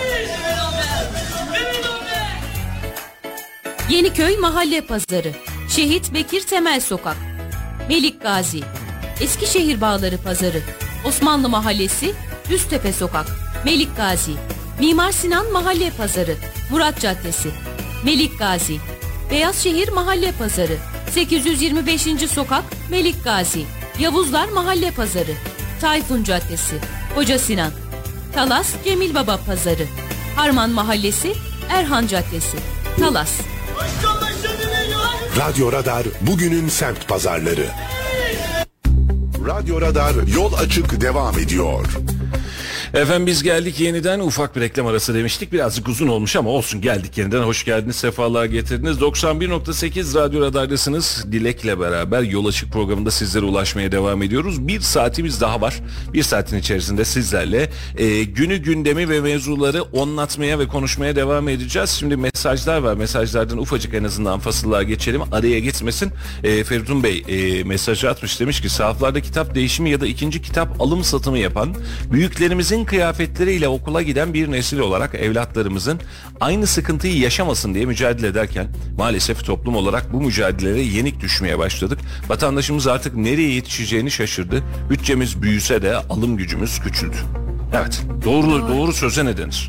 Yeniköy Mahalle Pazarı, Şehit Bekir Temel Sokak, Melik Gazi, Eskişehir Bağları Pazarı, Osmanlı Mahallesi, Düztepe Sokak, Melik Gazi, Mimar Sinan Mahalle Pazarı, Murat Caddesi, Melik Gazi, Beyazşehir Mahalle Pazarı, sekiz yüz yirmi beşinci Sokak, Melik Gazi, Yavuzlar Mahalle Pazarı, Tayfun Caddesi, Hoca Sinan, Talas Cemil Baba Pazarı, Harman Mahallesi, Erhan Caddesi, Talas. Radyo Radar bugünün semt pazarları. Radyo Radar yol açık devam ediyor. Efendim biz geldik yeniden, ufak bir reklam arası demiştik. Birazcık uzun olmuş ama olsun, geldik yeniden. Hoş geldiniz, sefalar getirdiniz. doksan bir nokta sekiz Radyo Radar'dasınız. Dilek'le beraber Yol Açık programında sizlere ulaşmaya devam ediyoruz. Bir saatimiz daha var. Bir saatin içerisinde sizlerle e, günü, gündemi ve mevzuları anlatmaya ve konuşmaya devam edeceğiz. Şimdi mesajlar var. Mesajlardan ufacık en azından fasıllığa geçelim. Araya gitmesin. E, Feridun Bey e, mesajı atmış, demiş ki sahaflarda kitap değişimi ya da ikinci kitap alım satımı yapan, büyüklerimizin kıyafetleriyle okula giden bir nesil olarak evlatlarımızın aynı sıkıntıyı yaşamasın diye mücadele ederken maalesef toplum olarak bu mücadelelere yenik düşmeye başladık. Vatandaşımız artık nereye yetişeceğini şaşırdı. Bütçemiz büyüse de alım gücümüz küçüldü. Evet, doğru doğru söze ne denir?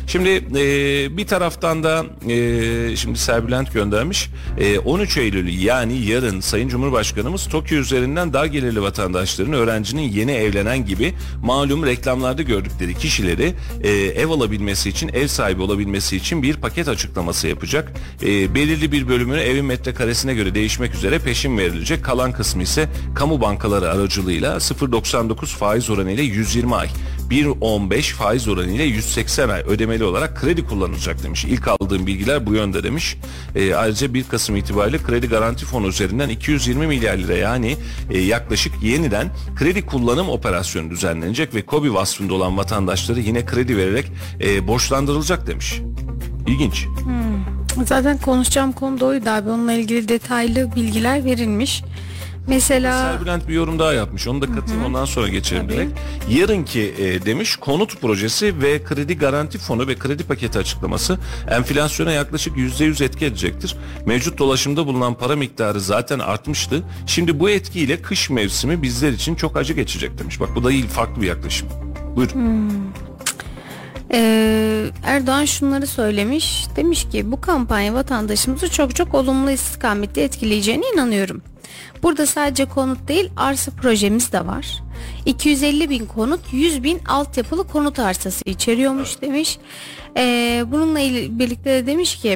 Şimdi e, bir taraftan da e, şimdi Serbülent göndermiş. E, on üç Eylül yani yarın Sayın Cumhurbaşkanımız Tokyo üzerinden dar gelirli vatandaşların öğrencinin yeni evlenen gibi malum reklamlarda gördükleri kişileri e, ev alabilmesi için, ev sahibi olabilmesi için bir paket açıklaması yapacak. E, belirli bir bölümünü evin metrekaresine göre değişmek üzere peşin verilecek. Kalan kısmı ise kamu bankaları aracılığıyla sıfır virgül doksan dokuz faiz oranı ile yüz yirmi ay, bir virgül on beş faiz oranı ile yüz seksen ay ödemeli olarak kredi kullanılacak demiş. İlk aldığım bilgiler bu yönde demiş. E, ayrıca bir Kasım itibariyle kredi garanti fonu üzerinden iki yüz yirmi milyar lira yani e, yaklaşık yeniden kredi kullanım operasyonu düzenlenecek ve KOBİ vasfında olan vatandaşları yine kredi vererek e, borçlandırılacak demiş. İlginç. Hmm. Zaten konuşacağım konu da oydu abi. Onunla ilgili detaylı bilgiler verilmiş. Mesela Serbülent bir yorum daha yapmış. Onu da katayım, ondan sonra geçelim Tabii. direkt. Yarınki e, demiş konut projesi ve kredi garanti fonu ve kredi paketi açıklaması enflasyona yaklaşık yüzde yüz etki edecektir. Mevcut dolaşımda bulunan para miktarı zaten artmıştı. Şimdi bu etkiyle kış mevsimi bizler için çok acı geçecek demiş. Bak bu da iyi, farklı bir yaklaşım. Buyurun. Hmm. Ee, Erdoğan şunları söylemiş. Demiş ki bu kampanya vatandaşımızı çok çok olumlu istikamette etkileyeceğine inanıyorum. Burada sadece konut değil arsa projemiz de var. iki yüz elli bin konut, yüz bin altyapılı konut arsası içeriyormuş demiş. Ee, bununla birlikte de demiş ki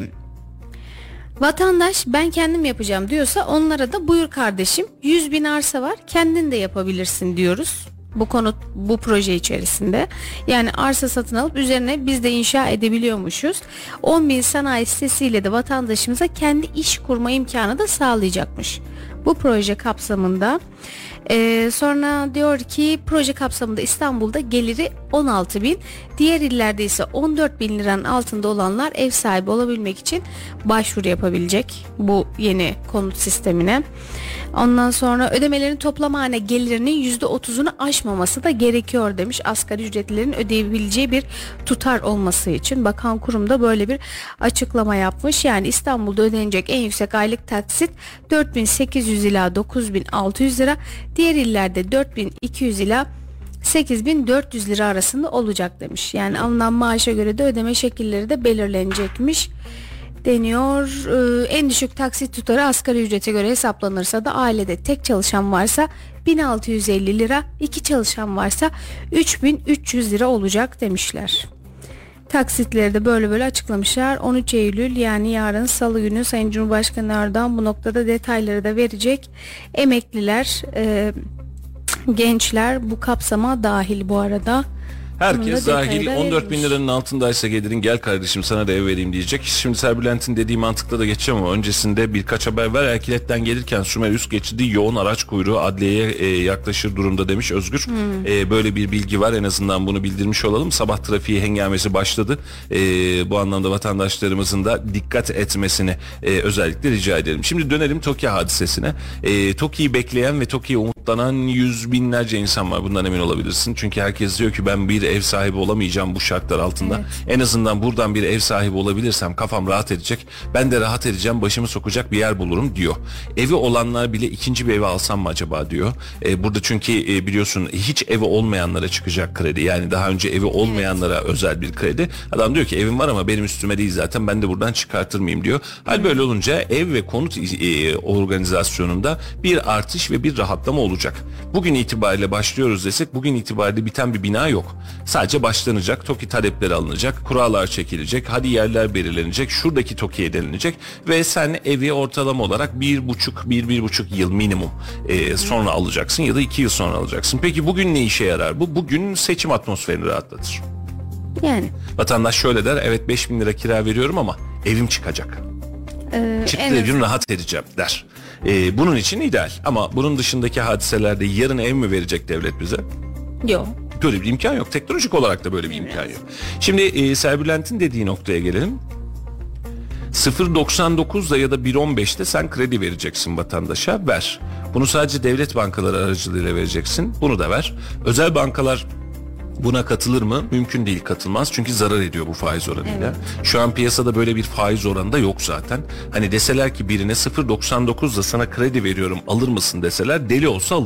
vatandaş ben kendim yapacağım diyorsa onlara da buyur kardeşim yüz bin arsa var kendin de yapabilirsin diyoruz. Bu konut bu proje içerisinde yani arsa satın alıp üzerine biz de inşa edebiliyormuşuz. on bin sanayi sitesiyle de vatandaşımıza kendi iş kurma imkanı da sağlayacakmış. Bu proje kapsamında ee, sonra diyor ki proje kapsamında İstanbul'da geliri on altı bin, diğer illerde ise on dört bin liranın altında olanlar ev sahibi olabilmek için başvuru yapabilecek bu yeni konut sistemine. Ondan sonra ödemelerin toplam hane gelirinin yüzde otuzunu aşmaması da gerekiyor demiş. Asgari ücretlilerin ödeyebileceği bir tutar olması için bakan kurum da böyle bir açıklama yapmış. Yani İstanbul'da ödenecek en yüksek aylık taksit dört bin sekiz yüz ila dokuz bin altı yüz lira, diğer illerde dört bin iki yüz ila sekiz bin dört yüz lira arasında olacak demiş. Yani alınan maaşa göre de ödeme şekilleri de belirlenecekmiş deniyor. Ee, en düşük taksit tutarı asgari ücrete göre hesaplanırsa da ailede tek çalışan varsa bin altı yüz elli lira, iki çalışan varsa üç bin üç yüz lira olacak demişler. Taksitleri de böyle böyle açıklamışlar. on üç Eylül yani yarın Salı günü Sayın Cumhurbaşkanı Erdoğan bu noktada detayları da verecek. Emekliler, e, gençler bu kapsama dahil bu arada. Herkes dahil. On dört bin liranın altındaysa gelirin gel kardeşim sana da ev vereyim diyecek. Şimdi Serbülent'in dediği mantıkla da geçeceğim ama öncesinde birkaç haber var. Erkilet'ten gelirken Sümer üst geçidi yoğun araç kuyruğu adliyeye e, yaklaşır durumda demiş Özgür. Hmm. E, böyle bir bilgi var, en azından bunu bildirmiş olalım. Sabah trafiği hengamesi başladı. E, bu anlamda vatandaşlarımızın da dikkat etmesini e, özellikle rica edelim. Şimdi dönelim TOKİ hadisesine. E, TOKİ'yi bekleyen ve TOKİ'ye umutlanan yüz binlerce insan var. Bundan emin olabilirsin. Çünkü herkes diyor ki ben bir ev sahibi olamayacağım bu şartlar altında. Evet. En azından buradan bir ev sahibi olabilirsem kafam rahat edecek. Ben de rahat edeceğim, başımı sokacak bir yer bulurum diyor. Evi olanlar bile ikinci bir evi alsam mı acaba diyor. Ee, burada çünkü e, biliyorsun hiç evi olmayanlara çıkacak kredi. Yani daha önce evi olmayanlara evet. özel bir kredi. Adam diyor ki evim var ama benim üstüme değil zaten, ben de buradan çıkartır mıyım diyor. Hal hmm. böyle olunca ev ve konut e, organizasyonunda bir artış ve bir rahatlama olacak. Bugün itibariyle başlıyoruz desek bugün itibariyle biten bir bina yok. Sadece başlanacak, TOKİ talepleri alınacak, kurallar çekilecek, hadi yerler belirlenecek, şuradaki TOKİ'ye denilecek ve sen evi ortalama olarak bir buçuk, bir, bir buçuk yıl minimum e, sonra alacaksın ya da iki yıl sonra alacaksın. Peki bugün ne işe yarar bu? Bugün seçim atmosferini rahatlatır. Yani. Vatandaş şöyle der, evet beş bin lira kira veriyorum ama evim çıkacak. Ee, Çıktığı gün rahat edeceğim der. Ee, bunun için ideal ama bunun dışındaki hadiselerde yarın ev mi verecek devlet bize? Yok. Böyle bir imkan yok. Teknolojik olarak da böyle bir imkan yok. Şimdi e, Serbülent'in dediği noktaya gelelim. sıfır virgül doksan dokuzda ya da bir virgül on beşte sen kredi vereceksin vatandaşa, ver. Bunu sadece devlet bankaları aracılığıyla vereceksin. Bunu da ver. Özel bankalar buna katılır mı? Mümkün değil, katılmaz. Çünkü zarar ediyor bu faiz oranıyla. Evet. Şu an piyasada böyle bir faiz oranı da yok zaten. Hani deseler ki birine sıfır virgül doksan dokuzda sana kredi veriyorum alır mısın deseler, deli olsa alır.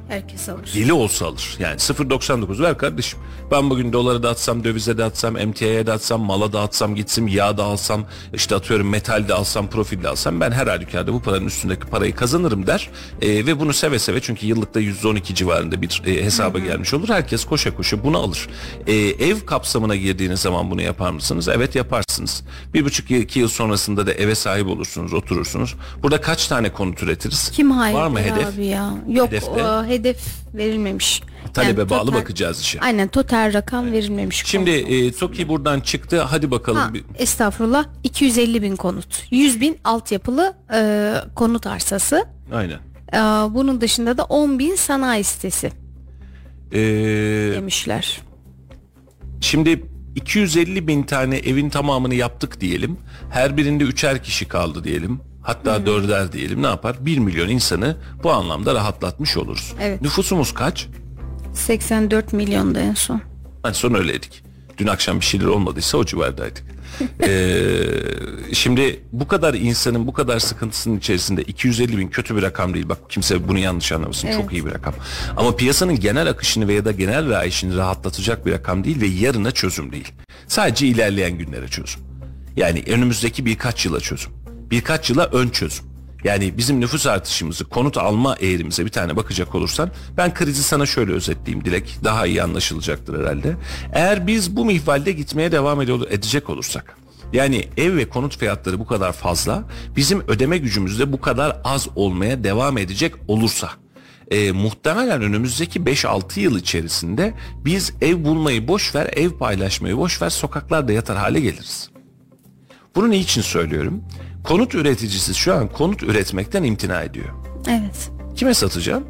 Herkes alır. Deli olsa alır. Yani sıfır virgül doksan dokuz ver kardeşim. Ben bugün dolara da atsam, dövize de atsam, emtiaya da atsam, mala da atsam, gitsim yağ da alsam, işte atıyorum metal de alsam, profil de alsam, ben her halükarda bu paranın üstündeki parayı kazanırım der. E, ve bunu seve seve, çünkü yıllıkta yüzde on iki civarında bir e, hesaba Hı-hı. gelmiş olur. Herkes koşa koşa bunu alır. E, ev kapsamına girdiğiniz zaman bunu yapar mısınız? Evet, yaparsınız. Bir buçuk iki yıl sonrasında da eve sahip olursunuz, oturursunuz. Burada kaç tane konut üretiriz? Kim hayır Var mı hedef? Abi ya? Yok, o, hedef verilmemiş. Talebe yani bağlı total, bakacağız işe. Aynen, total rakam evet. verilmemiş. Şimdi e, TOKİ buradan çıktı. Hadi bakalım. Ha, estağfurullah. iki yüz elli bin konut. yüz bin altyapılı e, konut arsası. Aynen. E, bunun dışında da on bin sanayi sitesi. Ee, demişler. Şimdi iki yüz elli bin tane evin tamamını yaptık diyelim. Her birinde üçer kişi kaldı diyelim. Hatta Hı-hı. dörder diyelim. Ne yapar? bir milyon insanı bu anlamda rahatlatmış oluruz. Evet. Nüfusumuz kaç? seksen dört milyonda en son. En son öyleydik. Dün akşam bir şeyler olmadıysa o civardaydık. ee, şimdi bu kadar insanın bu kadar sıkıntısının içerisinde iki yüz elli bin kötü bir rakam değil. Bak, kimse bunu yanlış anlamasın. Evet. Çok iyi bir rakam. Ama piyasanın genel akışını veya da genel rayişini rahatlatacak bir rakam değil ve yarına çözüm değil. Sadece ilerleyen günlere çözüm. Yani önümüzdeki birkaç yıla çözüm. Birkaç yıla ön çözüm. Yani bizim nüfus artışımızı, konut alma eğrimize bir tane bakacak olursan, ben krizi sana şöyle özetleyeyim Dilek, daha iyi anlaşılacaktır herhalde. Eğer biz bu minvalde gitmeye devam edecek olursak, yani ev ve konut fiyatları bu kadar fazla, bizim ödeme gücümüz de bu kadar az olmaya devam edecek olursa, e, muhtemelen önümüzdeki beş altı yıl içerisinde biz ev bulmayı boş ver, ev paylaşmayı boş ver, sokaklarda yatar hale geliriz. Bunu niçin söylüyorum? Konut üreticisi şu an konut üretmekten imtina ediyor. Evet. Kime satacağım?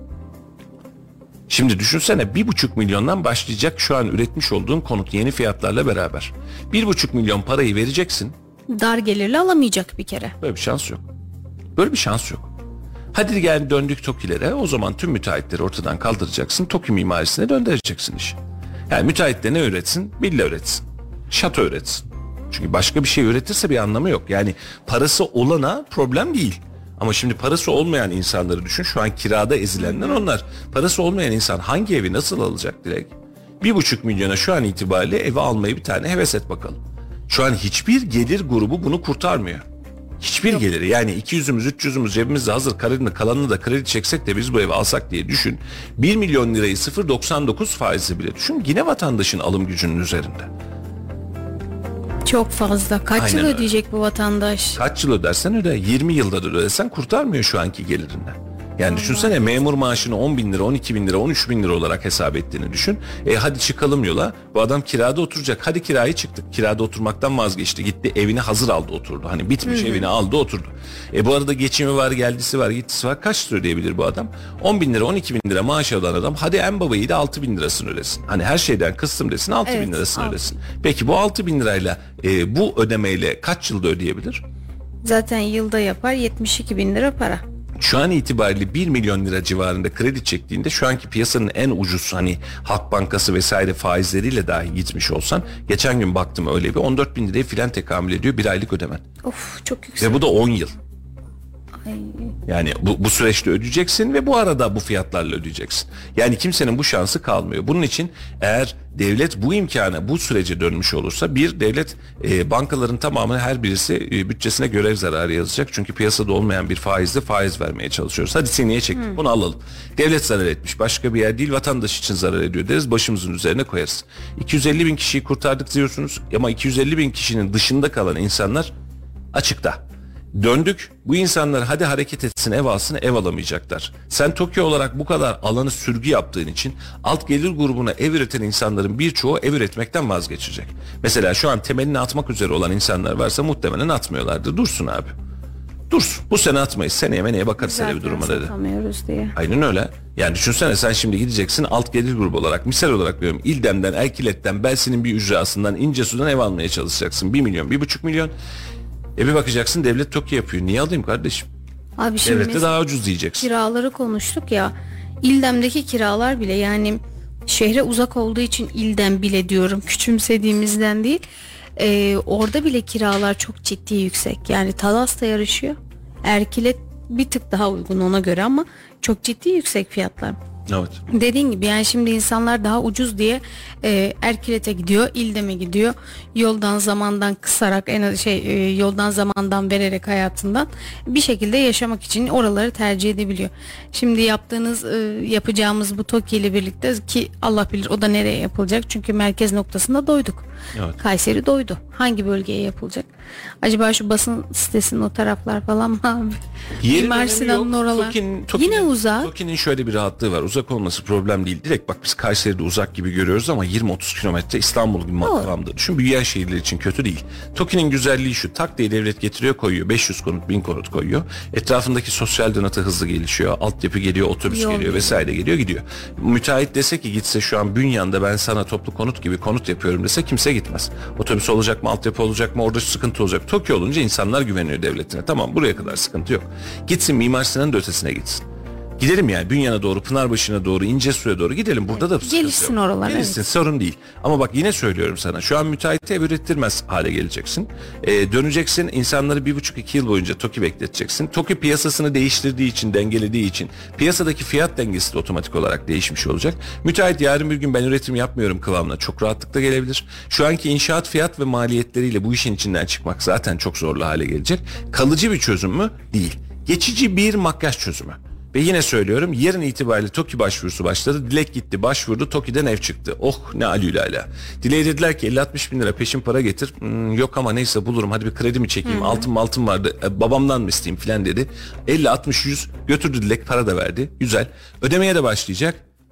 Şimdi düşünsene, bir buçuk milyondan başlayacak şu an üretmiş olduğun konut yeni fiyatlarla beraber. Bir buçuk milyon parayı vereceksin. Dar gelirli alamayacak bir kere. Böyle bir şans yok. Böyle bir şans yok. Hadi gel döndük TOKİ'lere, o zaman tüm müteahhitleri ortadan kaldıracaksın. TOKİ mimarisine döndüreceksin işi. Yani müteahhit de ne üretsin? Villa üretsin. Şato üretsin. Çünkü başka bir şey üretirse bir anlamı yok. Yani parası olana problem değil. Ama şimdi parası olmayan insanları düşün. Şu an kirada ezilenler onlar. Parası olmayan insan hangi evi nasıl alacak direkt? Bir buçuk milyona şu an itibariyle evi almayı bir tane heves et bakalım. Şu an hiçbir gelir grubu bunu kurtarmıyor. Hiçbir yok. Geliri, yani iki yüzümüz üç yüzümüz cebimizde hazır, kalanını, kalanını da kredi çeksek de biz bu evi alsak diye düşün. bir milyon lirayı sıfır virgül doksan dokuz faizle bile düşün. Yine vatandaşın alım gücünün üzerinde. Çok fazla. Kaç Aynen yıl öyle. ödeyecek bu vatandaş? Kaç yıl ödersen öde. yirmi yılda da ödesen kurtarmıyor şu anki gelirinden. Yani Allah düşünsene Allah. Memur maaşını on bin lira, on iki bin lira, on üç bin lira olarak hesap ettiğini düşün. E hadi çıkalım yola. Bu adam kirada oturacak. Hadi kirayı çıktık. Kirada oturmaktan vazgeçti. Gitti evini hazır aldı, oturdu. Hani bitmiş, Hı-hı. evini aldı, oturdu. E bu arada geçimi var, geldisi var, gittisi var. Kaç lira ödeyebilir bu adam? on bin lira, on iki bin lira maaş alan adam. Hadi en babayı da altı bin lirasını ödesin. Hani her şeyden kıstım desin, altı evet, bin lirasını altı. ödesin. Peki bu altı bin lirayla e, bu ödemeyle kaç yılda ödeyebilir? Zaten yılda yapar yetmiş iki bin lira para. Şu an itibariyle bir milyon lira civarında kredi çektiğinde, şu anki piyasanın en ucuz, hani Halk Bankası vesaire faizleriyle dahi gitmiş olsan, geçen gün baktım öyle bir on dört bin liraya filan tekamül ediyor bir aylık ödemen. Of, çok yüksek. Ve bu da on yıl. Ay. Yani bu, bu süreçte ödeyeceksin ve bu arada bu fiyatlarla ödeyeceksin. Yani kimsenin bu şansı kalmıyor. Bunun için eğer devlet bu imkana, bu sürece dönmüş olursa, bir devlet e, bankaların tamamını, her birisi e, bütçesine görev zararı yazacak. Çünkü piyasada olmayan bir faizle faiz vermeye çalışıyoruz. Hadi seneye çektik, hmm. bunu alalım. Devlet zarar etmiş, başka bir yer değil, vatandaş için zarar ediyor deriz, başımızın üzerine koyarız. iki yüz elli bin kişiyi kurtardık diyorsunuz ama iki yüz elli bin kişinin dışında kalan insanlar açıkta. Döndük, bu insanlar hadi hareket etsin, ev alsın, ev alamayacaklar. Sen TOKİ olarak bu kadar alanı sürgü yaptığın için alt gelir grubuna ev üreten insanların birçoğu ev üretmekten vazgeçecek. Mesela şu an temelini atmak üzere olan insanlar varsa muhtemelen atmıyorlardır. Dursun abi. Dursun. Bu sene atmayız. Seneye meneye bakarız hele bir duruma dedi. Satamıyoruz diye. Aynen öyle. Yani düşünsene, sen şimdi gideceksin alt gelir grubu olarak, misal olarak diyorum, İldem'den, Erkilet'ten, Belsin'in bir ücrasından, İncesu'dan ev almaya çalışacaksın. Bir milyon, bir buçuk milyon. E bir bakacaksın devlet TOKİ yapıyor. Niye alayım kardeşim? Abi şimdi devlette daha ucuz diyeceksin. Kiraları konuştuk ya. İldem'deki kiralar bile, yani şehre uzak olduğu için İldem bile diyorum, küçümsediğimizden değil. Ee, orada bile kiralar çok ciddi yüksek. Yani Talas'ta yarışıyor. Erkilet bir tık daha uygun ona göre ama çok ciddi yüksek fiyatlar. Evet. Dediğin gibi yani şimdi insanlar daha ucuz diye e, Erkilet'e gidiyor, İldem'e gidiyor. Yoldan zamandan kısarak en şey e, yoldan zamandan vererek hayatından bir şekilde yaşamak için oraları tercih edebiliyor. Şimdi yaptığınız e, yapacağımız bu TOKİ ile birlikte ki Allah bilir o da nereye yapılacak? Çünkü merkez noktasında doyduk. Evet. Kayseri doydu. Hangi bölgeye yapılacak? Acaba şu basın sitesinin o taraflar falan mı abi? Mimar Sinan'ın oralar. Toki'nin, Toki'nin, Yine uzak. Toki'nin şöyle bir rahatlığı var. Uzak olması problem değil. Direkt bak biz Kayseri'de uzak gibi görüyoruz ama yirmi otuz kilometre İstanbul gibi makamda. Düşün, büyüyen şehirler için kötü değil. Toki'nin güzelliği şu. Tak diye devlet getiriyor koyuyor. beş yüz konut, bin konut koyuyor. Etrafındaki sosyal donatı hızlı gelişiyor. Altyapı geliyor, otobüs Yol geliyor vesaire geliyor gidiyor. Müteahhit dese ki gitse şu an Bünyan'da ben sana toplu konut gibi konut yapıyorum dese kimse gitmez. Otobüs olacak mı, altyapı olacak mı, orada sıkıntı olacak. TOKİ olunca insanlar güveniyor devletine. Tamam, buraya kadar sıkıntı yok. Gitsin Mimar Sinan'ın da ötesine gitsin. Gidelim yani Bünyan'a doğru, Pınarbaşı'na doğru, İncesu'ya doğru gidelim. Burada da gelişsin oralar. Gelişsin, evet. Sorun değil. Ama bak yine söylüyorum sana. Şu an müteahhite ev ürettirmez hale geleceksin. Ee, döneceksin, insanları bir buçuk iki yıl boyunca TOKİ bekleteceksin. TOKİ piyasasını değiştirdiği için, dengelediği için piyasadaki fiyat dengesi de otomatik olarak değişmiş olacak. Müteahhit yarın bir gün ben üretim yapmıyorum kıvamına çok rahatlıkla gelebilir. Şu anki inşaat fiyat ve maliyetleriyle bu işin içinden çıkmak zaten çok zorlu hale gelecek. Kalıcı bir çözüm mü? Değil. Geçici bir makyaj çözümü. Ve yine söylüyorum, yarın itibariyle TOKİ başvurusu başladı. Dilek gitti, başvurdu, TOKİ'den ev çıktı. Oh ne alülala. Dilek'e dediler ki elli altmış bin lira peşin para getir. Hmm, yok ama neyse bulurum, hadi bir kredi mi çekeyim, Hı-hı. altın altın vardı, e, babamdan mı isteyeyim filan dedi. elli altmış yüz götürdü Dilek, para da verdi. Güzel. Ödemeye de başlayacak.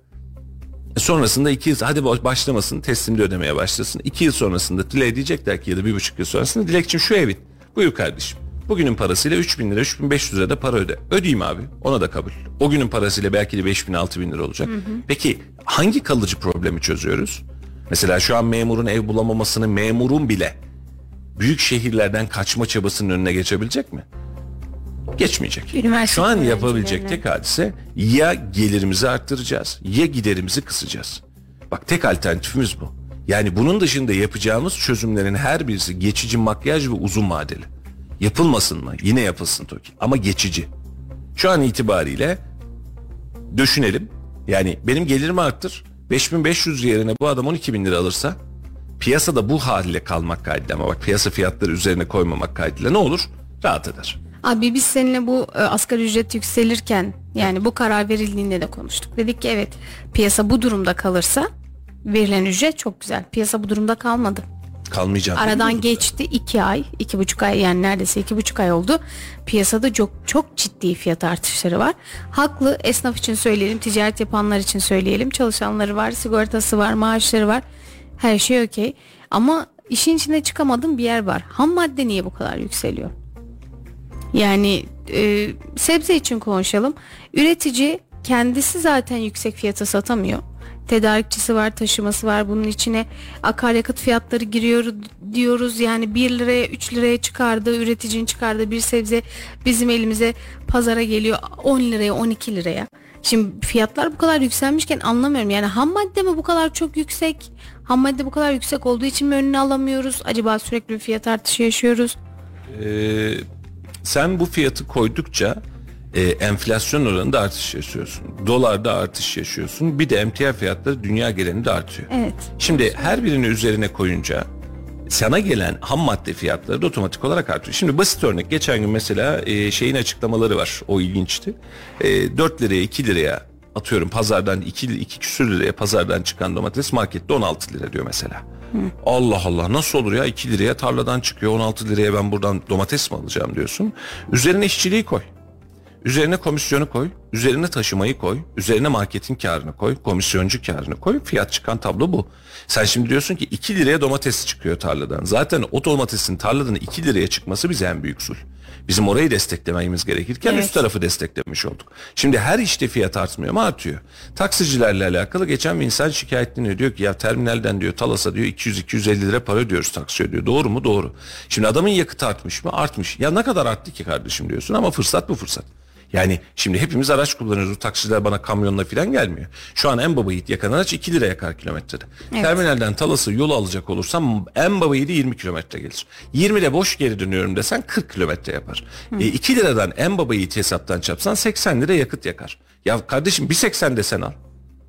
E, sonrasında iki yıl, hadi başlamasın, teslimde ödemeye başlasın. iki yıl sonrasında Dilek'e diyecekler ki ya da bir buçuk yıl sonrasında Dilek'ciğim şu evin. Buyur kardeşim. Bugünün parasıyla üç bin lira, üç bin beş yüz lira da para öde. Ödeyeyim abi, ona da kabul. O günün parasıyla belki de beş bin, altı bin lira olacak. Hı hı. Peki hangi kalıcı problemi çözüyoruz? Mesela şu an memurun ev bulamamasını, memurun bile büyük şehirlerden kaçma çabasının önüne geçebilecek mi? Geçmeyecek. Üniversite şu an yapabilecek tek hadise ya gelirimizi arttıracağız ya giderimizi kısacağız. Bak tek alternatifimiz bu. Yani bunun dışında yapacağımız çözümlerin her birisi geçici makyaj ve uzun vadeli. Yapılmasın mı? Yine yapılsın TOKİ. Ama geçici. Şu an itibariyle düşünelim. Yani benim gelirimi arttır. beş bin beş yüz yerine bu adam on iki bin lira alırsa piyasada bu haliyle kalmak kaydıyla, ama bak piyasa fiyatları üzerine koymamak kaydıyla ne olur? Rahat eder. Abi biz seninle bu e, asgari ücret yükselirken yani bu karar verildiğinde de konuştuk. Dedik ki evet, piyasa bu durumda kalırsa verilen ücret çok güzel. Piyasa bu durumda kalmadı. Kalmayacak. Aradan geçti iki ay, iki buçuk ay, yani neredeyse iki buçuk ay oldu. Piyasada çok çok ciddi fiyat artışları var. Haklı, esnaf için söyleyelim, ticaret yapanlar için söyleyelim. Çalışanları var, sigortası var, maaşları var. Her şey okey. Ama işin içine çıkamadığım bir yer var. Ham madde niye bu kadar yükseliyor? Yani e, sebze için konuşalım. Üretici kendisi zaten yüksek fiyata satamıyor. Tedarikçisi var, taşıması var, bunun içine akaryakıt fiyatları giriyor diyoruz. Yani bir liraya üç liraya çıkardığı, üreticinin çıkardığı bir sebze bizim elimize pazara geliyor on liraya, on iki liraya. Şimdi fiyatlar bu kadar yükselmişken anlamıyorum. Yani ham madde mi bu kadar çok yüksek? Ham madde bu kadar yüksek olduğu için mi önünü alamıyoruz? Acaba sürekli bir fiyat artışı yaşıyoruz? Ee, sen bu fiyatı koydukça e, enflasyon oranında artış yaşıyorsun. Dolarda artış yaşıyorsun. Bir de emtia fiyatları dünya genelinde artıyor. Evet. Şimdi her birini üzerine koyunca sana gelen ham madde fiyatları da otomatik olarak artıyor. Şimdi basit örnek, geçen gün mesela e, şeyin açıklamaları var. O ilginçti. E, dört liraya, iki liraya atıyorum pazardan, iki, iki küsür liraya pazardan çıkan domates markette on altı lira diyor mesela. Hı. Allah Allah, nasıl olur ya, iki liraya tarladan çıkıyor, on altı liraya ben buradan domates mi alacağım diyorsun. Üzerine işçiliği koy. Üzerine komisyonu koy, üzerine taşımayı koy, üzerine marketin karını koy, komisyoncu karını koy, fiyat çıkan tablo bu. Sen şimdi diyorsun ki iki liraya domates çıkıyor tarladan. Zaten o domatesin tarladan iki liraya çıkması bize en büyük sul. Bizim orayı desteklememiz gerekirken evet, üst tarafı desteklemiş olduk. Şimdi her işte fiyat artmıyor mu? Artıyor. Taksicilerle alakalı geçen bir insan şikayetleniyor. Diyor ki ya terminalden diyor Talas'a diyor iki yüz iki yüz elli lira para ödüyoruz taksiye diyor. Doğru mu? Doğru. Şimdi adamın yakıtı artmış mı? Artmış. Ya ne kadar arttı ki kardeşim diyorsun, ama fırsat bu fırsat. Yani şimdi hepimiz araç kullanıyoruz. Taksiler bana kamyonla falan gelmiyor. Şu an en baba yiğit yakan araç iki lira yakar kilometrede. Evet. Terminalden Talas'a yol alacak olursam en baba yiğidi yirmi kilometre gelir. yirmi ile boş geri dönüyorum desen kırk kilometre yapar. E, iki liradan en baba yiğit hesaptan çarpsan seksen lira yakıt yakar. Ya kardeşim bir seksen desen al.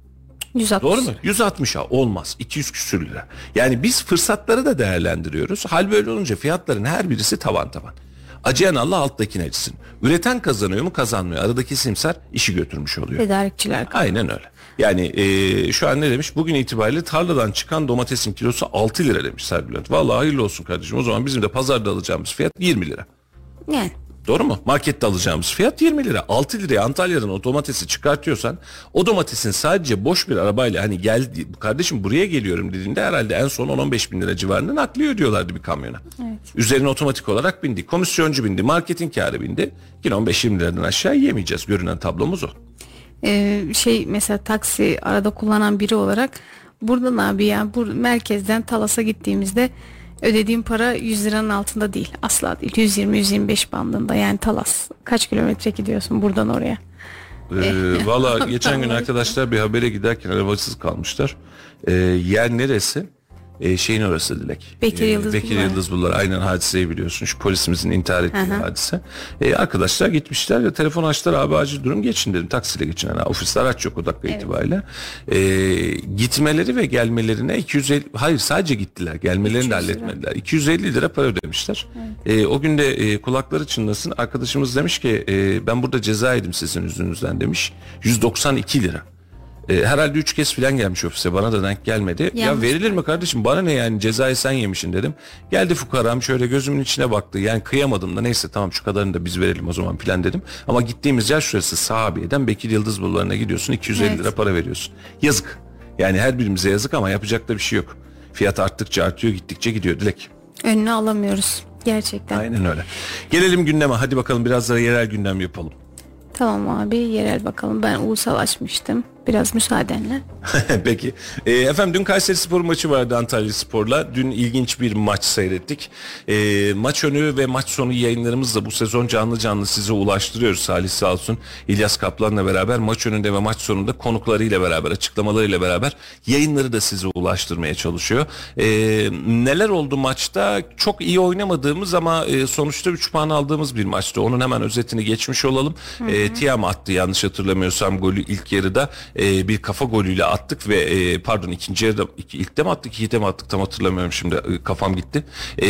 yüz altmış. Doğru mu? yüz altmışa olmaz. iki yüz küsür lira. Yani biz fırsatları da değerlendiriyoruz. Hal böyle olunca fiyatların her birisi tavan tavan. Acıyan Allah alttakine acısın. Üreten kazanıyor mu? Kazanmıyor. Aradaki simsar işi götürmüş oluyor. Tedarikçiler. Aynen öyle. Yani e, şu an ne demiş? Bugün itibariyle tarladan çıkan domatesin kilosu altı lira demiş Serbilent. Vallahi hayırlı olsun kardeşim. O zaman bizim de pazarda alacağımız fiyat yirmi lira. Yani. Doğru mu? Markette alacağımız fiyat yirmi lira. altı liraya Antalya'dan o domatesi çıkartıyorsan o domatesin sadece boş bir arabayla hani gel kardeşim buraya geliyorum dediğinde herhalde en son on on beş bin lira civarında nakliye ödüyorlardı bir kamyona. Evet. Üzerine otomatik olarak bindi. Komisyoncu bindi. Marketin kârı bindi. Yine on beş yirmi liradan aşağı yiyemeyeceğiz. Görünen tablomuz o. Ee, şey mesela taksi arada kullanan biri olarak buradan abi ya bu merkezden Talas'a gittiğimizde ödediğim para yüz liranın altında değil. Asla değil. yüz yirmi yüz yirmi beş bandında. Yani Talas. Kaç kilometre gidiyorsun buradan oraya? Ee, Valla geçen gün arkadaşlar bir habere giderken arabasız kalmışlar. Ee, yer neresi? Ee, şeyin orası Dilek. Bekir ee, Yıldız Bekir Bulvar. Yıldız Bulvar. Aynen hadiseyi biliyorsun. Şu polisimizin intihar ettiği Hı-hı. hadise. Ee, arkadaşlar gitmişler ya telefon açtılar abi acil durum geçin dedim. Taksiyle geçin. Yani ofiste araç yok o dakika evet. itibariyle. Ee, gitmeleri ve gelmelerine iki yüz elli hayır sadece gittiler. Gelmelerini de halletmediler. iki yüz elli lira para ödemişler. Evet. Ee, o gün de e, kulakları çınlasın. Arkadaşımız demiş ki e, ben burada ceza yedim sizin yüzünüzden demiş. yüz doksan iki lira. E, herhalde üç kez falan gelmiş ofise bana da denk gelmedi. Yanlış. Ya verilir mi kardeşim bana ne yani cezayı sen yemişsin dedim. Geldi fukaram şöyle gözümün içine baktı yani kıyamadım da neyse tamam şu kadarını da biz verelim o zaman filan dedim. Ama gittiğimiz yer şurası Sahabiye'den Bekir Yıldız Bulvarı'na gidiyorsun iki yüz elli evet. lira para veriyorsun. Yazık yani her birimize yazık ama yapacak da bir şey yok. Fiyat arttıkça artıyor gittikçe gidiyor Dilek. Önünü alamıyoruz gerçekten. Aynen öyle. Gelelim gündeme hadi bakalım biraz da yerel gündem yapalım. Tamam abi yerel bakalım ben ulusal açmıştım. Biraz müsaadenle. Peki. E, efendim dün Kayserispor maçı vardı Antalyaspor'la. Dün ilginç bir maç seyrettik. E, maç önü ve maç sonu yayınlarımızla bu sezon canlı canlı size ulaştırıyoruz. Salih sağ olsun İlyas Kaplan'la beraber maç önünde ve maç sonunda konuklarıyla beraber açıklamalarıyla beraber yayınları da size ulaştırmaya çalışıyor. E, neler oldu maçta? Çok iyi oynamadığımız ama e, sonuçta üç puan aldığımız bir maçtı. Onun hemen özetini geçmiş olalım. E, Tiam attı yanlış hatırlamıyorsam golü ilk yarıda. E, bir kafa golüyle attık ve e, pardon ikinci yarıda iki, ilk de mi attık ikinci de mi attık tam hatırlamıyorum şimdi e, kafam gitti.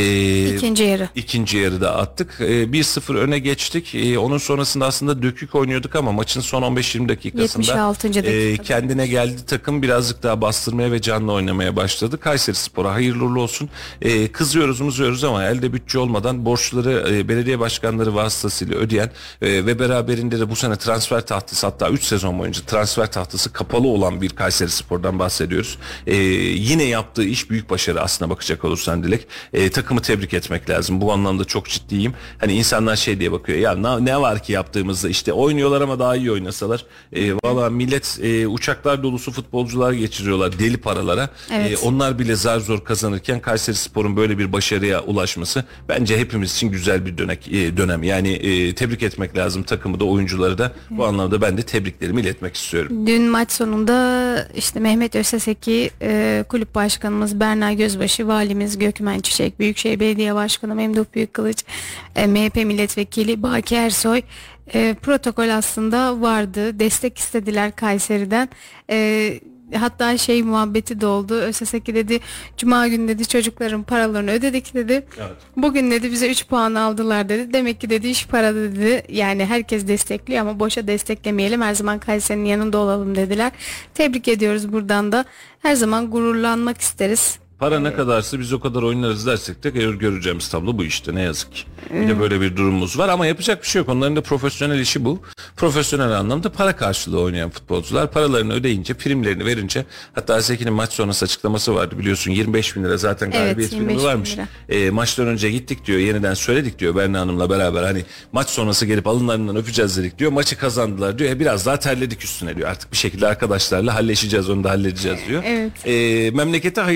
E, ikinci yarı. İkinci yarıda attık. E, bir sıfır öne geçtik. E, onun sonrasında aslında dökük oynuyorduk ama maçın son on beş yirmi dakikasında yetmiş altıncı e, kendine geldi takım birazcık daha bastırmaya ve canlı oynamaya başladı. Kayserispor'a hayırlı uğurlu olsun. E, kızıyoruz muzuyoruz ama elde bütçe olmadan borçları e, belediye başkanları vasıtasıyla ödeyen e, ve beraberinde de bu sene transfer tahtası hatta üç sezon boyunca transfer tahtası kapalı olan bir Kayserispor'dan bahsediyoruz. Ee, yine yaptığı iş büyük başarı aslına bakacak olursan Dilek. Ee, takımı tebrik etmek lazım. Bu anlamda çok ciddiyim. Hani insanlar şey diye bakıyor. Ya ne, ne var ki yaptığımızda işte oynuyorlar ama daha iyi oynasalar. Ee, Valla millet e, uçaklar dolusu futbolcular geçiriyorlar deli paralara. Evet. Ee, onlar bile zar zor kazanırken Kayserispor'un böyle bir başarıya ulaşması bence hepimiz için güzel bir dönek, e, dönem. Yani e, tebrik etmek lazım takımı da oyuncuları da. Evet. Bu anlamda ben de tebriklerimi iletmek istiyorum. Dün maç sonunda işte Mehmet Öseseki, e, kulüp başkanımız Berna Gözbaşı, valimiz Gökmen Çiçek, Büyükşehir Belediye Başkanı Memduh Büyükkılıç, e, M H P Milletvekili Baki Ersoy e, protokol aslında vardı. Destek istediler Kayseri'den. E, Hatta şey muhabbeti de oldu. Öseseki dedi Cuma günü dedi çocukların paralarını ödedik dedi. Evet. Bugün dedi bize üç puan aldılar dedi. Demek ki dedi iş para dedi. Yani herkes destekliyor ama boşa desteklemeyelim. Her zaman Kayseri'nin yanında olalım dediler. Tebrik ediyoruz buradan da. Her zaman gururlanmak isteriz. Para ne kadarsa biz o kadar oynarız dersek de göreceğimiz tablo bu işte ne yazık ki. Bir de böyle bir durumumuz var ama yapacak bir şey yok. Onların da profesyonel işi bu. Profesyonel anlamda para karşılığı oynayan futbolcular paralarını ödeyince, primlerini verince hatta Zeki'nin maç sonrası açıklaması vardı biliyorsun yirmi beş bin lira zaten galibiyet evet, primi varmış. E, maçtan önce gittik diyor yeniden söyledik diyor Berna Hanım'la beraber hani maç sonrası gelip alınlarından öpeceğiz dedik diyor. Maçı kazandılar diyor. E, biraz daha terledik üstüne diyor. Artık bir şekilde arkadaşlarla halleşeceğiz onu da halledeceğiz diyor. Evet. E, memlekete hayırlı olsun.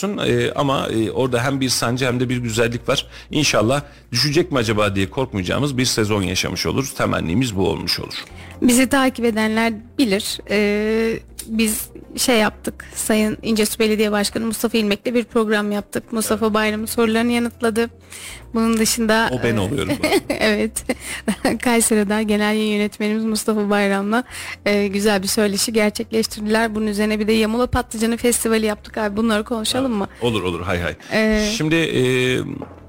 olsun e, ama e, orada hem bir sancı hem de bir güzellik var. İnşallah düşecek mi acaba diye korkmayacağımız bir sezon yaşamış oluruz. Temennimiz bu olmuş olur. Bizi takip edenler bilir. Ee, biz şey yaptık. Sayın İncesu Belediye Başkanı Mustafa İlmek'le bir program yaptık. Mustafa evet. Bayram'ın sorularını yanıtladı. Bunun dışında... O ben oluyorum. Evet. Kayseri'de Genel Yayın Yönetmenimiz Mustafa Bayram'la e, güzel bir söyleşi gerçekleştirdiler. Bunun üzerine bir de Yamula Patlıcanı Festivali yaptık abi. Bunları konuşalım mı? Olur olur hay hay. Ee, Şimdi... E,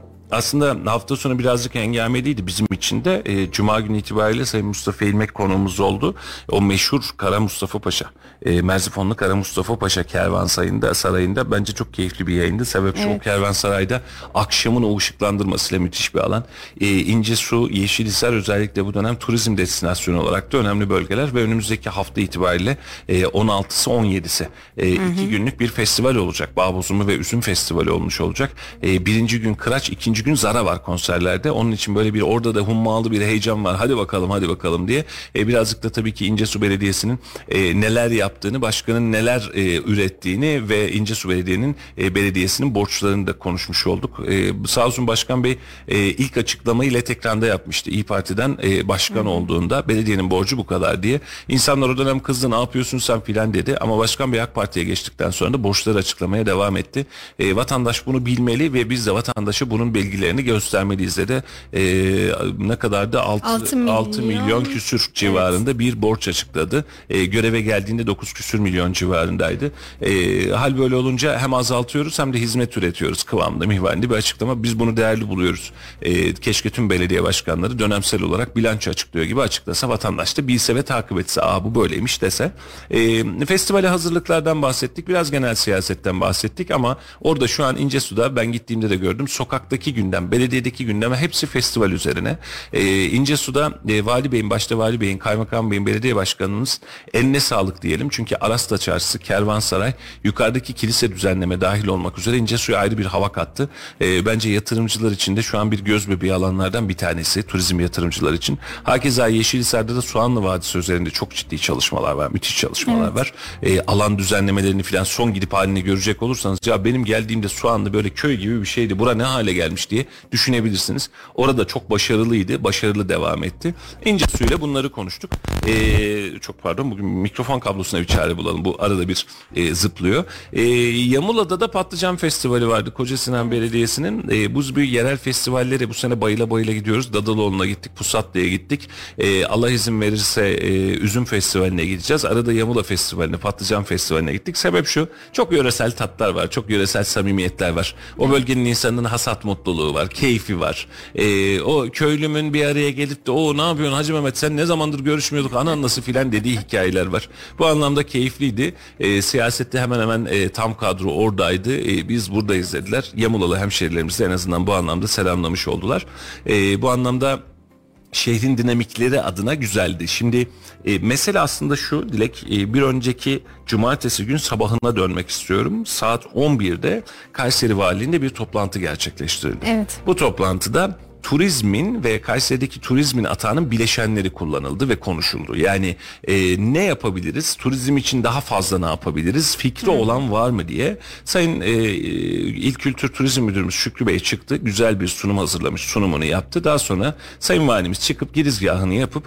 Aslında hafta sonu birazcık hengameliydi bizim için de. E, Cuma günü itibariyle Sayın Mustafa İlmek konuğumuz oldu. O meşhur Kara Mustafa Paşa, e, Merzifonlu Kara Mustafa Paşa Kervansarayı'nda sarayında bence çok keyifli bir yayındı. Sebep şu, evet. O Kervansaray'da akşamın o ışıklandırmasıyla müthiş bir alan. E, İncesu, Yeşilhisar özellikle bu dönem turizm destinasyonu olarak da önemli bölgeler ve önümüzdeki hafta itibariyle e, on altısı on yedisi e, iki günlük bir festival olacak. Bağbozumu ve Üzüm Festivali olmuş olacak. E, birinci gün Kıraç, ikinci gün Zara var konserlerde. Onun için böyle bir orada da hummalı bir heyecan var. Hadi bakalım hadi bakalım diye. E, birazcık da tabii ki İncesu Belediyesi'nin e, neler yaptığını, başkanın neler e, ürettiğini ve İncesu Belediye'nin e, belediyesinin borçlarını da konuşmuş olduk. E, sağ olsun Başkan Bey e, ilk açıklamayı L E T ekranda yapmıştı. İYİ Parti'den e, başkan Hı. olduğunda belediyenin borcu bu kadar diye. İnsanlar o dönem kızdı, ne yapıyorsun sen filan dedi. Ama Başkan Bey AK Parti'ye geçtikten sonra da borçları açıklamaya devam etti. E, vatandaş bunu bilmeli ve biz de vatandaşa bunun belgelerini göstermeliyiz dedi. E, ne kadar da altı milyon küsür civarında evet. bir borç açıkladı. E, göreve geldiğinde dokuz küsür milyon civarındaydı. E, hal böyle olunca hem azaltıyoruz hem de hizmet üretiyoruz kıvamında mihvalinde bir açıklama. Biz bunu değerli buluyoruz. E, keşke tüm belediye başkanları dönemsel olarak bilanço açıklıyor gibi açıklasa, vatandaş da bilse ve takip etse, aa bu böyleymiş dese. E, festivale hazırlıklardan bahsettik. Biraz genel siyasetten bahsettik ama orada şu an İncesu'da ben gittiğimde de gördüm. Sokaktaki gündem, belediyedeki gündem hepsi festival üzerine. E, İncesu'da e, Vali Bey'in, başta Vali Bey'in, Kaymakam Bey'in, belediye başkanımız eline sağlık diyelim. Çünkü Arasta Çarşısı, Kervansaray, yukarıdaki kilise düzenleme dahil olmak üzere İncesu'ya ayrı bir hava kattı. E, bence yatırımcılar için de şu an bir göz bebeği alanlardan bir tanesi. Turizm yatırımcılar için. Hakeza Yeşilhisar'da da Soğanlı Vadisi üzerinde çok ciddi çalışmalar var. Müthiş çalışmalar evet. var. E, alan düzenlemelerini falan son gidip halini görecek olursanız, ya benim geldiğimde Soğanlı böyle köy gibi bir şeydi. Bura ne hale gelmiş diye düşünebilirsiniz. Orada çok başarılıydı. Başarılı devam etti. İncesu'yla bunları konuştuk. Ee, çok pardon, bugün mikrofon kablosuna bir çare bulalım. Bu arada bir e, zıplıyor. E, Yamula'da da Patlıcan Festivali vardı. Kocasinan Belediyesi'nin. E, buz büyü yerel festivalleri bu sene bayıla bayıla gidiyoruz. Dadalıoğlu'na gittik. Pusatlı'ya gittik. E, Allah izin verirse e, Üzüm Festivali'ne gideceğiz. Arada Yamula Festivali'ne, Patlıcan Festivali'ne gittik. Sebep şu. Çok yöresel tatlar var. Çok yöresel samimiyetler var. O bölgenin insanının hasat mutluluğu var. Keyfi var. Ee, o köylümün bir araya gelip de o ne yapıyorsun Hacı Mehmet, sen ne zamandır görüşmüyorduk, anan nasıl filan dediği hikayeler var. Bu anlamda keyifliydi. Ee, siyasette hemen hemen e, tam kadro oradaydı. E, biz buradayız dediler. Yamulalı hemşehrilerimiz de en azından bu anlamda selamlamış oldular. E, bu anlamda şehrin dinamikleri adına güzeldi. Şimdi e, mesele aslında şu Dilek, e, bir önceki cumartesi gün sabahına dönmek istiyorum. Saat on birde Kayseri Valiliğinde bir toplantı gerçekleştirildi. Evet. Bu toplantıda turizmin ve Kayseri'deki turizmin atağının bileşenleri kullanıldı ve konuşuldu. Yani e, ne yapabiliriz? Turizm için daha fazla ne yapabiliriz? Fikri Hı. olan var mı diye. Sayın e, İl Kültür Turizm Müdürümüz Şükrü Bey çıktı. Güzel bir sunum hazırlamış. Sunumunu yaptı. Daha sonra Sayın Valimiz çıkıp girizgahını yapıp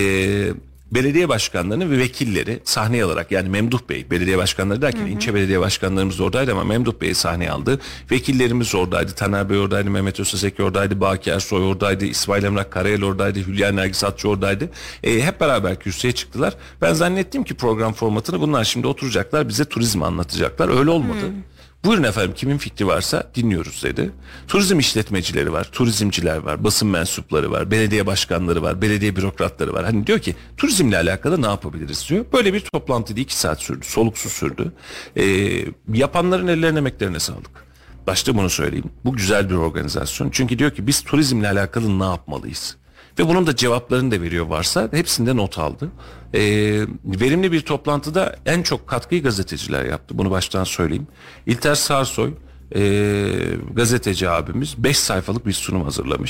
e, belediye başkanlarını ve vekilleri sahneye alarak, yani Memduh Bey, belediye başkanları derken hı hı. ilçe belediye başkanlarımız oradaydı ama Memduh Bey'i sahneye aldı. Vekillerimiz oradaydı. Taner Bey oradaydı, Mehmet Özsezek oradaydı, Baki Ersoy oradaydı, İsmail Emrak Karayel oradaydı, Hülya Nergis Atçı oradaydı. E, hep beraber kürsüye çıktılar. Ben zannettim ki program formatını bunlar şimdi oturacaklar, bize turizmi anlatacaklar. Öyle olmadı. Hı. Buyurun efendim, kimin fikri varsa dinliyoruz dedi. Turizm işletmecileri var, turizmciler var, basın mensupları var, belediye başkanları var, belediye bürokratları var. Hani diyor ki turizmle alakalı ne yapabiliriz diyor. Böyle bir toplantıydı, iki saat sürdü, soluksuz sürdü. Ee, yapanların ellerine emeklerine sağlık. Başta bunu söyleyeyim. Bu güzel bir organizasyon. Çünkü diyor ki biz turizmle alakalı ne yapmalıyız? Ve bunun da cevaplarını da veriyor varsa, hepsinde not aldı. Ee, verimli bir toplantıda en çok katkıyı gazeteciler yaptı. Bunu baştan söyleyeyim. İlter Sarsoy e, gazeteci abimiz beş sayfalık bir sunum hazırlamış.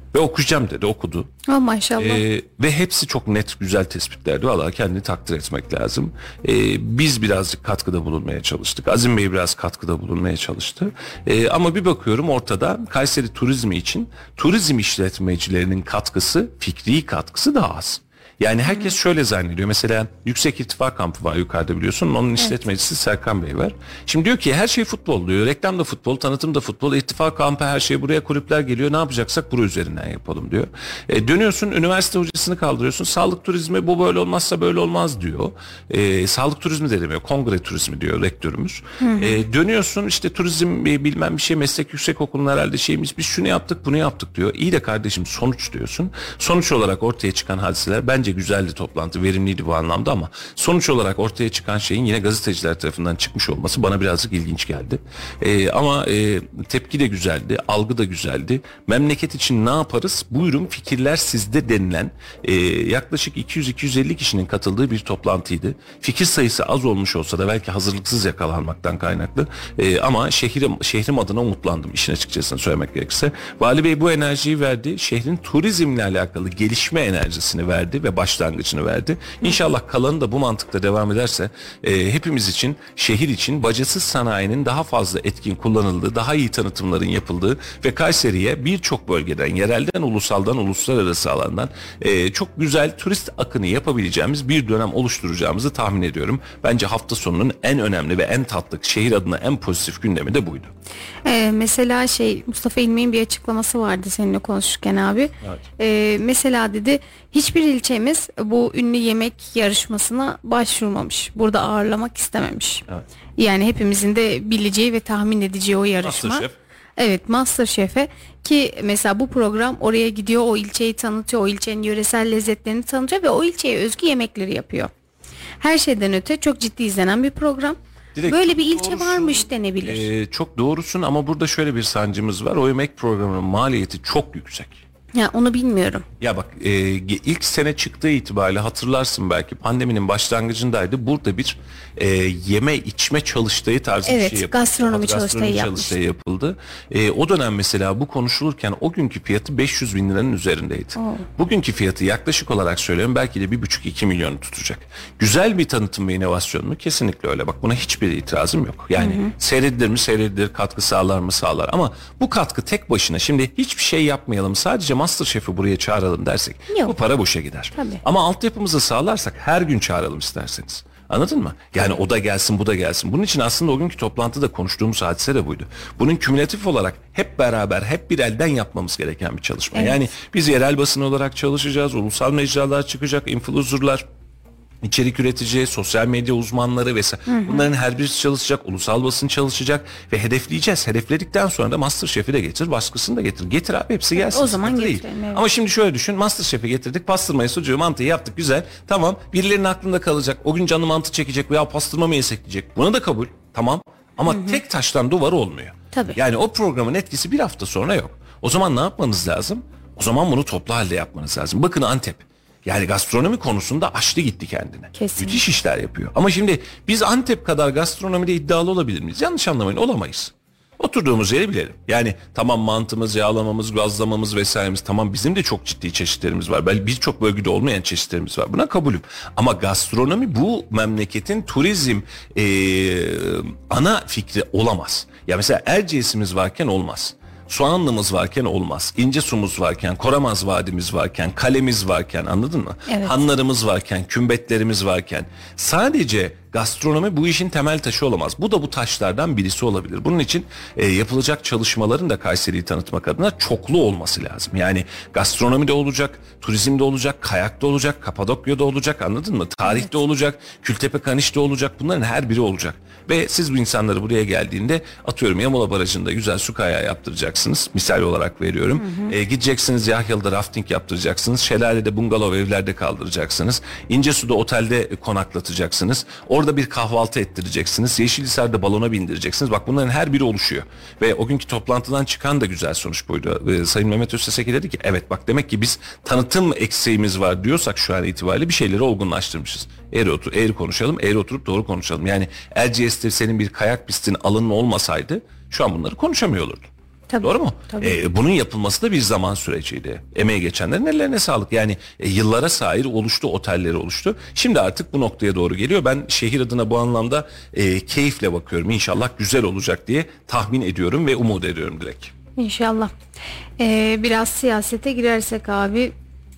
Ve okuyacağım dedi, okudu. Oh, maşallah. Ee, ve hepsi çok net, güzel tespitlerdi. Vallahi kendini takdir etmek lazım. Ee, biz birazcık katkıda bulunmaya çalıştık. Azim Bey biraz katkıda bulunmaya çalıştı. Ee, ama bir bakıyorum ortada Kayseri turizmi için turizm işletmecilerinin katkısı, fikri katkısı daha az. Yani herkes şöyle zannediyor. Mesela Yüksek İrtifa Kampı var yukarıda, biliyorsun. Onun işletmecisi evet. Serkan Bey var. Şimdi diyor ki her şey futbol diyor. Reklam da futbol, tanıtım da futbol. İrtifa Kampı her şey, buraya kulüpler geliyor. Ne yapacaksak buru üzerinden yapalım diyor. E, dönüyorsun üniversite hocasını kaldırıyorsun. Sağlık turizmi bu böyle olmazsa böyle olmaz diyor. E, sağlık turizmi de demiyor. Kongre turizmi diyor rektörümüz. E, dönüyorsun işte turizm e, bilmem bir şey, meslek yüksekokulunun herhalde şeyimiz. Biz şunu yaptık bunu yaptık diyor. İyi de kardeşim sonuç diyorsun. Sonuç olarak ortaya çıkan hadiseler bence güzeldi, toplantı verimliydi bu anlamda, ama sonuç olarak ortaya çıkan şeyin yine gazeteciler tarafından çıkmış olması bana birazcık ilginç geldi. Ee, ama e, tepki de güzeldi, algı da güzeldi. Memleket için ne yaparız? Buyurun fikirler sizde denilen e, yaklaşık iki yüz iki yüz elli kişinin katıldığı bir toplantıydı. Fikir sayısı az olmuş olsa da belki hazırlıksız yakalanmaktan kaynaklı e, ama şehrim, şehrim adına umutlandım işin açıkçası söylemek gerekirse. Vali Bey bu enerjiyi verdi. Şehrin turizmle alakalı gelişme enerjisini verdi ve başlangıcını verdi. İnşallah kalanı da bu mantıkla devam ederse e, hepimiz için, şehir için bacasız sanayinin daha fazla etkin kullanıldığı, daha iyi tanıtımların yapıldığı ve Kayseri'ye birçok bölgeden, yerelden, ulusaldan, uluslararası alandan e, çok güzel turist akını yapabileceğimiz bir dönem oluşturacağımızı tahmin ediyorum. Bence hafta sonunun en önemli ve en tatlı, şehir adına en pozitif gündemi de buydu. Ee, mesela şey Mustafa İlmi'nin bir açıklaması vardı seninle konuşurken abi. Evet. Ee, mesela dedi hiçbir ilçemiz bu ünlü yemek yarışmasına başvurmamış. Burada ağırlamak istememiş. Evet. Yani hepimizin de bileceği ve tahmin edeceği o yarışma. Masterchef. Evet, Masterchef'e, ki mesela bu program oraya gidiyor, o ilçeyi tanıtıyor, o ilçenin yöresel lezzetlerini tanıtıyor ve o ilçeye özgü yemekleri yapıyor. Her şeyden öte çok ciddi izlenen bir program. Direkt böyle bir ilçe doğrusun, varmış denebilir. E, çok doğrusun ama burada şöyle bir sancımız var. O yemek programının maliyeti çok yüksek. Ya onu bilmiyorum. Ya bak e, ilk sene çıktığı itibariyle hatırlarsın belki pandeminin başlangıcındaydı. Burada bir e, yeme içme çalıştayı tarzı evet, bir şey yapıldı. Gastronomi çalıştayı çalıştayı yapıldı. E, o dönem mesela bu konuşulurken o günkü fiyatı beş yüz bin liranın üzerindeydi. Oo. Bugünkü fiyatı yaklaşık olarak söylüyorum belki de bir buçuk iki milyonu tutacak. Güzel bir tanıtım ve inovasyon mu? Kesinlikle öyle. Bak buna hiçbir itirazım yok. Yani hı hı. seyredilir mi? Seyredilir. Katkı sağlar mı? Sağlar. Ama bu katkı tek başına, şimdi hiçbir şey yapmayalım, sadece Masterchef'i buraya çağıralım dersek yok, bu para boşa gider. Tabii. Ama altyapımızı sağlarsak her gün çağıralım isterseniz. Anladın mı? Yani o da gelsin, bu da gelsin. Bunun için aslında o günkü toplantıda konuştuğumuz hadise de buydu. Bunun kümülatif olarak hep beraber, hep bir elden yapmamız gereken bir çalışma. Evet. Yani biz yerel basın olarak çalışacağız, ulusal mecralar çıkacak, influencerlar, İçerik üretici, sosyal medya uzmanları vesaire. Hı hı. Bunların her birisi çalışacak, ulusal basın çalışacak ve hedefleyeceğiz. Hedefledikten sonra da Masterchef'i de getir, baskısını da getir. Getir abi, hepsi gelsin. O zaman getirelim. Evet. Ama şimdi şöyle düşün, Masterchef'i getirdik, pastırmayı, sucuğu, mantıyı yaptık, güzel. Tamam, birilerinin aklında kalacak. O gün canı mantı çekecek veya pastırma mı yesek diyecek. Buna da kabul, tamam. Ama hı hı. tek taştan duvar olmuyor. Tabii. Yani o programın etkisi bir hafta sonra yok. O zaman ne yapmanız lazım? O zaman bunu toplu halde yapmanız lazım. Bakın Antep. Yani gastronomi konusunda açtı gitti kendine. Kesinlikle. Müthiş işler yapıyor. Ama şimdi biz Antep kadar gastronomide iddialı olabilir miyiz? Yanlış anlamayın, olamayız. Oturduğumuz yeri bilelim. Yani tamam mantımız, yağlamamız, gazlamamız vesairemiz, tamam bizim de çok ciddi çeşitlerimiz var. Belki birçok bölgede olmayan çeşitlerimiz var. Buna kabulüm. Ama gastronomi bu memleketin turizm ee, ana fikri olamaz. Ya mesela Erciyes'imiz varken olmaz. Soğanlımız varken olmaz. İncesu'muz varken, Koramaz Vadimiz varken, Kalemiz varken, anladın mı? Evet. Hanlarımız varken, kümbetlerimiz varken. Sadece gastronomi bu işin temel taşı olamaz. Bu da bu taşlardan birisi olabilir. Bunun için e, yapılacak çalışmaların da Kayseri'yi tanıtmak adına çoklu olması lazım. Yani gastronomi de olacak, turizm de olacak, kayak da olacak, Kapadokya'da olacak, anladın mı? Tarih evet. de olacak, Kültepe Kaniş'te olacak. Bunların her biri olacak. Ve siz bu insanları buraya geldiğinde atıyorum Yamola Barajı'nda güzel su kayağı yaptıracaksınız. Misal olarak veriyorum. Hı hı. E, gideceksiniz Yahyalı'da rafting yaptıracaksınız. Şelale'de bungalov evlerde kaldıracaksınız. İncesu'da otelde konaklatacaksınız. Orada bir kahvaltı ettireceksiniz. Yeşilhisar'da balona bindireceksiniz. Bak bunların her biri oluşuyor. Ve o günkü toplantıdan çıkan da güzel sonuç buydu. Ee, Sayın Mehmet Özteseki dedi ki evet bak demek ki biz tanıtım eksiğimiz var diyorsak şu an itibariyle bir şeyleri olgunlaştırmışız. Eğri, otur, eğri konuşalım, eğri oturup doğru konuşalım. Yani Erciyes'te senin bir kayak pistin alınma olmasaydı şu an bunları konuşamıyor olurdun. Tabii, Doğru mu? tabii. E, bunun yapılması da bir zaman süreciydi. Emeği geçenlerin ellerine sağlık. Yani e, yıllara sahip oluştu, otelleri oluştu. Şimdi artık bu noktaya doğru geliyor. Ben şehir adına bu anlamda e, keyifle bakıyorum. İnşallah güzel olacak diye tahmin ediyorum ve umut ediyorum Dilek. İnşallah. Ee, biraz siyasete girersek abi,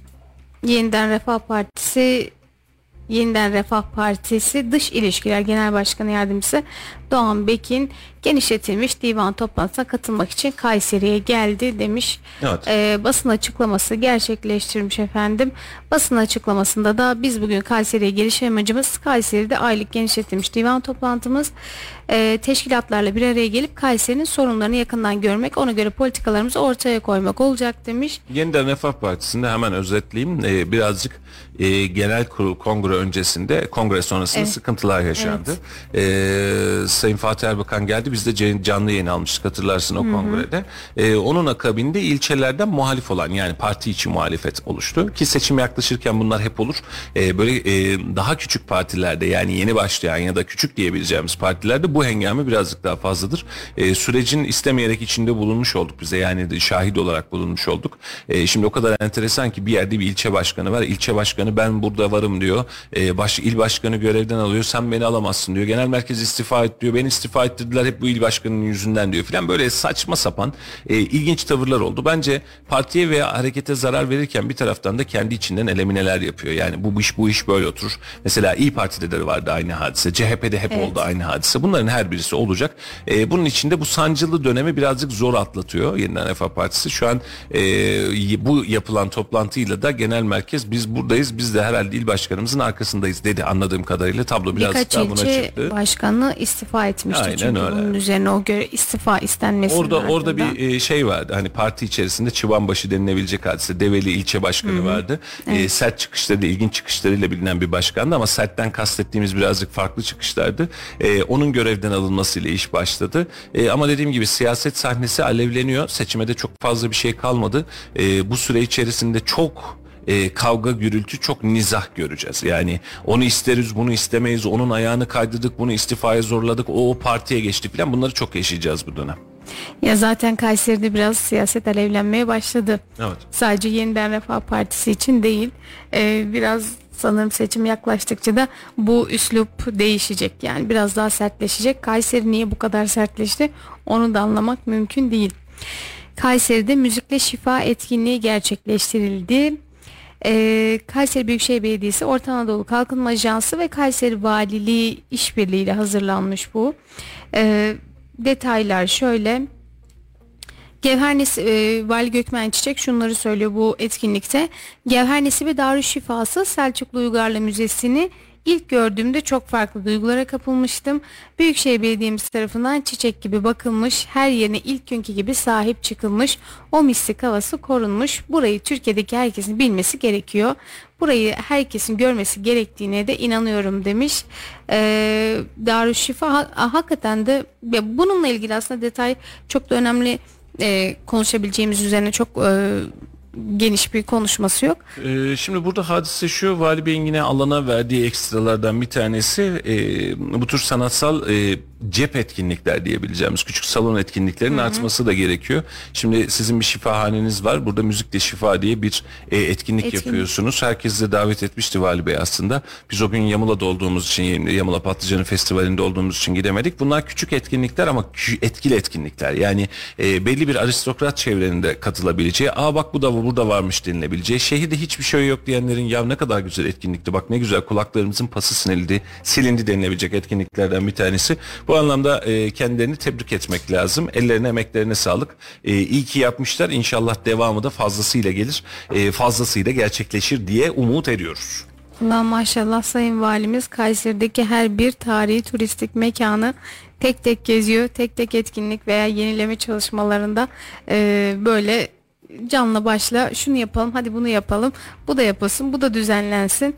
Yeniden Refah Partisi Yeniden Refah Partisi Dış İlişkiler Genel Başkanı Yardımcısı Doğan Bekin genişletilmiş divan toplantısına katılmak için Kayseri'ye geldi demiş. Evet. Ee, basın açıklaması gerçekleştirmiş efendim. Basın açıklamasında da biz bugün Kayseri'ye geliş amacımız Kayseri'de aylık genişletilmiş divan toplantımız, e, teşkilatlarla bir araya gelip Kayseri'nin sorunlarını yakından görmek, ona göre politikalarımızı ortaya koymak olacak demiş. Yeniden Refah Partisi'nde hemen özetleyeyim. Ee, birazcık e, genel kurul kongre öncesinde, kongre sonrasında Evet. sıkıntılar yaşandı. Evet. Ee, Sayın Fatih Erbakan geldi. Biz de canlı yayın almıştık, hatırlarsın o Hı-hı. kongrede. Ee, onun akabinde ilçelerden muhalif olan, yani parti içi muhalefet oluştu. Ki seçim yaklaşırken bunlar hep olur. Ee, böyle e, daha küçük partilerde, yani yeni başlayan ya da küçük diyebileceğimiz partilerde bu hengame birazcık daha fazladır. Ee, sürecin istemeyerek içinde bulunmuş olduk bize. Yani şahit olarak bulunmuş olduk. Ee, şimdi o kadar enteresan ki bir yerde bir ilçe başkanı var. İlçe başkanı ben burada varım diyor. Ee, baş, il başkanı görevden alıyor. Sen beni alamazsın diyor. Genel merkez istifa et diyor. Beni istifa ettirdiler hep bu il başkanının yüzünden diyor filan. Böyle saçma sapan e, ilginç tavırlar oldu. Bence partiye veya harekete zarar verirken bir taraftan da kendi içinden elemineler yapıyor. Yani bu iş bu iş böyle oturur. Mesela İYİ Parti'de de vardı aynı hadise. C H P'de hep evet. oldu aynı hadise. Bunların her birisi olacak. E, bunun içinde bu sancılı dönemi birazcık zor atlatıyor Yeniden Refah Partisi. Şu an e, bu yapılan toplantıyla da genel merkez biz buradayız. Biz de herhalde il başkanımızın arkasındayız dedi anladığım kadarıyla. Tablo birazcık daha buna çıktı. Birkaç ilçe başkanı istifa etmişti. Aynen çünkü öyle. bunun üzerine o göre istifa istenmesi. Orada orada bir e, şey vardı. Hani parti içerisinde çıbanbaşı denilebilecek hadise. Develi ilçe başkanı Hı-hı. vardı. Evet. E, sert çıkışları da ilginç çıkışlarıyla bilinen bir başkandı ama sertten kastettiğimiz birazcık farklı çıkışlardı. E, onun görevden alınmasıyla iş başladı. E, ama dediğim gibi siyaset sahnesi alevleniyor. Seçime de çok fazla bir şey kalmadı. E, bu süre içerisinde çok E, kavga gürültü, çok nizah göreceğiz. Yani onu isteriz, bunu istemeyiz, onun ayağını kaydırdık, bunu istifaya zorladık, o, o partiye geçti falan, bunları çok yaşayacağız bu dönem. Ya zaten Kayseri'de biraz siyaset alevlenmeye başladı. Evet. Sadece Yeniden Refah Partisi için değil, ee, biraz sanırım seçim yaklaştıkça da bu üslup değişecek. Yani biraz daha sertleşecek. Kayseri niye bu kadar sertleşti onu da anlamak mümkün değil. Kayseri'de müzikle şifa etkinliği gerçekleştirildi. Ee, Kayseri Büyükşehir Belediyesi, Orta Anadolu Kalkınma Ajansı ve Kayseri Valiliği işbirliğiyle hazırlanmış bu. Ee, detaylar şöyle. Gevhernesi, e, Vali Gökmen Çiçek şunları söylüyor bu etkinlikte. Gevhernesi Darüşşifası Selçuklu Uygarlı Müzesi'ni İlk gördüğümde çok farklı duygulara kapılmıştım. Büyükşehir Belediyemiz tarafından çiçek gibi bakılmış, her yerine ilk günkü gibi sahip çıkılmış, o mistik havası korunmuş. Burayı Türkiye'deki herkesin bilmesi gerekiyor. Burayı herkesin görmesi gerektiğine de inanıyorum demiş. Ee, Darüşşifa ha, hakikaten de bununla ilgili aslında detay çok da önemli, e, konuşabileceğimiz üzerine çok e, geniş bir konuşması yok. Ee, şimdi burada hadise şu, Vali Bey'in yine alana verdiği ekstralardan bir tanesi e, bu tür sanatsal e, cep etkinlikler diyebileceğimiz küçük salon etkinliklerinin Hı-hı. artması da gerekiyor. Şimdi sizin bir şifahaneniz var. Burada müzikle şifa diye bir e, etkinlik, etkinlik yapıyorsunuz. Herkesi de davet etmişti Vali Bey aslında. Biz o gün Yamula'da olduğumuz için, Yamula Patlıcanı Festivali'nde olduğumuz için gidemedik. Bunlar küçük etkinlikler ama etkili etkinlikler. Yani e, belli bir aristokrat çevrenin de katılabileceği, aa bak bu da burada varmış denilebileceği, şehirde hiçbir şey yok diyenlerin ya ne kadar güzel etkinlikti, bak ne güzel kulaklarımızın pası sinildi, silindi denilebilecek etkinliklerden bir tanesi. Bu anlamda e, kendilerini tebrik etmek lazım. Ellerine, emeklerine sağlık. E, iyi ki yapmışlar. İnşallah devamı da fazlasıyla gelir. E, fazlasıyla gerçekleşir diye umut ediyoruz. Allah maşallah, Sayın Valimiz Kayseri'deki her bir tarihi turistik mekanı tek tek geziyor. Tek tek etkinlik veya yenileme çalışmalarında e, böyle canla başla şunu yapalım, hadi bunu yapalım, bu da yapılsın, bu da düzenlensin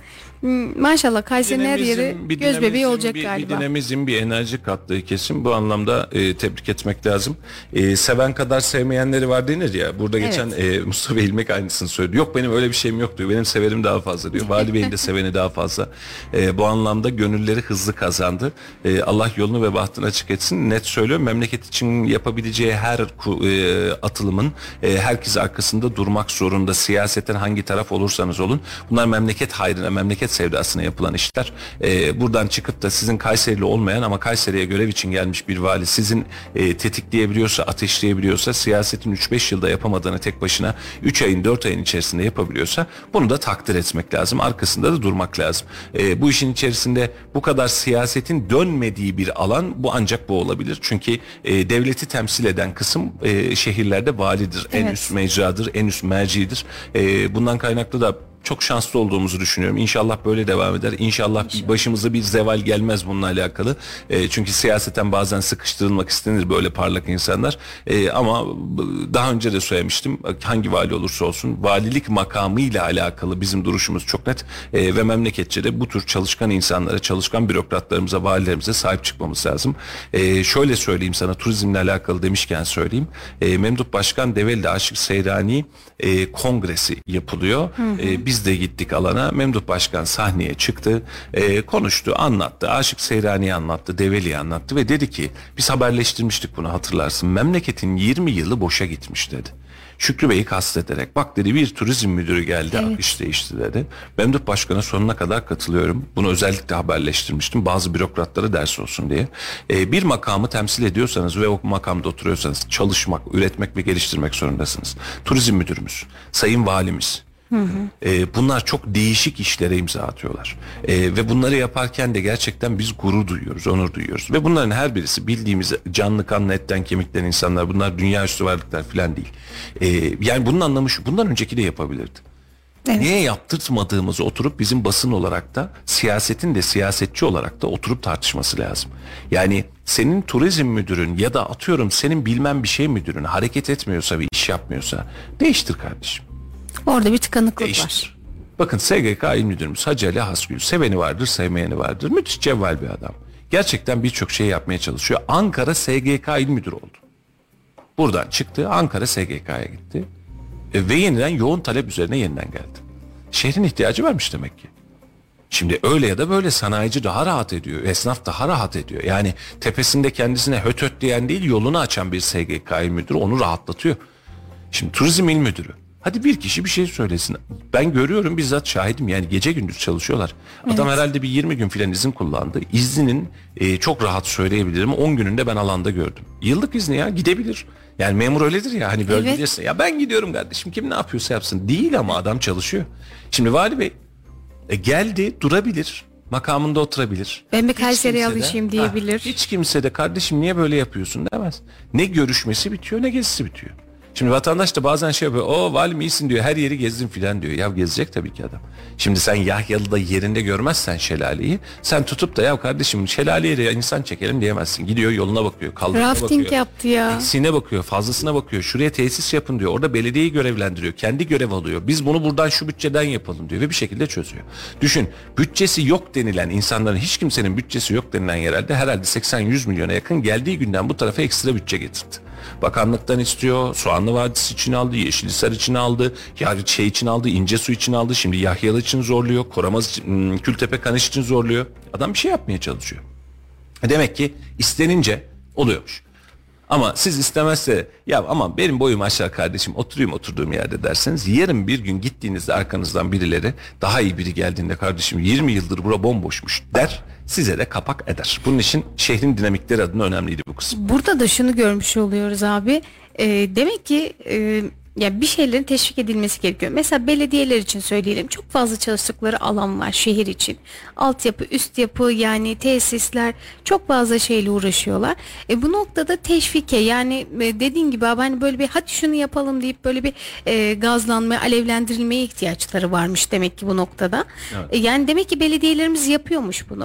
Maşallah Kayseri'nin her yeri bir göz bebeği olacak bir, galiba. Bir dinamizm, bir enerji kattığı kesim. Bu anlamda e, tebrik etmek lazım. E, seven kadar sevmeyenleri var denir ya. Burada evet. geçen e, Mustafa İlmek aynısını söyledi. Yok benim öyle bir şeyim yok diyor. Benim severim daha fazla diyor. Vali Bey'in de seveni daha fazla. E, bu anlamda gönülleri hızlı kazandı. E, Allah yolunu ve bahtını açık etsin. Net söylüyorum. Memleket için yapabileceği her e, atılımın e, herkes arkasında durmak zorunda. Siyaseten hangi taraf olursanız olun. Bunlar memleket hayrına, memleket sevdasına yapılan işler. Ee, buradan çıkıp da sizin Kayserili olmayan ama Kayseri'ye görev için gelmiş bir vali sizin e, tetikleyebiliyorsa, ateşleyebiliyorsa, siyasetin üç beş yılda yapamadığını tek başına üç ayın dört ayın içerisinde yapabiliyorsa bunu da takdir etmek lazım. Arkasında da durmak lazım. E, bu işin içerisinde bu kadar siyasetin dönmediği bir alan bu ancak bu olabilir. Çünkü e, devleti temsil eden kısım e, şehirlerde validir. Evet. En üst mecradır, en üst mercidir. E, bundan kaynaklı da çok şanslı olduğumuzu düşünüyorum. İnşallah böyle devam eder. İnşallah, İnşallah. başımıza bir zeval gelmez bununla alakalı. E, çünkü siyaseten bazen sıkıştırılmak istenir böyle parlak insanlar. E, ama daha önce de söylemiştim. Hangi vali olursa olsun valilik makamıyla alakalı bizim duruşumuz çok net. E, ve memleketçe de bu tür çalışkan insanlara, çalışkan bürokratlarımıza, valilerimize sahip çıkmamız lazım. E, şöyle söyleyeyim sana, turizmle alakalı demişken söyleyeyim. E, Memduh Başkan Develi Aşık Seyrani e, kongresi yapılıyor. Hı hı. E, biz Biz de gittik alana. Memduh Başkan sahneye çıktı, e, konuştu, anlattı. Aşık Seyrani'yi anlattı, Develi'yi anlattı ve dedi ki biz haberleştirmiştik bunu, hatırlarsın. Memleketin yirmi yılı boşa gitmiş dedi. Şükrü Bey'i kastederek bak dedi, bir turizm müdürü geldi, evet. akış değişti dedi. Memduh Başkan'a sonuna kadar katılıyorum. Bunu özellikle haberleştirmiştim. Bazı bürokratlara ders olsun diye. Ee, bir makamı temsil ediyorsanız ve o makamda oturuyorsanız çalışmak, üretmek ve geliştirmek zorundasınız. Turizm müdürümüz, sayın valimiz, Hı hı. Ee, bunlar çok değişik işlere imza atıyorlar. Ee, ve bunları yaparken de gerçekten biz gurur duyuyoruz, onur duyuyoruz. Ve bunların her birisi bildiğimiz canlı kanlı etten kemikten insanlar. Bunlar dünyaüstü varlıklar falan değil. Ee, yani bunun anlamı şu, bundan önceki de yapabilirdi. Evet. Niye yaptırtmadığımızı oturup bizim basın olarak da, siyasetin de siyasetçi olarak da oturup tartışması lazım. Yani senin turizm müdürün ya da atıyorum senin bilmem bir şey müdürün hareket etmiyorsa ve iş yapmıyorsa değiştir kardeşim. Orada bir tıkanıklık Değiştir. var. Bakın S G K İl Müdürümüz Hacı Ali Hasgül, seveni vardır, sevmeyeni vardır. Müthiş cevval bir adam. Gerçekten birçok şey yapmaya çalışıyor. Ankara S G K İl Müdürü oldu. Buradan çıktı, Ankara S G K'ya gitti. E, ve yeniden yoğun talep üzerine yeniden geldi. Şehrin ihtiyacı varmış demek ki. Şimdi öyle ya da böyle sanayici daha rahat ediyor. Esnaf daha rahat ediyor. Yani tepesinde kendisine höt höt diyen değil, yolunu açan bir S G K İl Müdürü onu rahatlatıyor. Şimdi Turizm İl Müdürü. Hadi bir kişi bir şey söylesin. Ben görüyorum, bizzat şahidim, yani gece gündüz çalışıyorlar. Adam evet. herhalde bir yirmi gün filan izin kullandı. İzninin e, çok rahat söyleyebilirim on gününde ben alanda gördüm. Yıllık izni ya, gidebilir. Yani memur öyledir ya, hani böyle evet. bilirsin. Ya ben gidiyorum kardeşim, kim ne yapıyorsa yapsın. Değil ama adam çalışıyor. Şimdi Vali Bey e, geldi, durabilir. Makamında oturabilir. Ben bir Kayseri'ye alışayım diyebilir. Ha, hiç kimse de kardeşim niye böyle yapıyorsun demez. Ne görüşmesi bitiyor ne gezisi bitiyor. Şimdi vatandaş da bazen şey yapıyor. O valim iyisin diyor, her yeri gezdim filan diyor. Ya gezecek tabii ki adam. Şimdi sen Yahyalı'da yerinde görmezsen şelaleyi, sen tutup da ya kardeşim şelaleye de insan çekelim diyemezsin. Gidiyor yoluna bakıyor, kaldırına bakıyor. Rafting yaptı ya. Eksiğine bakıyor, fazlasına bakıyor. Şuraya tesis yapın diyor. Orada belediyeyi görevlendiriyor. Kendi görev alıyor. Biz bunu buradan şu bütçeden yapalım diyor ve bir şekilde çözüyor. Düşün, bütçesi yok denilen insanların, hiç kimsenin bütçesi yok denilen yerlerde herhalde seksen yüz milyona yakın geldiği günden bu tarafa ekstra bütçe getirdi. Bakanlıktan istiyor, Soğanlı Vadisi için aldı, Yeşilhisar için aldı, yani şey için aldı, İncesu için aldı, şimdi Yahyalı için zorluyor, Koramaz, Kültepe Kaniş için zorluyor. Adam bir şey yapmaya çalışıyor. Demek ki istenince oluyormuş. Ama siz istemezse ya ama benim boyum aşağı kardeşim, oturayım oturduğum yerde derseniz, yarın bir gün gittiğinizde arkanızdan birileri, daha iyi biri geldiğinde kardeşim yirmi yıldır bura bomboşmuş der, size de kapak eder. Bunun için şehrin dinamikleri adına önemliydi bu kısım. Burada da şunu görmüş oluyoruz abi. E, demek ki e, ya bir şeylerin teşvik edilmesi gerekiyor. Mesela belediyeler için söyleyelim. Çok fazla çalıştıkları alan var şehir için. Altyapı, üst yapı, yani tesisler, çok fazla şeyle uğraşıyorlar. E, bu noktada teşvike, yani e, dediğin gibi abi, hani böyle bir hadi şunu yapalım deyip böyle bir e, gazlanmaya, alevlendirilmeye ihtiyaçları varmış demek ki bu noktada. Evet. E, yani demek ki belediyelerimiz yapıyormuş bunu.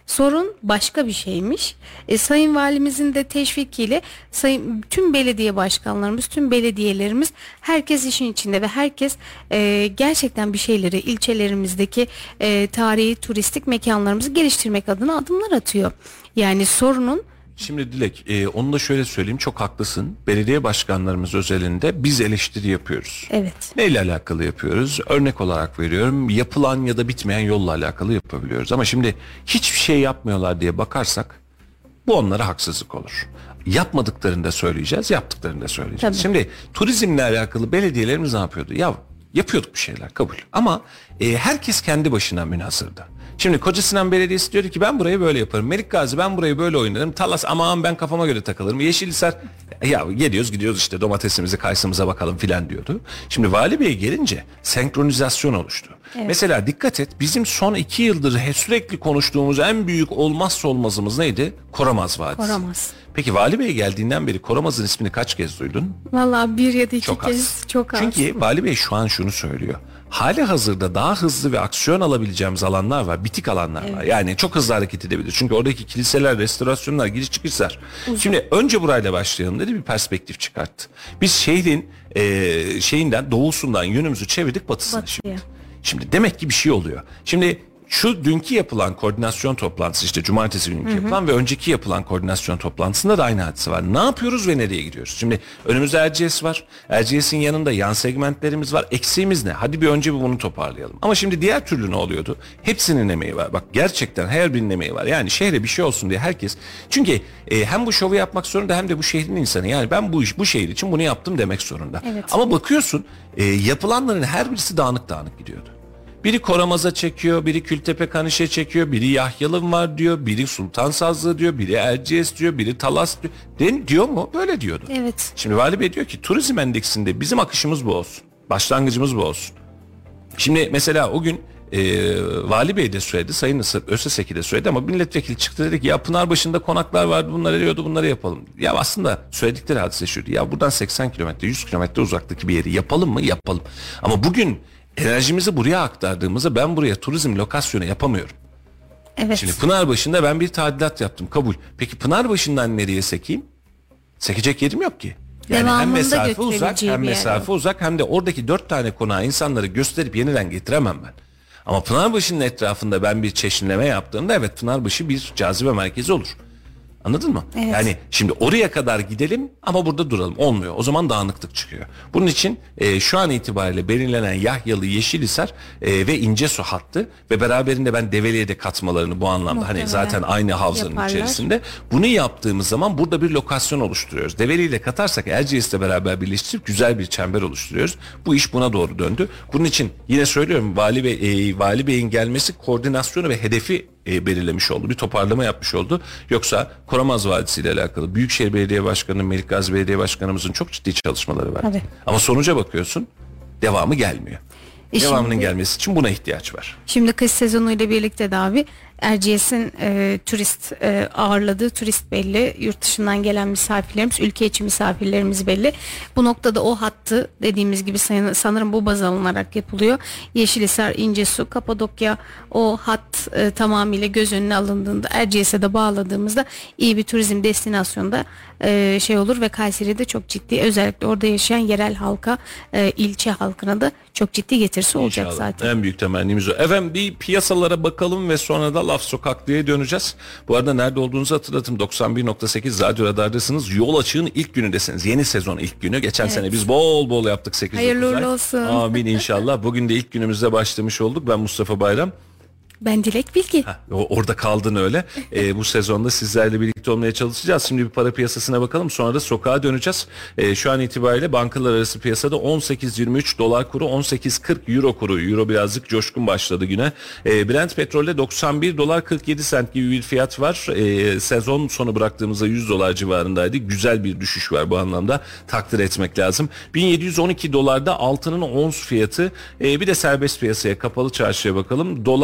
Sorun başka bir şeymiş. E, Sayın Valimizin de teşvikiyle sayın, tüm belediye başkanlarımız, tüm belediyelerimiz, herkes işin içinde ve herkes e, gerçekten bir şeyleri, ilçelerimizdeki e, tarihi turistik mekanlarımızı geliştirmek adına adımlar atıyor. Yani sorunun Şimdi Dilek, e, onu da şöyle söyleyeyim, çok haklısın. Belediye başkanlarımız özelinde biz eleştiri yapıyoruz. Evet. Neyle alakalı yapıyoruz? Örnek olarak veriyorum, yapılan ya da bitmeyen yolla alakalı yapabiliyoruz. Ama şimdi hiçbir şey yapmıyorlar diye bakarsak bu onlara haksızlık olur. Yapmadıklarını da söyleyeceğiz, yaptıklarını da söyleyeceğiz. Tabii. Şimdi turizmle alakalı belediyelerimiz ne yapıyordu? Ya yapıyorduk bir şeyler, kabul. Ama e, herkes kendi başına münhasırdı. Şimdi Kocasinan Belediyesi diyordu ki ben burayı böyle yaparım. Melikgazi ben burayı böyle oynarım. Talas aman ben kafama göre takılırım. Yeşilhisar ya geliyoruz gidiyoruz işte domatesimizi kayısımıza bakalım filan diyordu. Şimdi Vali Bey gelince senkronizasyon oluştu. Evet. Mesela dikkat et, bizim son iki yıldır sürekli konuştuğumuz en büyük olmazsa olmazımız neydi? Koramaz Vadisi. Koramaz. Peki Vali Bey geldiğinden beri Koramaz'ın ismini kaç kez duydun? Vallahi bir ya da iki çok kez az. çok az. Çünkü Vali Bey şu an şunu söylüyor. Hali hazırda daha hızlı ve aksiyon alabileceğimiz alanlar var. Bitik alanlar evet. var. Yani çok hızlı hareket edebilir. Çünkü oradaki kiliseler, restorasyonlar, giriş çıkışlar. Uzun. Şimdi önce burayla başlayalım dedi, bir perspektif çıkarttı. Biz şehrin e, şeyinden, doğusundan yönümüzü çevirdik batısına. Batıya. Şimdi. Şimdi demek ki bir şey oluyor. Şimdi şu dünkü yapılan koordinasyon toplantısı, işte cumartesi günkü hı hı. yapılan ve önceki yapılan koordinasyon toplantısında da aynı hadise var. Ne yapıyoruz ve nereye gidiyoruz? Şimdi önümüzde R G S var. R G S'in yanında yan segmentlerimiz var. Eksiğimiz ne? Hadi bir önce bir bunu toparlayalım. Ama şimdi diğer türlü ne oluyordu? Hepsinin emeği var. Bak gerçekten her birinin emeği var. Yani şehre bir şey olsun diye herkes. Çünkü e, hem bu şovu yapmak zorunda hem de bu şehrin insanı. Yani ben bu iş bu şehir için bunu yaptım demek zorunda. Evet. Ama bakıyorsun e, yapılanların her birisi dağınık dağınık gidiyordu. Biri Koramaz'a çekiyor, biri Kültepe Kaniş'e çekiyor, biri Yahyalım var diyor, biri Sultan Sazlı diyor, biri R G S diyor, biri Talas diyor. Den, diyor mu? Böyle diyordu. Evet. Şimdi Vali Bey diyor ki turizm endeksinde bizim akışımız bu olsun. Başlangıcımız bu olsun. Şimdi mesela o gün e, Vali Bey de söyledi, Sayın Özeseki de söyledi ama milletvekili çıktı dedi ki ya Pınarbaşı'nda konaklar vardı, bunları eriyordu, bunları yapalım. Ya aslında söyledikleri hadise şuydu. Ya buradan seksen kilometre, yüz kilometre uzaktaki bir yeri yapalım mı? Yapalım. Ama bugün enerjimizi buraya aktardığımızda ben buraya turizm lokasyonu yapamıyorum. Evet. Şimdi Pınarbaşı'nda ben bir tadilat yaptım, kabul. Peki Pınarbaşı'ndan nereye sekeyim? Sekecek yerim yok ki. Yani devamında hem mesafe uzak, hem mesafe uzak hem de oradaki dört tane konağı insanları gösterip yeniden getiremem ben. Ama Pınarbaşı'nın etrafında ben bir çeşnileme yaptığımda evet Pınarbaşı bir cazibe merkezi olur. Anladın mı? Evet. Yani şimdi oraya kadar gidelim ama burada duralım. Olmuyor. O zaman dağınıklık çıkıyor. Bunun için e, şu an itibariyle belirlenen Yahyalı, Yeşilhisar e, ve İncesu hattı ve beraberinde ben Develi'ye de katmalarını bu anlamda muhtemelen hani zaten aynı havzanın yaparlar. içerisinde. Bunu yaptığımız zaman burada bir lokasyon oluşturuyoruz. Develi'yi de katarsak Erciyes'le beraber birleştirip güzel bir çember oluşturuyoruz. Bu iş buna doğru döndü. Bunun için yine söylüyorum Vali Bey, e, Vali Bey'in gelmesi koordinasyonu ve hedefi E, belirlemiş oldu. Bir toparlama yapmış oldu. Yoksa Koramaz Vadisi ile alakalı Büyükşehir Belediye Başkanı, Melikgazi Belediye Başkanımızın çok ciddi çalışmaları var. Tabii. Ama sonuca bakıyorsun, devamı gelmiyor. E Devamının şimdi, gelmesi için buna ihtiyaç var. Şimdi kış sezonu ile birlikte de abi Erciyes'in e, turist e, ağırladığı turist belli. Yurt dışından gelen misafirlerimiz, ülke içi misafirlerimiz belli. Bu noktada o hattı dediğimiz gibi sanırım bu baz alınarak yapılıyor. Yeşilhisar, İncesu, Kapadokya o hat e, tamamıyla göz önüne alındığında Erciyes'e de bağladığımızda iyi bir turizm destinasyonda e, şey olur ve Kayseri'de çok ciddi, özellikle orada yaşayan yerel halka, e, ilçe halkına da çok ciddi getirisi olacak İnşallah. Zaten. En büyük temennimiz o. Efendim bir piyasalara bakalım ve sonra da Laf Sokaklı'ya döneceğiz. Bu arada nerede olduğunuzu hatırlatın. doksan bir nokta sekiz Radyo Radar'dasınız. Yol Açığı'nın ilk günündesiniz. Yeni sezon ilk günü. Geçen evet. sene biz bol bol yaptık. sekiz Hayırlı uğurlu olsun. Amin inşallah. Bugün de ilk günümüzde başlamış olduk. Ben Mustafa Bayram. Ben Dilek Bilgi. Ha, orada kaldın öyle. Ee, bu sezonda sizlerle birlikte olmaya çalışacağız. Şimdi bir para piyasasına bakalım. Sonra da sokağa döneceğiz. Ee, şu an itibariyle bankalar arası piyasada on sekiz yirmi üç dolar kuru, on sekiz kırk euro kuru. Euro birazcık coşkun başladı güne. Ee, Brent petrolde doksan bir dolar kırk yedi sent gibi bir fiyat var. Ee, sezon sonu bıraktığımızda yüz dolar civarındaydı. Güzel bir düşüş var bu anlamda. Takdir etmek lazım. bin yedi yüz on iki dolarda altının ons fiyatı. Ee, bir de serbest piyasaya, kapalı çarşıya bakalım. Dolar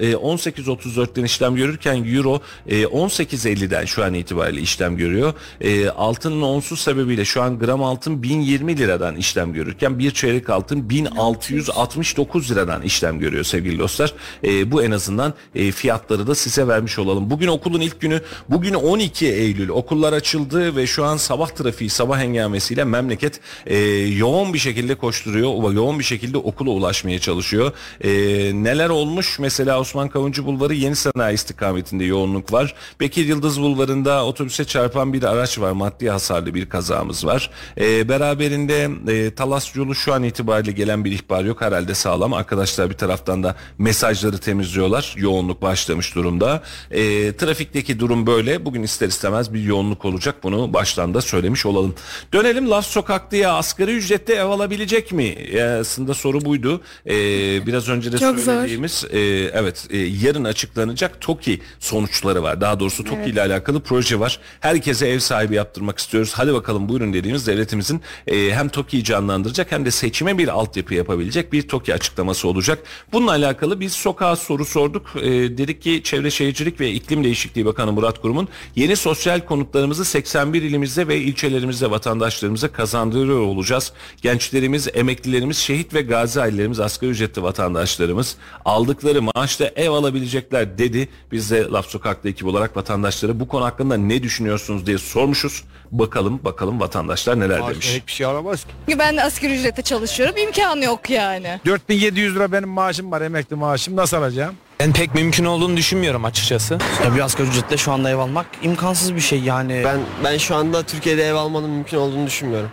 on sekiz otuz dörtten işlem görürken euro on sekiz elliden şu an itibariyle işlem görüyor. Altının onsuz sebebiyle şu an gram altın bin yirmi liradan işlem görürken bir çeyrek altın bin altı yüz altmış dokuz liradan işlem görüyor sevgili dostlar. Bu en azından fiyatları da size vermiş olalım. Bugün okulun ilk günü. Bugün on iki Eylül. Okullar açıldı ve şu an sabah trafiği, sabah hengamesiyle memleket e, yoğun bir şekilde koşturuyor. Yoğun bir şekilde okula ulaşmaya çalışıyor. E, neler olmuş? Mesela Osman Kavuncu Bulvarı Yeni Sanayi istikametinde yoğunluk var. Bekir Yıldız Bulvarı'nda otobüse çarpan bir araç var. Maddi hasarlı bir kazamız var. E, beraberinde e, Talas yolu şu an itibariyle gelen bir ihbar yok. Herhalde sağlam. Arkadaşlar bir taraftan da mesajları temizliyorlar. Yoğunluk başlamış durumda. E, trafikteki durum böyle. Bugün ister istemez bir yoğunluk olacak. Bunu baştan da söylemiş olalım. Dönelim Laf Sokaklı'ya. Asgari ücretle ev alabilecek mi? Aslında soru buydu. Ee, biraz önce de Çok söylediğimiz e, evet e, yarın açıklanacak TOKİ sonuçları var. Daha doğrusu TOKİ evet. ile alakalı proje var. Herkese ev sahibi yaptırmak istiyoruz. Hadi bakalım buyurun dediğimiz devletimizin e, hem TOKİ'yi canlandıracak hem de seçime bir altyapı yapabilecek bir TOKİ açıklaması olacak. Bununla alakalı biz sokağa soru sorduk. E, dedik ki Çevre Şehircilik ve İklim Değişikliği Bakanı Murat Kurum'un yeni sosyal konutlarımızı seksen bir ilimizde ve ilçelerimizde vatandaşlarımıza kazandırıyor olacağız. Gençlerimiz, emeklilerimiz, şehit ve gazi ailelerimiz, asgari ücretli vatandaşlarımız aldıkları maaşla ev alabilecekler dedi. Biz de Laf Sokak'ta ekip olarak vatandaşlara bu konu hakkında ne düşünüyorsunuz diye sormuşuz. Bakalım bakalım vatandaşlar neler Maaşla demiş. hiçbir şey alamaz ki. Ben de asgari ücretle çalışıyorum. İmkanı yok yani. dört bin yedi yüz lira benim maaşım var, emekli maaşım. Nasıl alacağım? Ben pek mümkün olduğunu düşünmüyorum açıkçası. Tabii asgari ücretle şu anda ev almak imkansız bir şey yani. Ben ben şu anda Türkiye'de ev almanın mümkün olduğunu düşünmüyorum.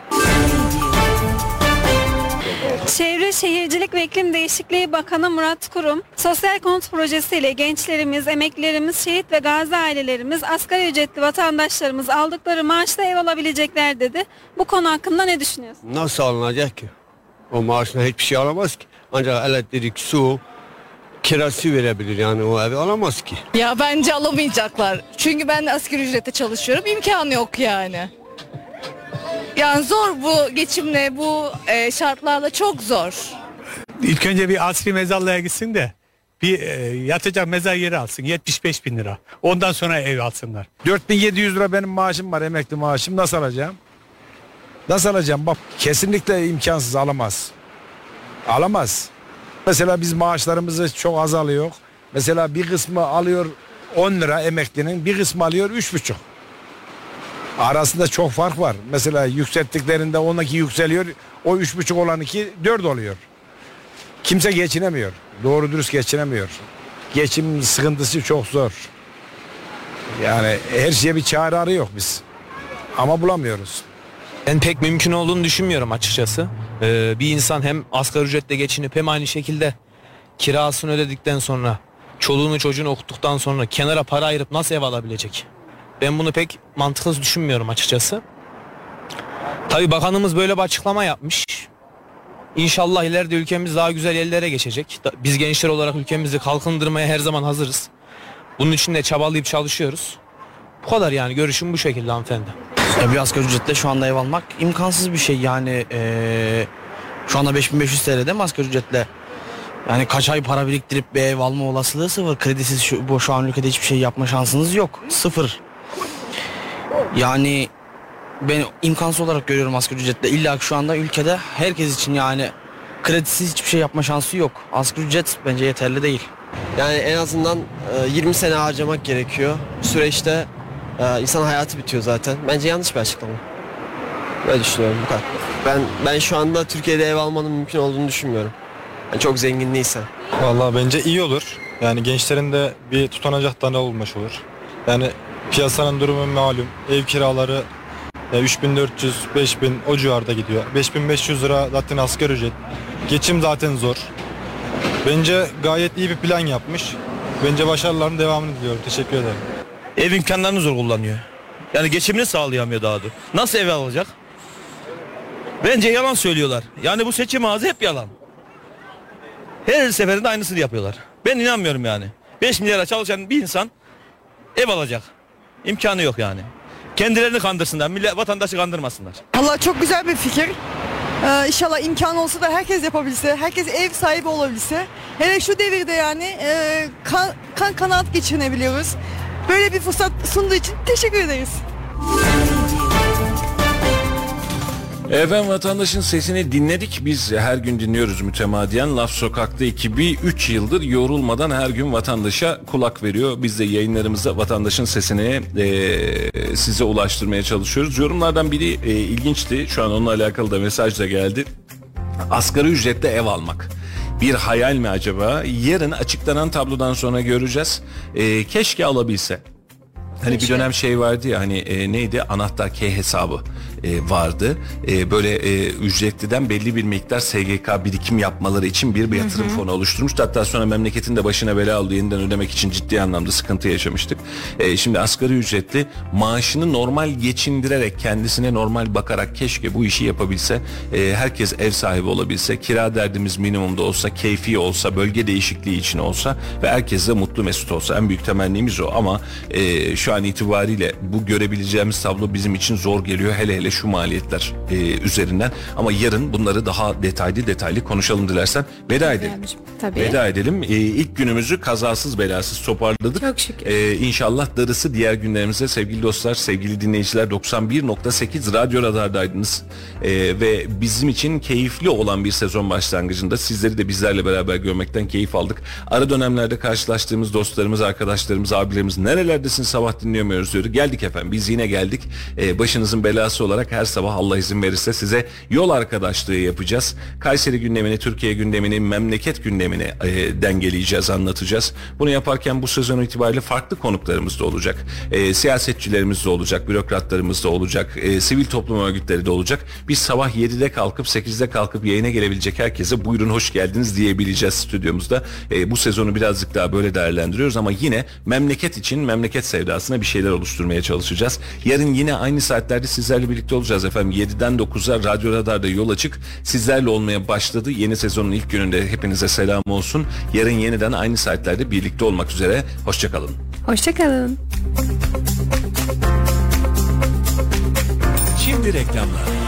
Çevre Şehircilik ve İklim Değişikliği Bakanı Murat Kurum, sosyal konut projesiyle gençlerimiz, emeklilerimiz, şehit ve gazi ailelerimiz, asgari ücretli vatandaşlarımız aldıkları maaşla ev alabilecekler dedi. Bu konu hakkında ne düşünüyorsun? Nasıl alınacak ki? O maaşla hiçbir şey alamaz ki. Ancak elektrik, su, kirası verebilir, yani o evi alamaz ki. Ya bence alamayacaklar. Çünkü ben de asgari ücretle çalışıyorum. İmkanı yok yani. Yani zor bu geçimle, bu e, şartlarla çok zor. İlk önce bir asri mezarlığa gitsin de bir e, yatacak mezar yeri alsın, yetmiş beş bin lira. Ondan sonra ev alsınlar. dört bin yedi yüz lira benim maaşım var, emekli maaşım. Nasıl alacağım? Nasıl alacağım? Bak kesinlikle imkansız, alamaz. Alamaz. Mesela biz maaşlarımızı çok az alıyor. Mesela bir kısmı alıyor on lira emeklinin, bir kısmı alıyor üç buçuk. Arasında çok fark var. Mesela yükselttiklerinde ondaki yükseliyor, o üç buçuk olan iki dört oluyor. Kimse geçinemiyor. Doğru dürüst geçinemiyor. Geçim sıkıntısı çok zor. Yani her şeye bir çare arıyor biz. Ama bulamıyoruz. Ben pek mümkün olduğunu düşünmüyorum açıkçası. Ee, bir insan hem asgari ücretle geçinip hem aynı şekilde kirasını ödedikten sonra, çoluğunu çocuğunu okuttuktan sonra kenara para ayırıp nasıl ev alabilecek? Ben bunu pek mantıksız düşünmüyorum açıkçası. Tabii bakanımız böyle bir açıklama yapmış. İnşallah ileride ülkemiz daha güzel yerlere geçecek. Biz gençler olarak ülkemizi kalkındırmaya her zaman hazırız. Bunun için de çabalayıp çalışıyoruz. Bu kadar yani, görüşüm bu şekilde hanımefendi. Tabii asgari ücretle şu anda ev almak imkansız bir şey yani. Ee, şu anda beş bin beş yüz T L değil mi asgari ücretle? Yani kaç ay para biriktirip bir ev alma olasılığı sıfır. Kredisiz şu, bu, şu an ülkede hiçbir şey yapma şansınız yok. Sıfır. Yani ben imkansız olarak görüyorum asgari ücretle. İlla ki şu anda ülkede herkes için yani kredisiz hiçbir şey yapma şansı yok. Asgari ücret bence yeterli değil. Yani en azından yirmi sene harcamak gerekiyor. Bu süreçte insan hayatı bitiyor zaten. Bence yanlış bir açıklama. Böyle düşünüyorum, bu kadar. Ben ben şu anda Türkiye'de ev almanın mümkün olduğunu düşünmüyorum. Yani çok zengin değilsen. Vallahi bence iyi olur. Yani gençlerin de bir tutanacak tane olmuş olur. Yani piyasanın durumu malum. Ev kiraları üç bin dört yüz beş bin o civarda gidiyor. beş bin beş yüz lira zaten asgari ücret. Geçim zaten zor. Bence gayet iyi bir plan yapmış. Bence başarılarının devamını diliyorum. Teşekkür ederim. Ev imkanlarını zor kullanıyor. Yani geçimini sağlayamıyor daha da. Nasıl ev alacak? Bence yalan söylüyorlar. Yani bu seçim ağzı hep yalan. Her seferinde aynısını yapıyorlar. Ben inanmıyorum yani. beş milyara çalışan bir insan ev alacak. İmkanı yok yani. Kendilerini kandırsınlar, millet, vatandaşı kandırmasınlar. Allah çok güzel bir fikir. Ee, inşallah imkan olsa da herkes yapabilse, herkes ev sahibi olabilse Hele şu devirde yani e, kan, kan kanaat geçinebiliyoruz. Böyle bir fırsat sunduğu için teşekkür ederiz. Efendim vatandaşın sesini dinledik. Biz her gün dinliyoruz mütemadiyen. Laf Sokak'ta ekibi üç yıldır yorulmadan her gün vatandaşa kulak veriyor. Biz de yayınlarımızda vatandaşın sesini e, size ulaştırmaya çalışıyoruz. Yorumlardan biri e, ilginçti. Şu an onunla alakalı da mesaj da geldi. Asgari ücretle ev almak bir hayal mi acaba? Yarın açıklanan tablodan sonra göreceğiz. E, keşke alabilse. Hani bir dönem şey vardı ya, hani e, neydi, anahtar K hesabı e, vardı. E, böyle e, ücretliden belli bir miktar S G K birikim yapmaları için bir, bir yatırım hı hı. fonu oluşturmuştu. Hatta sonra memleketin de başına bela oldu. Yeniden ödemek için ciddi anlamda sıkıntı yaşamıştık. E, şimdi asgari ücretli maaşını normal geçindirerek, kendisine normal bakarak keşke bu işi yapabilse. E, herkes ev sahibi olabilse. Kira derdimiz minimumda olsa, keyfi olsa, bölge değişikliği için olsa ve herkes de mutlu mesut olsa. En büyük temennimiz o ama e, şu an itibariyle bu görebileceğimiz tablo bizim için zor geliyor. Hele hele şu maliyetler e, üzerinden. Ama yarın bunları daha detaylı detaylı konuşalım dilersen. Veda edelim. Tabii. Veda edelim. E, ilk günümüzü kazasız belasız toparladık. Çok şükür. E, İnşallah darısı diğer günlerimize. Sevgili dostlar, sevgili dinleyiciler, doksan bir nokta sekiz Radyo Radar'daydınız. E, ve bizim için keyifli olan bir sezon başlangıcında sizleri de bizlerle beraber görmekten keyif aldık. Ara dönemlerde karşılaştığımız dostlarımız, arkadaşlarımız, abilerimiz nerelerdesin sabah dinleyemiyoruz diyordu. Geldik efendim. Biz yine geldik. Ee, başınızın belası olarak her sabah Allah izin verirse size yol arkadaşlığı yapacağız. Kayseri gündemini, Türkiye gündemini, memleket gündemini e, dengeleyeceğiz, anlatacağız. Bunu yaparken bu sezon itibariyle farklı konuklarımız da olacak. E, siyasetçilerimiz de olacak, bürokratlarımız da olacak, e, sivil toplum örgütleri de olacak. Biz sabah yedide kalkıp sekizde kalkıp yayına gelebilecek herkese buyurun hoş geldiniz diyebileceğiz stüdyomuzda. E, bu sezonu birazcık daha böyle değerlendiriyoruz ama yine memleket için, memleket sevdasına bir şeyler oluşturmaya çalışacağız. Yarın yine aynı saatlerde sizlerle birlikte olacağız efendim. yediden dokuza Radyo Radar'da yol açık. Sizlerle olmaya başladı. Yeni sezonun ilk gününde hepinize selam olsun. Yarın yeniden aynı saatlerde birlikte olmak üzere. Hoşçakalın. Hoşçakalın. Şimdi reklamlar.